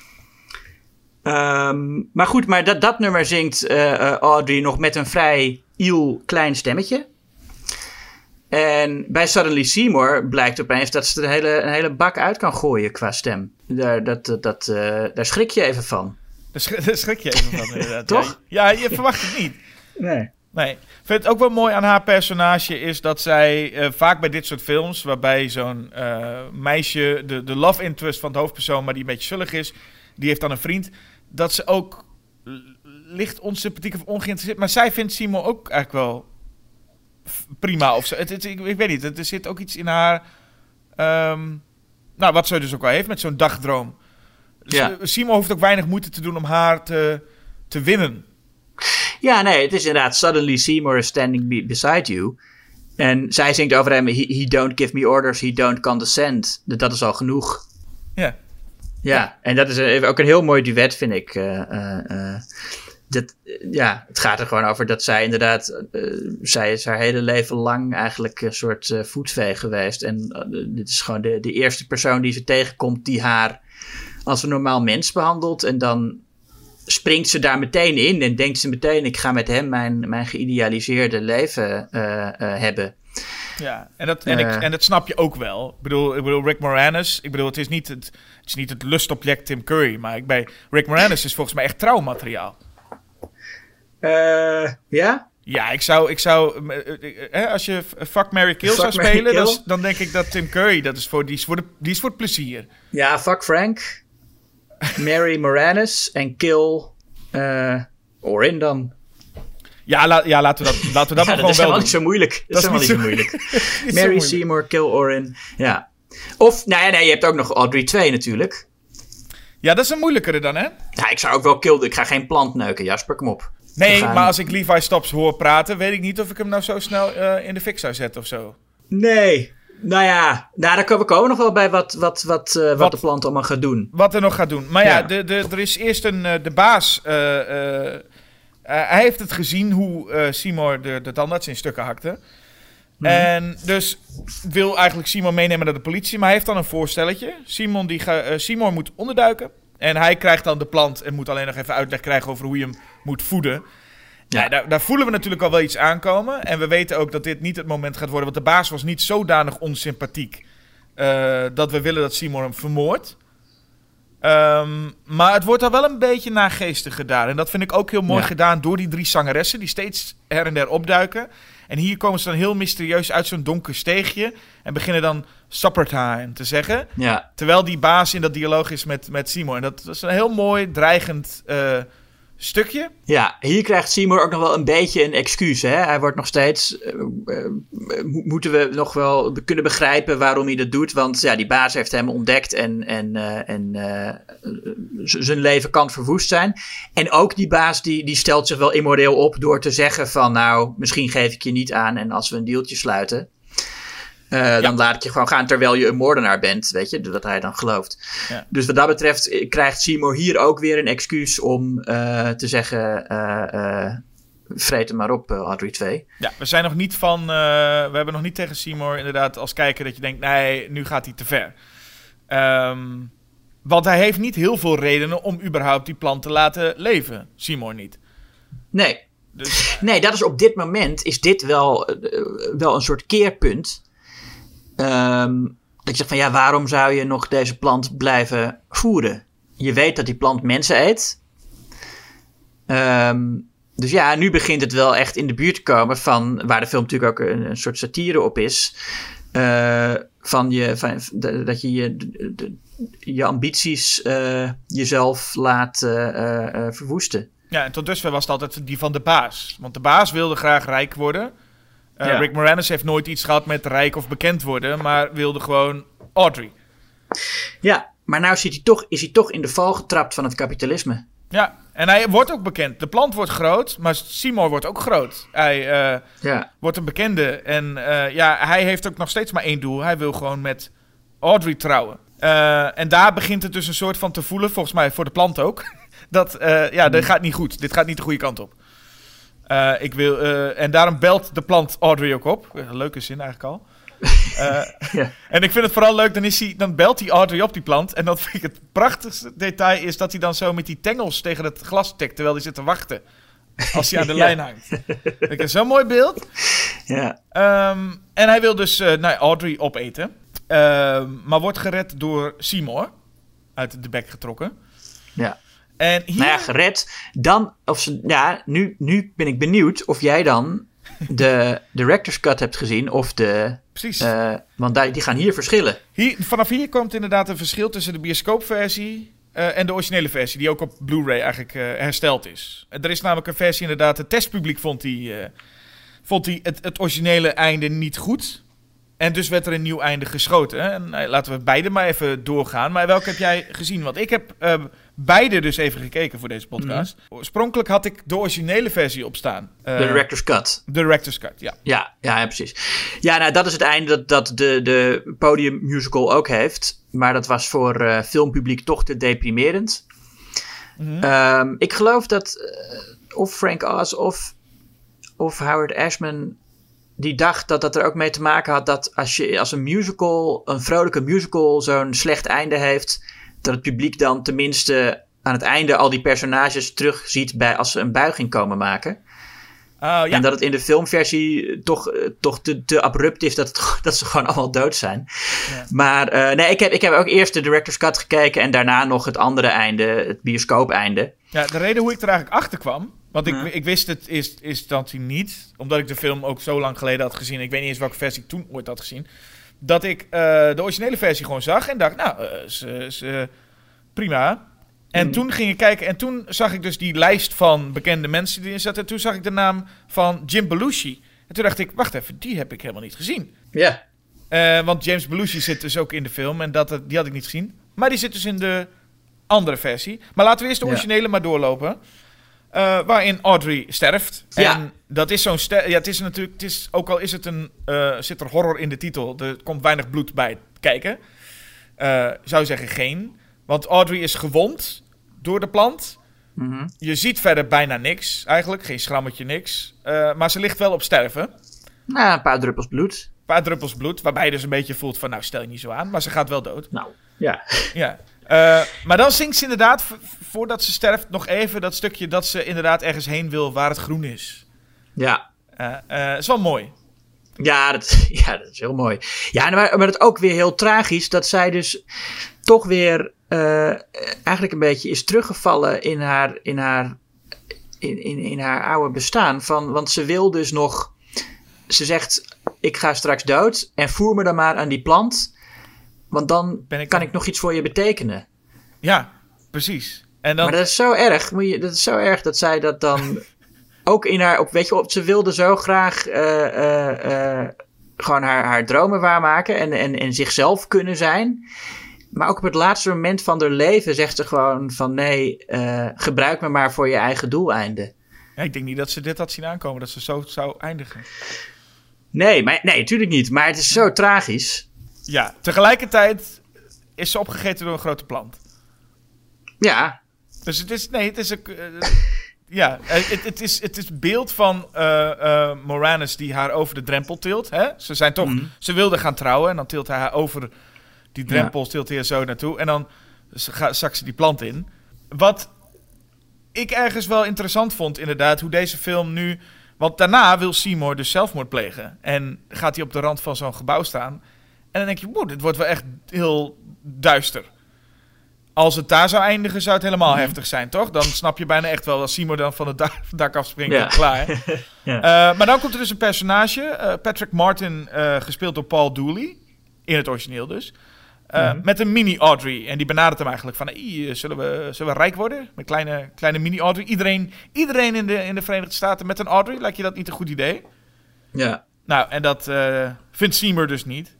Um, maar goed, maar dat, dat nummer zingt uh, uh, Audrey nog met een vrij iel klein stemmetje. En bij Suddenly Seymour blijkt opeens dat ze er een hele, een hele bak uit kan gooien qua stem. Daar, dat, dat, dat, uh, daar schrik je even van. Daar, sch- daar schrik je even van, inderdaad. Toch? Ja, je verwacht het niet. Nee. Nee. Ik vind het ook wel mooi aan haar personage is dat zij uh, vaak bij dit soort films, waarbij zo'n uh, meisje, de, de love interest van de hoofdpersoon, maar die een beetje zullig is, die heeft dan een vriend, dat ze ook licht onsympathiek of ongeïnteresseerd, maar zij vindt Simon ook eigenlijk wel f- prima. Of zo. Het, het, ik, ik weet niet, er zit ook iets in haar, um, nou wat ze dus ook wel heeft met zo'n dagdroom. Ja. Simon hoeft ook weinig moeite te doen om haar te, te winnen. Ja, nee, het is inderdaad Suddenly Seymour is standing be- beside you. En zij zingt over hem, he, he don't give me orders, he don't condescend. Dat is al genoeg. Ja. Ja, en dat is een, ook een heel mooi duet, vind ik. Uh, uh, uh, dat, uh, ja, het gaat er gewoon over dat zij inderdaad... Uh, zij is haar hele leven lang eigenlijk een soort uh, voetveeg geweest. En uh, dit is gewoon de, de eerste persoon die ze tegenkomt die haar als een normaal mens behandelt. En dan springt ze daar meteen in en denkt ze meteen... ik ga met hem mijn, mijn geïdealiseerde leven uh, uh, hebben. Ja, en dat, en, uh, ik, en dat snap je ook wel. Ik bedoel, ik bedoel Rick Moranis... Ik bedoel, het is niet het, het, is niet het lustobject Tim Curry... maar ik, bij Rick Moranis is volgens mij echt trouwmateriaal. Uh, ja? Ja, ik zou... Ik zou eh, als je Fuck, Marry, Kill Fuck, zou Marry, spelen... Kill. Dan, dan denk ik dat Tim Curry... Dat is voor, die, is voor de, die is voor het plezier. Ja, fuck Frank... Mary Moranis en kill uh, Orin dan. Ja, la, ja laten we dat, laten we dat ja, maar dat gewoon wel is helemaal niet zo moeilijk. Dat, dat is helemaal niet zo moeilijk. niet Mary zo moeilijk. Seymour, kill Orin. Ja. Of, nou ja, nee, je hebt ook nog Audrey twee natuurlijk. Ja, dat is een moeilijkere dan, hè? Ja, ik zou ook wel kill... Ik ga geen plant neuken, Jasper, kom op. Nee, gaan... maar als ik Levi Stops hoor praten... weet ik niet of ik hem nou zo snel uh, in de fik zou zetten of zo. Nee. Nou ja, nou, daar komen we komen nog wel bij wat, wat, wat, uh, wat, wat de plant allemaal gaat doen. Wat er nog gaat doen. Maar ja, ja. de, de, er is eerst een... Uh, de baas... Uh, uh, uh, hij heeft het gezien hoe uh, Seymour de, de tandarts in stukken hakte. Mm. En dus wil eigenlijk Simon meenemen naar de politie. Maar hij heeft dan een voorstelletje. Simon die ga, uh, Seymour moet onderduiken. En hij krijgt dan de plant en moet alleen nog even uitleg krijgen over hoe je hem moet voeden. Ja. Ja, daar, daar voelen we natuurlijk al wel iets aankomen. En we weten ook dat dit niet het moment gaat worden. Want de baas was niet zodanig onsympathiek uh, dat we willen dat Seymour hem vermoordt. Um, maar het wordt al wel een beetje nageestig gedaan. En dat vind ik ook heel mooi ja. gedaan door die drie zangeressen die steeds her en der opduiken. En hier komen ze dan heel mysterieus uit zo'n donker steegje en beginnen dan suppertime te zeggen. Ja. Terwijl die baas in dat dialoog is met, met Seymour. En dat, dat is een heel mooi, dreigend uh, stukje. Ja, hier krijgt Seymour ook nog wel een beetje een excuus. Hè? Hij wordt nog steeds... Uh, uh, moeten we nog wel kunnen begrijpen waarom hij dat doet. Want ja, die baas heeft hem ontdekt en, en, uh, en uh, z- zijn leven kan verwoest zijn. En ook die baas die, die stelt zich wel immoreel op door te zeggen van... nou, misschien geef ik je niet aan en als we een dealtje sluiten... Uh, ja. Dan laat ik je gewoon gaan terwijl je een moordenaar bent, weet je, wat hij dan gelooft. Ja. Dus wat dat betreft krijgt Seymour hier ook weer een excuus om uh, te zeggen, uh, uh, vreet hem maar op, uh, Audrey twee. Ja, we zijn nog niet van, uh, we hebben nog niet tegen Seymour inderdaad als kijker dat je denkt, nee, nu gaat hij te ver. Um, want hij heeft niet heel veel redenen om überhaupt die plan te laten leven, Seymour niet. Nee. Dus... Nee, dat is op dit moment, is dit wel, uh, wel een soort keerpunt. Um, dat je zegt van ja, waarom zou je nog deze plant blijven voeren? Je weet dat die plant mensen eet. Um, dus ja, nu begint het wel echt in de buurt te komen van waar de film natuurlijk ook een, een soort satire op is. Uh, van je, van, de, dat je je, de, de, je ambities uh, jezelf laat uh, uh, verwoesten. Ja, en tot dusver was het altijd die van de baas. Want de baas wilde graag rijk worden. Uh, Ja. Rick Moranis heeft nooit iets gehad met rijk of bekend worden, maar wilde gewoon Audrey. Ja, maar nou zit hij toch, is hij toch in de val getrapt van het kapitalisme. Ja, en hij wordt ook bekend. De plant wordt groot, maar Seymour wordt ook groot. Hij uh, Ja. wordt een bekende. En uh, ja, hij heeft ook nog steeds maar één doel. Hij wil gewoon met Audrey trouwen. Uh, en daar begint het dus een soort van te voelen, volgens mij voor de plant ook, dat uh, ja, dit gaat niet goed. Dit gaat niet de goede kant op. Uh, ik wil, uh, en daarom belt de plant Audrey ook op. Leuke zin eigenlijk al. Uh, Ja. En ik vind het vooral leuk, dan, is hij, dan belt hij Audrey op, die plant. En dat vind ik het prachtigste detail is dat hij dan zo met die tengels tegen het glas tikt, terwijl hij zit te wachten. Als hij aan de Ja. lijn hangt. Kijk, zo'n mooi beeld. Ja. Um, en hij wil dus uh, nou ja, Audrey opeten. Um, maar wordt gered door Seymour. Uit de bek getrokken. Ja. En hier... Nou ja, gered. Dan, of ze, ja, nu, nu ben ik benieuwd of jij dan de director's cut hebt gezien of de... Precies. Uh, want die, die gaan hier verschillen. Hier, vanaf hier komt inderdaad een verschil tussen de bioscoopversie uh, en de originele versie, die ook op Blu-ray eigenlijk uh, hersteld is. Er is namelijk een versie inderdaad, het testpubliek vond die, uh, vond die het, het originele einde niet goed. En dus werd er een nieuw einde geschoten. Hè? En, uh, laten we beide maar even doorgaan. Maar welke heb jij gezien? Want ik heb uh, beide dus even gekeken voor deze podcast. Mm-hmm. Oorspronkelijk had ik de originele versie op staan. Uh, De director's cut. De director's cut, ja. Ja, ja, ja, precies. Ja, nou, dat is het einde dat, dat de, de podium musical ook heeft. Maar dat was voor uh, filmpubliek toch te deprimerend. Mm-hmm. Um, ik geloof dat uh, of Frank Oz of, of Howard Ashman... die dacht dat dat er ook mee te maken had dat als je als een musical, een vrolijke musical, zo'n slecht einde heeft, dat het publiek dan tenminste aan het einde al die personages terugziet bij als ze een buiging komen maken. Uh, ja. En dat het in de filmversie toch, uh, toch te, te abrupt is dat, het, dat ze gewoon allemaal dood zijn. Ja. Maar uh, nee, ik heb, ik heb ook eerst de director's cut gekeken en daarna nog het andere einde, het bioscoopeinde. Ja, de reden hoe ik er eigenlijk achter kwam, want ik, ik wist het is, is dat hij niet, omdat ik de film ook zo lang geleden had gezien. Ik weet niet eens welke versie ik toen ooit had gezien. Dat ik uh, de originele versie gewoon zag en dacht, nou, uh, is, is, uh, prima. En mm. toen ging ik kijken en toen zag ik dus die lijst van bekende mensen die erin zaten. En toen zag ik de naam van Jim Belushi. En toen dacht ik, wacht even, die heb ik helemaal niet gezien. Ja. Yeah. Uh, want James Belushi zit dus ook in de film en dat, die had ik niet gezien. Maar die zit dus in de andere versie. Maar laten we eerst de originele ja. maar doorlopen. Uh, waarin Audrey sterft. Ja. En dat is zo'n ster- ja, het is natuurlijk, het is, ook al is het een, uh, zit er horror in de titel, er komt weinig bloed bij het kijken. Uh, zou zeggen geen. Want Audrey is gewond door de plant. Mm-hmm. Je ziet verder bijna niks, eigenlijk. Geen schrammetje, niks. Uh, maar ze ligt wel op sterven. Nou, een paar druppels bloed. Een paar druppels bloed, waarbij je dus een beetje voelt van, nou, stel je niet zo aan. Maar ze gaat wel dood. Nou, ja. Ja. Uh, maar dan zingt ze inderdaad, v- voordat ze sterft, nog even dat stukje dat ze inderdaad ergens heen wil waar het groen is. Ja. Uh, uh, is wel mooi. Ja dat, ja, dat is heel mooi. Ja, maar, maar het ook weer heel tragisch dat zij dus toch weer uh, eigenlijk een beetje is teruggevallen in haar, in haar, in, in, in haar oude bestaan. Van, want ze wil dus nog, ze zegt, ik ga straks dood en voer me dan maar aan die plant. Want dan ben ik kan dan... ik nog iets voor je betekenen. Ja, precies. En dan... Maar dat is zo erg. Moet je, dat is zo erg dat zij dat dan ook in haar... Op, weet je, op, ze wilde zo graag uh, uh, uh, gewoon haar, haar dromen waarmaken. En, en, en zichzelf kunnen zijn. Maar ook op het laatste moment van haar leven zegt ze gewoon van... Nee, uh, gebruik me maar voor je eigen doeleinden. Ja, ik denk niet dat ze dit had zien aankomen. Dat ze zo zou eindigen. Nee, maar, nee, natuurlijk niet. Maar het is zo tragisch... Ja, tegelijkertijd is ze opgegeten door een grote plant. Ja. Dus het is, nee, het is een, uh, ja, het, het, is, het is beeld van uh, uh, Moranis die haar over de drempel tilt. Hè? Ze zijn toch, mm. ze wilde gaan trouwen en dan tilt hij haar over die drempel, ja. tilt hij er zo naartoe. En dan zakt ze die plant in. Wat ik ergens wel interessant vond, inderdaad, hoe deze film nu... Want daarna wil Seymour dus zelfmoord plegen. En gaat hij op de rand van zo'n gebouw staan... En dan denk je, wow, dit wordt wel echt heel duister. Als het daar zou eindigen, zou het helemaal mm-hmm. heftig zijn, toch? Dan snap je bijna echt wel dat Seymour dan van het dak, dak afspringt ja. en klaar. ja. uh, maar dan komt er dus een personage, uh, Patrick Martin, uh, gespeeld door Paul Dooley. In het origineel dus. Uh, mm-hmm. Met een mini-Audrey. En die benadert hem eigenlijk van, hey, zullen, we, zullen we rijk worden? Met kleine, kleine mini-Audrey. Iedereen, iedereen in, de, in de Verenigde Staten met een Audrey, lijkt je dat niet een goed idee? Ja. Nou, en dat uh, vindt Seymour dus niet.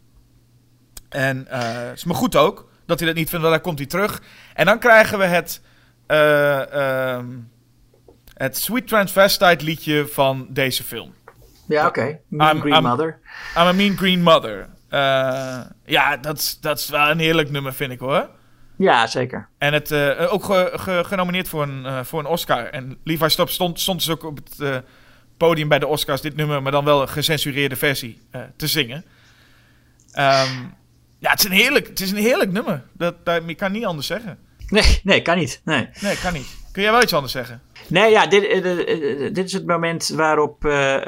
En uh, is maar goed ook dat hij dat niet vindt, want dan komt hij terug. En dan krijgen we het, uh, um, het Sweet Transvestite liedje van deze film. Ja, oké. Okay. Mean I'm, Green I'm, Mother. I'm a Mean Green Mother. Uh, ja, dat, dat is wel een heerlijk nummer, vind ik hoor. Ja, zeker. En het uh, ook ge, ge, genomineerd voor een, uh, voor een Oscar. En Levi Stop stond, stond dus ook op het uh, podium bij de Oscars dit nummer, maar dan wel een gecensureerde versie uh, te zingen. Um, ja, het is een heerlijk, het is een heerlijk nummer. Dat, dat, ik kan niet anders zeggen. Nee, nee, kan niet. Nee, nee kan niet. Kun jij wel iets anders zeggen? Nee, ja, dit, uh, uh, dit is het moment waarop... Uh, uh, uh,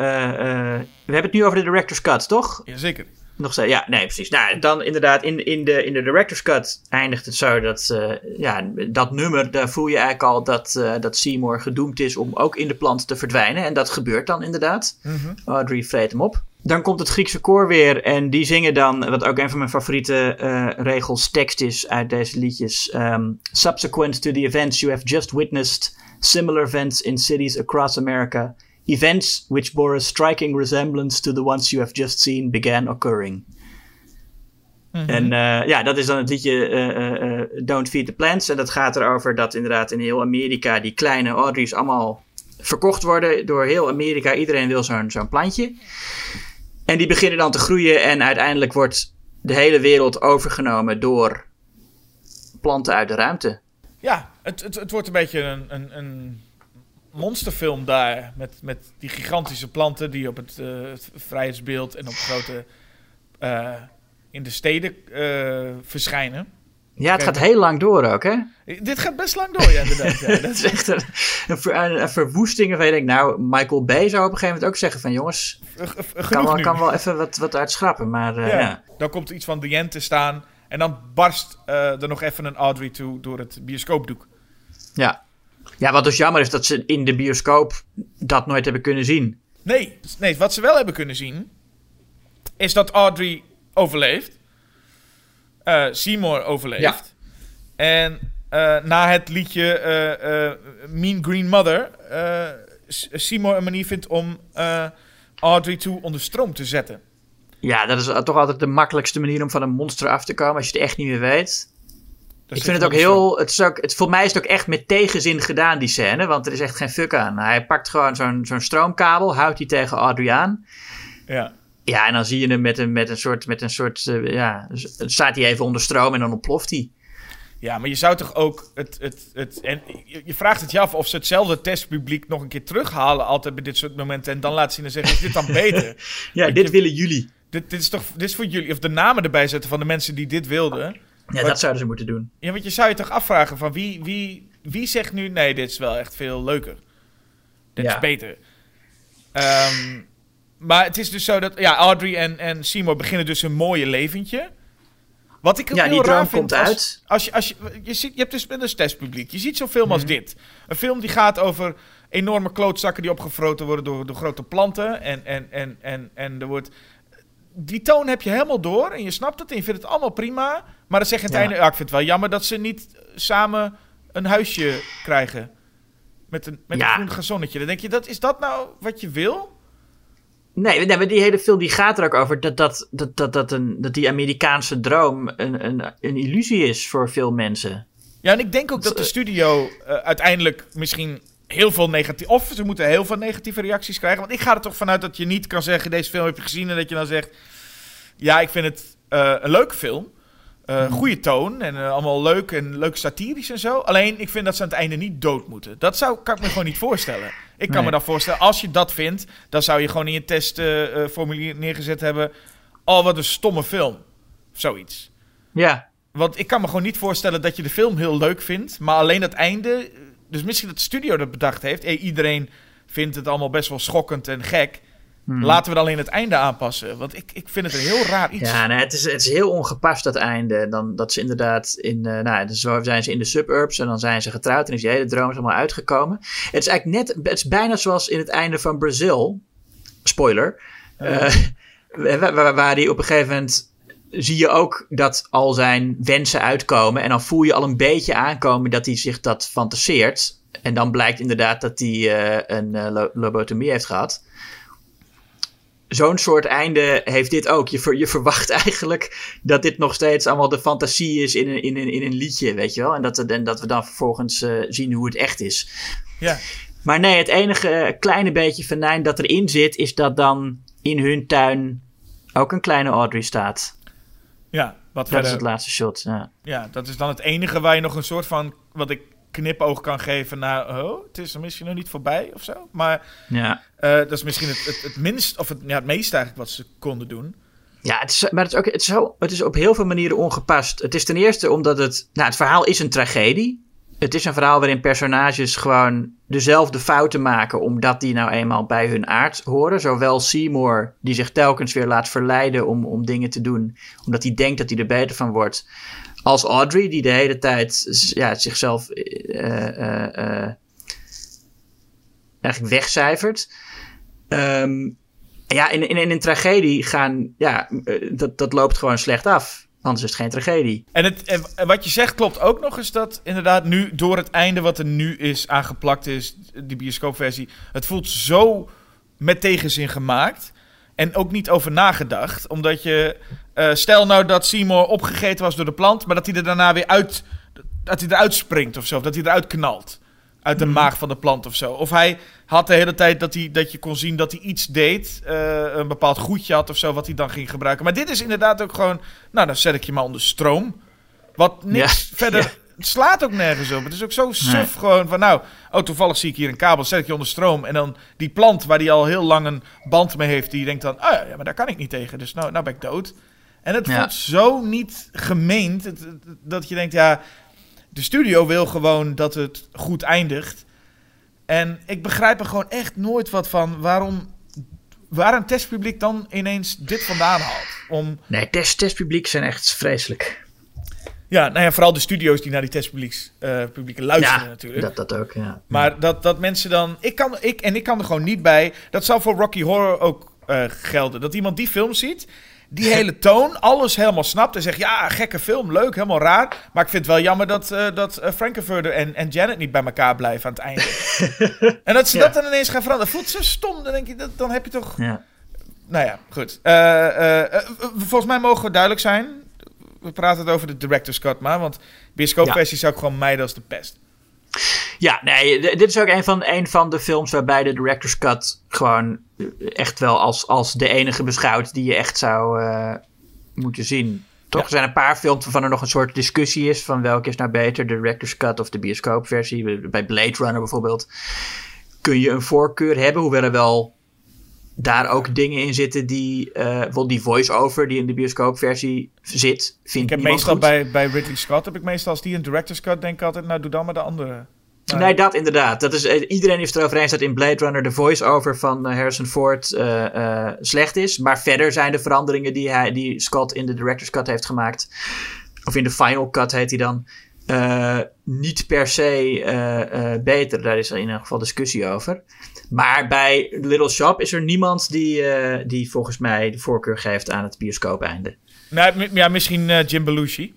we hebben het nu over de director's cut, toch? Jazeker. Nog steeds, ja, nee, precies. Nou, dan inderdaad, in, in, de, in de director's cut eindigt het zo dat... Uh, ja, dat nummer, daar voel je eigenlijk al dat, uh, dat Seymour gedoemd is om ook in de plant te verdwijnen. En dat gebeurt dan inderdaad. Mm-hmm. Audrey vreet hem op. Dan komt het Griekse koor weer en die zingen dan, wat ook een van mijn favoriete uh, regels tekst is uit deze liedjes. Um, Subsequent to the events you have just witnessed, similar events in cities across America, events which bore a striking resemblance to the ones you have just seen began occurring. Mm-hmm. En uh, ja, dat is dan het liedje uh, uh, Don't Feed the Plants. En dat gaat erover dat inderdaad in heel Amerika die kleine Audrey's allemaal verkocht worden door heel Amerika. Iedereen wil zo'n, zo'n plantje. En die beginnen dan te groeien en uiteindelijk wordt de hele wereld overgenomen door planten uit de ruimte. Ja, het, het, het wordt een beetje een, een, een monsterfilm daar. Met, met die gigantische planten die op het, uh, het vrijheidsbeeld en op grote... Uh, in de steden uh, verschijnen. Ja, het gaat heel lang door ook, hè? Dit gaat best lang door, ja, inderdaad. Ja, dat is echt een, een, een verwoesting waarvan je denkt... Nou, Michael Bay zou op een gegeven moment ook zeggen van... Jongens, Genoeg kan wel, nu. kan wel even wat, wat uitschrappen, maar uh, ja. ja. Dan komt er iets van The End te staan... en dan barst uh, er nog even een Audrey toe door het bioscoopdoek. Ja. Ja, wat dus jammer is dat ze in de bioscoop dat nooit hebben kunnen zien. Nee, nee, wat ze wel hebben kunnen zien... is dat Audrey overleeft... Uh, Seymour overleeft. Ja. En uh, na het liedje uh, uh, Mean Green Mother... Uh, Seymour een manier vindt om uh, Audrey toe onder stroom te zetten. Ja, dat is toch altijd de makkelijkste manier om van een monster af te komen... als je het echt niet meer weet. Dat ik vind het ook heel... Het is ook, het, voor mij is het ook echt met tegenzin gedaan, die scène. Want er is echt geen fuck aan. Hij pakt gewoon zo'n, zo'n stroomkabel... houdt die tegen Audrey aan... Ja. Ja, en dan zie je hem met een, met een soort... Met een soort uh, ja, dan staat hij even onder stroom en dan ontploft hij. Ja, maar je zou toch ook... Het, het, het, en je vraagt het je af of ze hetzelfde testpubliek nog een keer terughalen... altijd bij dit soort momenten. En dan laten zien en zeggen, is dit dan beter? ja, Want dit je, willen jullie. Dit, dit is toch dit is voor jullie. Of de namen erbij zetten van de mensen die dit wilden. Ja, maar, dat zouden ze moeten doen. Ja, want je zou je toch afvragen van wie, wie, wie zegt nu... Nee, dit is wel echt veel leuker. Dit ja. is beter. Um, Maar het is dus zo dat... Ja, Audrey en, en Seymour beginnen dus een mooie leventje. Wat ik ook ja, heel die raar droom vind... komt als, uit. Als je, als je, je, ziet, je hebt dus een testpubliek. Je ziet zo'n film als mm-hmm. dit. Een film die gaat over enorme klootzakken... die opgevroten worden door, door grote planten. En, en, en, en, en er wordt... Die toon heb je helemaal door. En je snapt het en je vindt het allemaal prima. Maar dan zeg je aan het ja. einde... Ja, ik vind het wel jammer dat ze niet samen een huisje krijgen. Met een, met ja. een groen gazonnetje. Dan denk je, dat, is dat nou wat je wil? Nee, nee, maar die hele film die gaat er ook over dat, dat, dat, dat, dat, een, dat die Amerikaanse droom een, een, een illusie is voor veel mensen. Ja, en ik denk ook dat de studio uh, uiteindelijk misschien heel veel negatieve... Of ze moeten heel veel negatieve reacties krijgen. Want ik ga er toch vanuit dat je niet kan zeggen... Deze film heb je gezien en dat je dan zegt... Ja, ik vind het uh, een leuke film. Uh, hmm. Goede toon en uh, allemaal leuk en leuk satirisch en zo. Alleen, ik vind dat ze aan het einde niet dood moeten. Dat zou, kan ik me gewoon niet voorstellen. Ik kan nee. me dan voorstellen, als je dat vindt... dan zou je gewoon in je testformulier uh, neergezet hebben... Oh, wat een stomme film. Of zoiets. Ja. Want ik kan me gewoon niet voorstellen dat je de film heel leuk vindt... maar alleen het einde... Dus misschien dat de studio dat bedacht heeft... Hey, iedereen vindt het allemaal best wel schokkend en gek... Hmm. Laten we dan alleen het einde aanpassen. Want ik, ik vind het een heel raar iets. Ja, nee, het, is, het is heel ongepast, dat einde. Dan, dat ze inderdaad in... Uh, nou, dus zo zijn ze in de suburbs en dan zijn ze getrouwd... en is die hele droom is allemaal uitgekomen. Het is eigenlijk net... Het is bijna zoals in het einde van Brazil. Spoiler. Uh, uh, waar, waar die op een gegeven moment... zie je ook dat al zijn wensen uitkomen... en dan voel je al een beetje aankomen... dat hij zich dat fantaseert. En dan blijkt inderdaad dat hij uh, een uh, lobotomie heeft gehad... zo'n soort einde heeft dit ook. Je, ver, je verwacht eigenlijk dat dit nog steeds allemaal de fantasie is in een, in een, in een liedje, weet je wel. En dat, en dat we dan vervolgens uh, zien hoe het echt is. Ja. Maar nee, het enige kleine beetje venijn dat erin zit, is dat dan in hun tuin ook een kleine Audrey staat. Ja, wat dat verder, is het laatste shot. Ja. ja, dat is dan het enige waar je nog een soort van, wat ik knipoog kan geven naar, oh, het is er misschien nog niet voorbij of zo. Maar Ja. uh, dat is misschien het, het, het minst, of het, ja, het meeste eigenlijk wat ze konden doen. Ja, het is, maar het is, ook, het, is zo, het is op heel veel manieren ongepast. Het is ten eerste omdat het... Nou, het verhaal is een tragedie. Het is een verhaal waarin personages gewoon dezelfde fouten maken, omdat die nou eenmaal bij hun aard horen. Zowel Seymour, die zich telkens weer laat verleiden om, om dingen te doen, omdat hij denkt dat hij er beter van wordt, als Audrey, die de hele tijd ja, zichzelf uh, uh, uh, eigenlijk wegcijfert. Um, ja, in, in, in een tragedie gaan, ja, uh, dat, dat loopt gewoon slecht af. Anders is het geen tragedie. En, het, en wat je zegt klopt ook nog eens dat inderdaad nu door het einde wat er nu is aangeplakt is, die bioscoopversie, het voelt zo met tegenzin gemaakt en ook niet over nagedacht. Omdat je, uh, stel nou dat Seymour opgegeten was door de plant, maar dat hij er daarna weer uit, dat hij eruit springt of zo, of dat hij eruit knalt. Uit de mm. maag van de plant of zo. Of hij had de hele tijd dat, hij, dat je kon zien dat hij iets deed. Uh, een bepaald goedje had of zo, wat hij dan ging gebruiken. Maar dit is inderdaad ook gewoon, nou, dan zet ik je maar onder stroom. Wat niks ja, verder... Ja. Het slaat ook nergens op. Het is ook zo suf nee. gewoon van, nou, oh, toevallig zie ik hier een kabel, zet ik je onder stroom. En dan die plant waar hij al heel lang een band mee heeft, die denkt dan, oh ja, ja maar daar kan ik niet tegen. Dus nou, nou ben ik dood. En het ja. voelt zo niet gemeend, het, het, dat je denkt, ja... De studio wil gewoon dat het goed eindigt. En ik begrijp er gewoon echt nooit wat van waarom... waar een testpubliek dan ineens dit vandaan haalt. Om... Nee, test, testpubliek zijn echt vreselijk. Ja, nou ja, vooral de studio's die naar die testpublieks uh, publieken luisteren ja, natuurlijk. dat, dat ook, ja. Maar dat, dat mensen dan... Ik kan, ik, en ik kan er gewoon niet bij... Dat zal voor Rocky Horror ook uh, gelden. Dat iemand die film ziet... Die hele toon, alles helemaal snapt en zegt... ja, gekke film, leuk, helemaal raar. Maar ik vind het wel jammer dat, uh, dat uh, Frankenfurter en, en Janet niet bij elkaar blijven aan het einde. En dat ze ja. dat dan ineens gaan veranderen. Voelt zo stom, dan denk je, dat, dan heb je toch... Ja. Nou ja, goed. Uh, uh, uh, volgens mij mogen we duidelijk zijn. We praten het over de director's cut maar. Want bioscoopversie ja. zou ik gewoon mijden als de pest. Ja, nee, dit is ook een van, een van de films waarbij de director's cut gewoon echt wel als, als de enige beschouwt die je echt zou uh, moeten zien. Toch? Ja. Er zijn een paar films waarvan er nog een soort discussie is van welke is nou beter, de director's cut of de bioscoopversie. Bij Blade Runner bijvoorbeeld kun je een voorkeur hebben, hoewel er wel daar ook dingen in zitten die, uh, bijvoorbeeld die voice-over die in de bioscoopversie zit, vind ik heb meestal bij, bij Ridley Scott heb ik meestal als die een director's cut denk ik altijd, nou doe dan maar de andere. Nou, nee, dat inderdaad. Dat is, uh, iedereen is erover eens dat in Blade Runner de voice-over van uh, Harrison Ford uh, uh, slecht is. Maar verder zijn de veranderingen die, hij, die Scott in de director's cut heeft gemaakt, of in de final cut heet hij dan, uh, niet per se uh, uh, beter. Daar is er in ieder geval discussie over. Maar bij Little Shop is er niemand die, uh, die volgens mij de voorkeur geeft aan het bioscoopeinde. Nou, m- ja, misschien uh, Jim Belushi.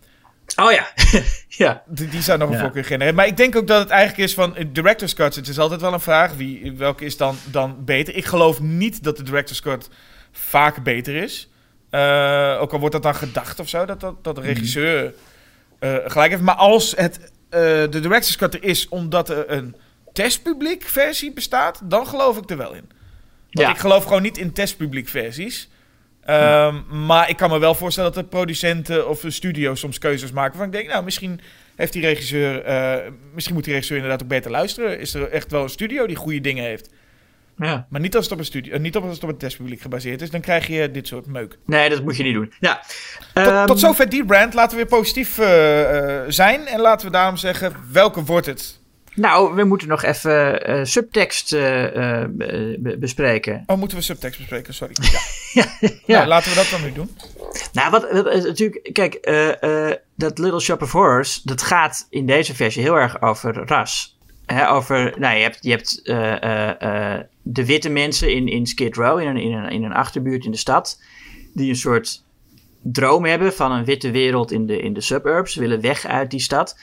Oh ja. ja. Die, die zou nog een ja. voorkeur genereren. Maar ik denk ook dat het eigenlijk is van director's cuts. Het is altijd wel een vraag. Wie, welke is dan, dan beter? Ik geloof niet dat de director's cut vaak beter is. Uh, ook al wordt dat dan gedacht of zo. Dat, dat, dat de regisseur uh, gelijk heeft. Maar als het, uh, de director's cut er is omdat er een testpubliek versie bestaat, dan geloof ik er wel in. Want ja. ik geloof gewoon niet in testpubliek versies. Um, ja. Maar ik kan me wel voorstellen dat de producenten of de studio soms keuzes maken van ik denk, nou, misschien heeft die regisseur, uh, misschien moet die regisseur inderdaad ook beter luisteren. Is er echt wel een studio die goede dingen heeft. Ja. Maar niet als het op een studio, uh, niet als het op een testpubliek gebaseerd is, dan krijg je dit soort meuk. Nee, dat moet je niet doen. Ja. Tot, um, tot zover die brand. Laten we weer positief uh, uh, zijn en laten we daarom zeggen, welke wordt het? Nou, we moeten nog even uh, subtekst uh, uh, be- bespreken. Oh, moeten we subtekst bespreken? Sorry. Ja. ja, ja. Nou, laten we dat dan nu doen. Nou, wat, wat uh, natuurlijk, kijk, uh, uh, dat Little Shop of Horrors, dat gaat in deze versie heel erg over ras. Hè, over, nou, je hebt, je hebt uh, uh, uh, de witte mensen in, in Skid Row, in een, in, een, in een achterbuurt in de stad, die een soort droom hebben van een witte wereld in de, in de suburbs, willen weg uit die stad.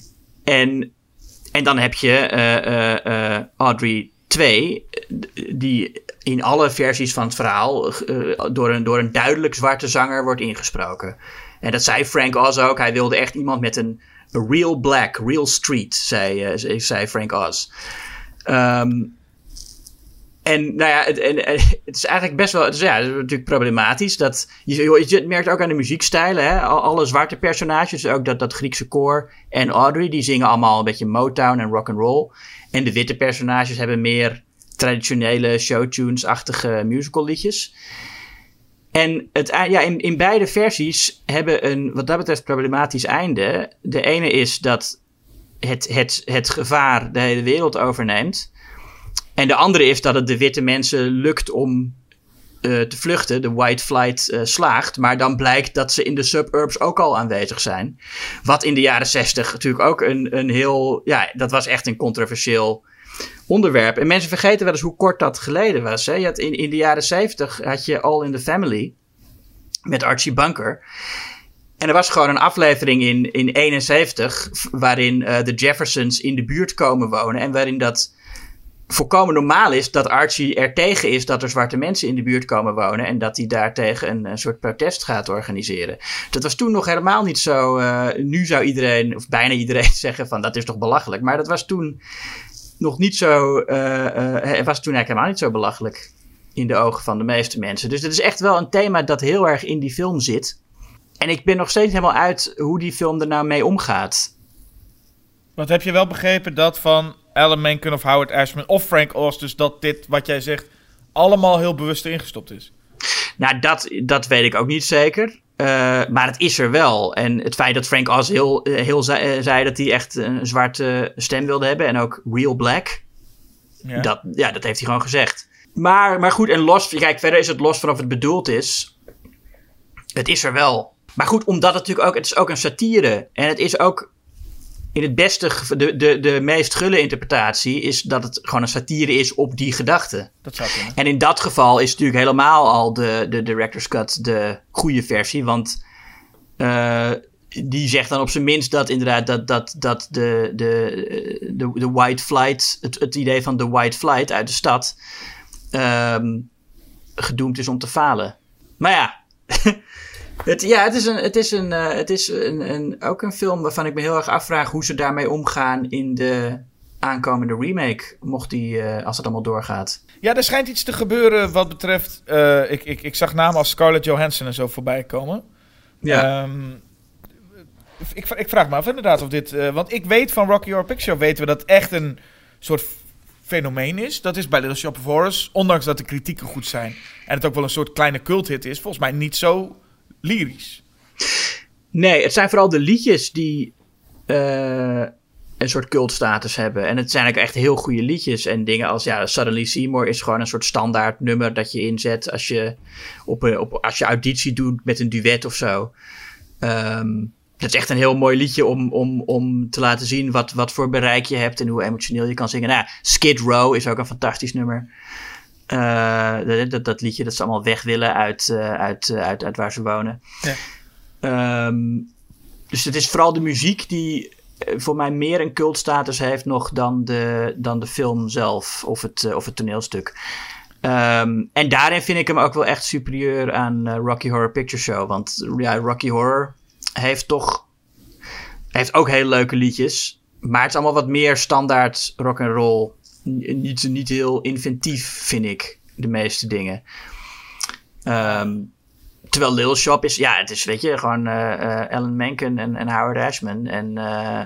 En... En dan heb je uh, uh, uh, Audrey twee, die in alle versies van het verhaal uh, door, een, door een duidelijk zwarte zanger wordt ingesproken. En dat zei Frank Oz ook. Hij wilde echt iemand met een a real black, real street, zei, uh, zei Frank Oz. Um, en nou ja, het, en, en, het is eigenlijk best wel, het is, ja, het is natuurlijk problematisch. Dat, je, je merkt ook aan de muziekstijlen, hè? Alle zwarte personages, ook dat, dat Griekse koor en Audrey, die zingen allemaal een beetje Motown en rock'n'roll. En de witte personages hebben meer traditionele showtunes-achtige musicalliedjes. En het, ja, in, in beide versies hebben een, wat dat betreft, problematisch einde. De ene is dat het, het, het gevaar de hele wereld overneemt. En de andere is dat het de witte mensen lukt om uh, te vluchten. De white flight uh, slaagt. Maar dan blijkt dat ze in de suburbs ook al aanwezig zijn. Wat in de jaren zestig natuurlijk ook een, een heel... Ja, dat was echt een controversieel onderwerp. En mensen vergeten wel eens hoe kort dat geleden was. Hè? Je had in, in de jaren zeventig had je All in the Family met Archie Bunker. En er was gewoon een aflevering in, in eenenzeventig waarin uh, de Jeffersons in de buurt komen wonen. En waarin dat volkomen normaal is dat Archie er tegen is dat er zwarte mensen in de buurt komen wonen. En dat hij daartegen een, een soort protest gaat organiseren. Dat was toen nog helemaal niet zo. Uh, nu zou iedereen, of bijna iedereen, zeggen van dat is toch belachelijk. Maar dat was toen nog niet zo. Uh, uh, het was toen eigenlijk helemaal niet zo belachelijk in de ogen van de meeste mensen. Dus het is echt wel een thema dat heel erg in die film zit. En ik ben nog steeds helemaal uit hoe die film er nou mee omgaat. Wat heb je wel begrepen dat van Alan Menken of Howard Ashman of Frank Oz, dus dat dit, wat jij zegt, allemaal heel bewust erin gestopt is? Nou, dat, dat weet ik ook niet zeker. Uh, maar het is er wel. En het feit dat Frank Oz heel, heel zei, zei dat hij echt een zwarte stem wilde hebben en ook real black. Ja, dat, ja, dat heeft hij gewoon gezegd. Maar, maar goed, en los, kijk, verder is het los van of het bedoeld is. Het is er wel. Maar goed, omdat het natuurlijk ook, het is ook een satire. En het is ook in het beste, de, de, de meest gulle interpretatie is dat het gewoon een satire is op die gedachte. Dat zou kunnen. En in dat geval is natuurlijk helemaal al de, de director's cut de goede versie. Want uh, die zegt dan op zijn minst dat inderdaad dat, dat, dat de, de, de, de white flight, het, het idee van de white flight uit de stad um, gedoemd is om te falen. Maar ja... Het, ja, het is, een, het is, een, uh, het is een, een, ook een film waarvan ik me heel erg afvraag hoe ze daarmee omgaan in de aankomende remake, mocht die, uh, als het allemaal doorgaat. Ja, er schijnt iets te gebeuren wat betreft, uh, ik, ik, ik zag namen als Scarlett Johansson en zo voorbij komen. Ja. Um, ik, ik vraag me af inderdaad of dit, uh, want ik weet van Rocky Horror Picture Show, weten we dat het echt een soort fenomeen is. Dat is bij Little Shop of Horrors, ondanks dat de kritieken goed zijn en het ook wel een soort kleine culthit is, volgens mij niet zo lyrisch. Nee, het zijn vooral de liedjes die uh, een soort cultstatus hebben. En het zijn ook echt heel goede liedjes. En dingen als, ja, Suddenly Seymour is gewoon een soort standaard nummer dat je inzet als je, op een, op, als je auditie doet met een duet of zo. Um, dat is echt een heel mooi liedje om, om, om te laten zien wat, wat voor bereik je hebt en hoe emotioneel je kan zingen. Nou, Skid Row is ook een fantastisch nummer. Uh, dat, dat, dat liedje dat ze allemaal weg willen uit, uh, uit, uh, uit, uit waar ze wonen. Ja. Um, dus het is vooral de muziek die uh, voor mij meer een cultstatus heeft nog dan de, dan de film zelf of het, uh, of het toneelstuk. Um, en daarin vind ik hem ook wel echt superieur aan uh, Rocky Horror Picture Show. Want ja, Rocky Horror heeft toch heeft ook hele leuke liedjes. Maar het is allemaal wat meer standaard rock'n'roll. Niet, niet heel inventief, vind ik, de meeste dingen. Um, terwijl Little Shop is, ja, het is, weet je, gewoon uh, uh, Alan Menken en, en Howard Ashman. En uh,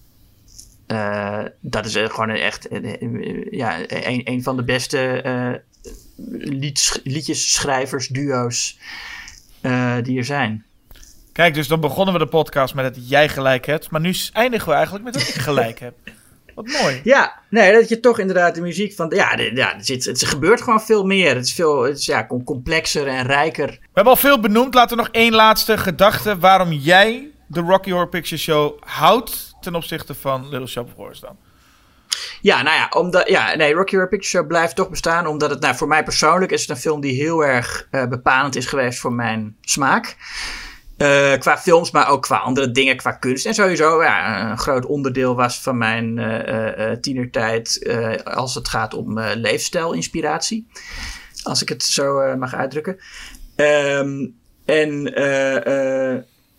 uh, dat is gewoon echt, uh, ja, een, een van de beste uh, lied, liedjesschrijvers, duo's uh, die er zijn. Kijk, dus dan begonnen we de podcast met dat jij gelijk hebt. Maar nu eindigen we eigenlijk met dat ik gelijk heb. Wat mooi. Ja, nee, dat je toch inderdaad de muziek van... Ja, de, ja het, zit, het gebeurt gewoon veel meer. Het is veel het is, ja, complexer en rijker. We hebben al veel benoemd. Laten we nog één laatste gedachte. Waarom jij de Rocky Horror Picture Show houdt ten opzichte van Little Shop of Horrors dan? Ja, nou ja, omdat, ja, nee, Rocky Horror Picture Show blijft toch bestaan. Omdat het, nou, voor mij persoonlijk is het een film die heel erg uh, bepalend is geweest voor mijn smaak. Uh, qua films, maar ook qua andere dingen, qua kunst. En sowieso ja, een groot onderdeel was van mijn uh, uh, tienertijd uh, als het gaat om uh, leefstijlinspiratie. Als ik het zo uh, mag uitdrukken. Um, en uh, uh,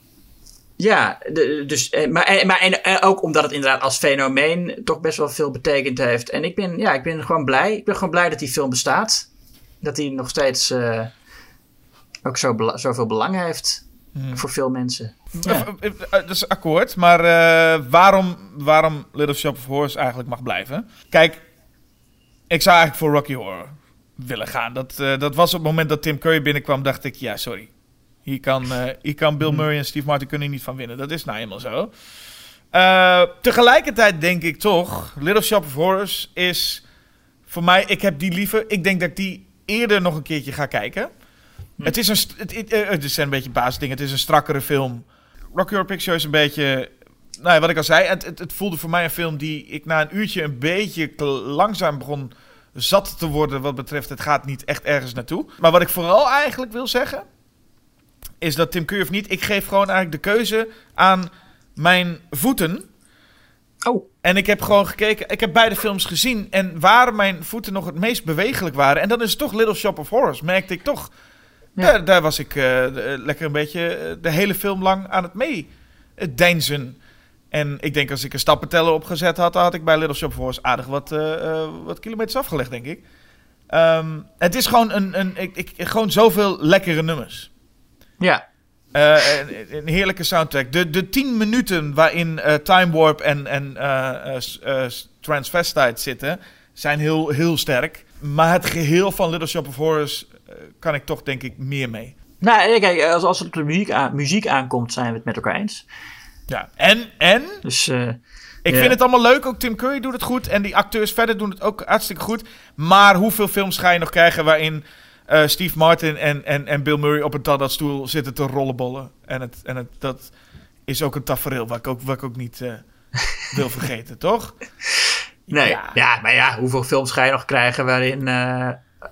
ja, de, dus, uh, maar, en, maar en, en ook omdat het inderdaad als fenomeen toch best wel veel betekend heeft. En ik ben, ja, ik ben gewoon blij. Ik ben gewoon blij dat die film bestaat. Dat die nog steeds uh, ook zo bela- zoveel belang heeft hmm. voor veel mensen. Ja. Uh, uh, uh, dat is akkoord, maar uh, waarom, waarom Little Shop of Horrors eigenlijk mag blijven? Kijk, ik zou eigenlijk voor Rocky Horror willen gaan. Dat, uh, dat was op het moment dat Tim Curry binnenkwam, dacht ik, ja, sorry. Hier kan, uh, hier kan Bill Murray en Steve Martin kunnen niet van winnen. Dat is nou eenmaal zo. Uh, tegelijkertijd denk ik toch, Little Shop of Horrors is voor mij, ik heb die liever, ik denk dat ik die eerder nog een keertje ga kijken. Hm. Het is een, het, het, uh, het zijn een beetje basisdingen. Het is een strakkere film. Rocky Horror Picture Show is een beetje, nou ja, wat ik al zei, het, het, het voelde voor mij een film die ik na een uurtje een beetje kl- langzaam begon zat te worden wat betreft het gaat niet echt ergens naartoe. Maar wat ik vooral eigenlijk wil zeggen is dat Tim Curry of niet, ik geef gewoon eigenlijk de keuze aan mijn voeten. Oh. En ik heb gewoon gekeken, ik heb beide films gezien en waar mijn voeten nog het meest bewegelijk waren, en dan is het toch Little Shop of Horrors, merkte ik toch. Ja. Daar, daar was ik uh, de, lekker een beetje de hele film lang aan het mee het deinzen. En ik denk als ik een stappenteller opgezet had, dan had ik bij Little Shop of Horrors aardig wat, uh, uh, wat kilometers afgelegd, denk ik. Um, het is gewoon, een, een, ik, ik, gewoon zoveel lekkere nummers. Ja. Uh, een, een heerlijke soundtrack. De, de tien minuten waarin uh, Time Warp en, en uh, uh, uh, Transvestite zitten, zijn heel, heel sterk. Maar het geheel van Little Shop of Horrors uh, kan ik toch denk ik meer mee. Nou, kijk, als, als het op de muziek, aan, muziek aankomt, zijn we het met elkaar eens. Ja, en, en dus, uh, ik yeah. vind het allemaal leuk. Ook Tim Curry doet het goed. En die acteurs verder doen het ook hartstikke goed. Maar hoeveel films ga je nog krijgen waarin uh, Steve Martin en, en, en Bill Murray op een paddenstoel zitten te rollenbollen? En, het, en het, dat is ook een tafereel wat ik ook, wat ik ook niet uh, wil vergeten, toch? Nee, ja. ja, maar ja, hoeveel films ga je nog krijgen waarin uh,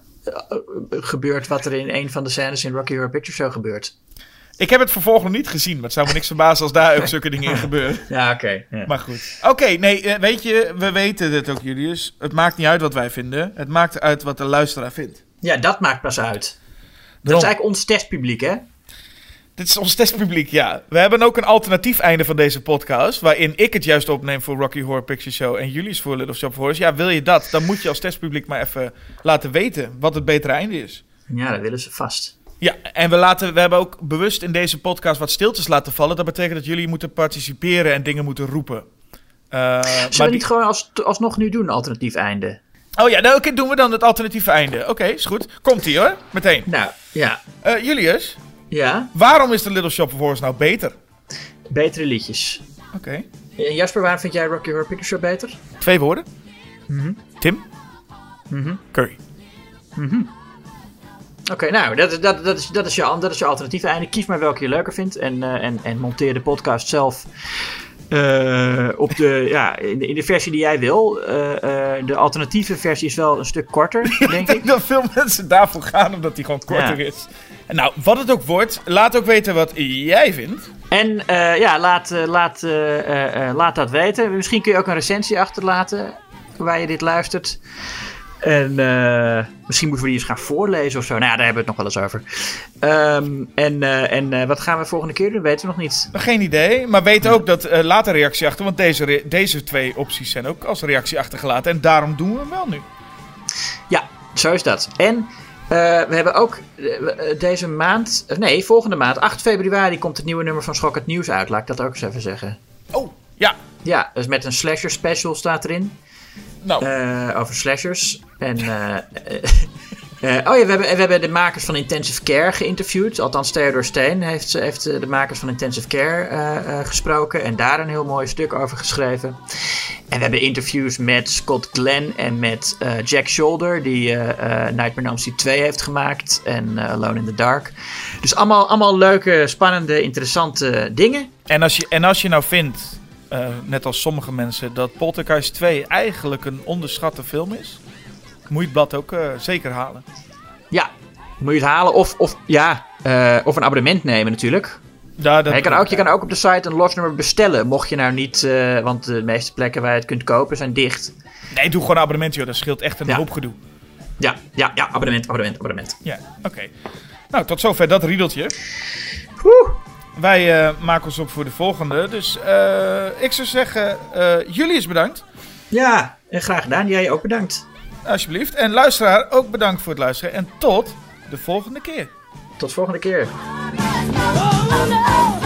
gebeurt wat er in een van de scènes in Rocky Horror Picture Show gebeurt? Ik heb het vervolgens nog niet gezien, maar het zou me niks verbazen als daar ook zulke dingen in gebeuren. Ja, oké. Okay, yeah. Maar goed. Oké, okay, nee, weet je, we weten het ook, Julius. Het maakt niet uit wat wij vinden. Het maakt uit wat de luisteraar vindt. Ja, dat maakt pas uit. Dat Daarom. is eigenlijk ons testpubliek, hè? Dit is ons testpubliek, ja. We hebben ook een alternatief einde van deze podcast, waarin ik het juist opneem voor Rocky Horror Picture Show en Julius voor Little Shop of Horrors. Ja, wil je dat? Dan moet je als testpubliek maar even laten weten wat het betere einde is. Ja, dat willen ze vast. Ja, en we, laten, we hebben ook bewust in deze podcast wat stiltes laten vallen. Dat betekent dat jullie moeten participeren en dingen moeten roepen. Uh, Zullen we niet die... gewoon als, alsnog nu doen, een alternatief einde? Oh ja, nou, oké, okay, doen we dan het alternatieve einde. Oké, okay, is goed. Komt-ie hoor, meteen. Nou, ja. Uh, Julius? Ja? Waarom is de Little Shop of Horrors nou beter? Betere liedjes. Oké. Okay. En Jasper, waarom vind jij Rocky Horror Picture Show beter? Twee woorden. Mm-hmm. Tim? Mm-hmm. Curry. Mm-hmm. Oké, okay, nou, dat, dat, dat, is, dat, is je, dat is je alternatieve einde. Kies maar welke je leuker vindt. En, uh, en, en monteer de podcast zelf uh, op de, ja, in, de, in de versie die jij wil. Uh, uh, de alternatieve versie is wel een stuk korter, denk ik. Ik denk dat veel mensen daarvoor gaan, omdat die gewoon korter ja. is. En nou, wat het ook wordt, laat ook weten wat jij vindt. En uh, ja, laat, uh, laat, uh, uh, laat dat weten. Misschien kun je ook een recensie achterlaten waar je dit luistert. En uh, misschien moeten we die eens gaan voorlezen of zo. Nou ja, daar hebben we het nog wel eens over. Um, en uh, en uh, wat gaan we volgende keer doen? Weten we nog niet. Geen idee. Maar weet ook dat uh, laat een reactie achter. Want deze, re- deze twee opties zijn ook als reactie achtergelaten. En daarom doen we hem wel nu. Ja, zo is dat. En uh, we hebben ook uh, deze maand... Nee, volgende maand. acht februari komt het nieuwe nummer van Schokkend Nieuws uit. Laat ik dat ook eens even zeggen. Oh, ja. Ja, dus met een slasher special staat erin. Nou. Uh, over slashers. En, uh, uh, uh, oh ja, we hebben, we hebben de makers van Intensive Care geïnterviewd. Althans, Theodor Steen heeft, heeft de makers van Intensive Care uh, uh, gesproken. En daar een heel mooi stuk over geschreven. En we hebben interviews met Scott Glenn en met uh, Jack Shoulder. Die uh, uh, Nightmare on Elm Street twee heeft gemaakt. En uh, Alone in the Dark. Dus allemaal, allemaal leuke, spannende, interessante dingen. En als je, en als je nou vindt... Uh, net als sommige mensen, dat Poltergeist twee eigenlijk een onderschatte film is, moet je het blad ook uh, zeker halen. Ja, moet je het halen of, of, ja, uh, of een abonnement nemen natuurlijk. Ja, dat je, kan ook, je kan ook op de site een losnummer bestellen, mocht je nou niet, uh, want de meeste plekken waar je het kunt kopen zijn dicht. Nee, doe gewoon een abonnement, joh. Dat scheelt echt een ja. hoop gedoe. Ja, ja, ja, abonnement, abonnement, abonnement. Ja, oké. Okay. Nou, tot zover dat riedeltje. Woe. Wij uh, maken ons op voor de volgende. Dus uh, ik zou zeggen, uh, Julius bedankt. Ja, en graag gedaan. Jij ook bedankt. Alsjeblieft. En luisteraar, ook bedankt voor het luisteren. En tot de volgende keer. Tot volgende keer. Oh, no.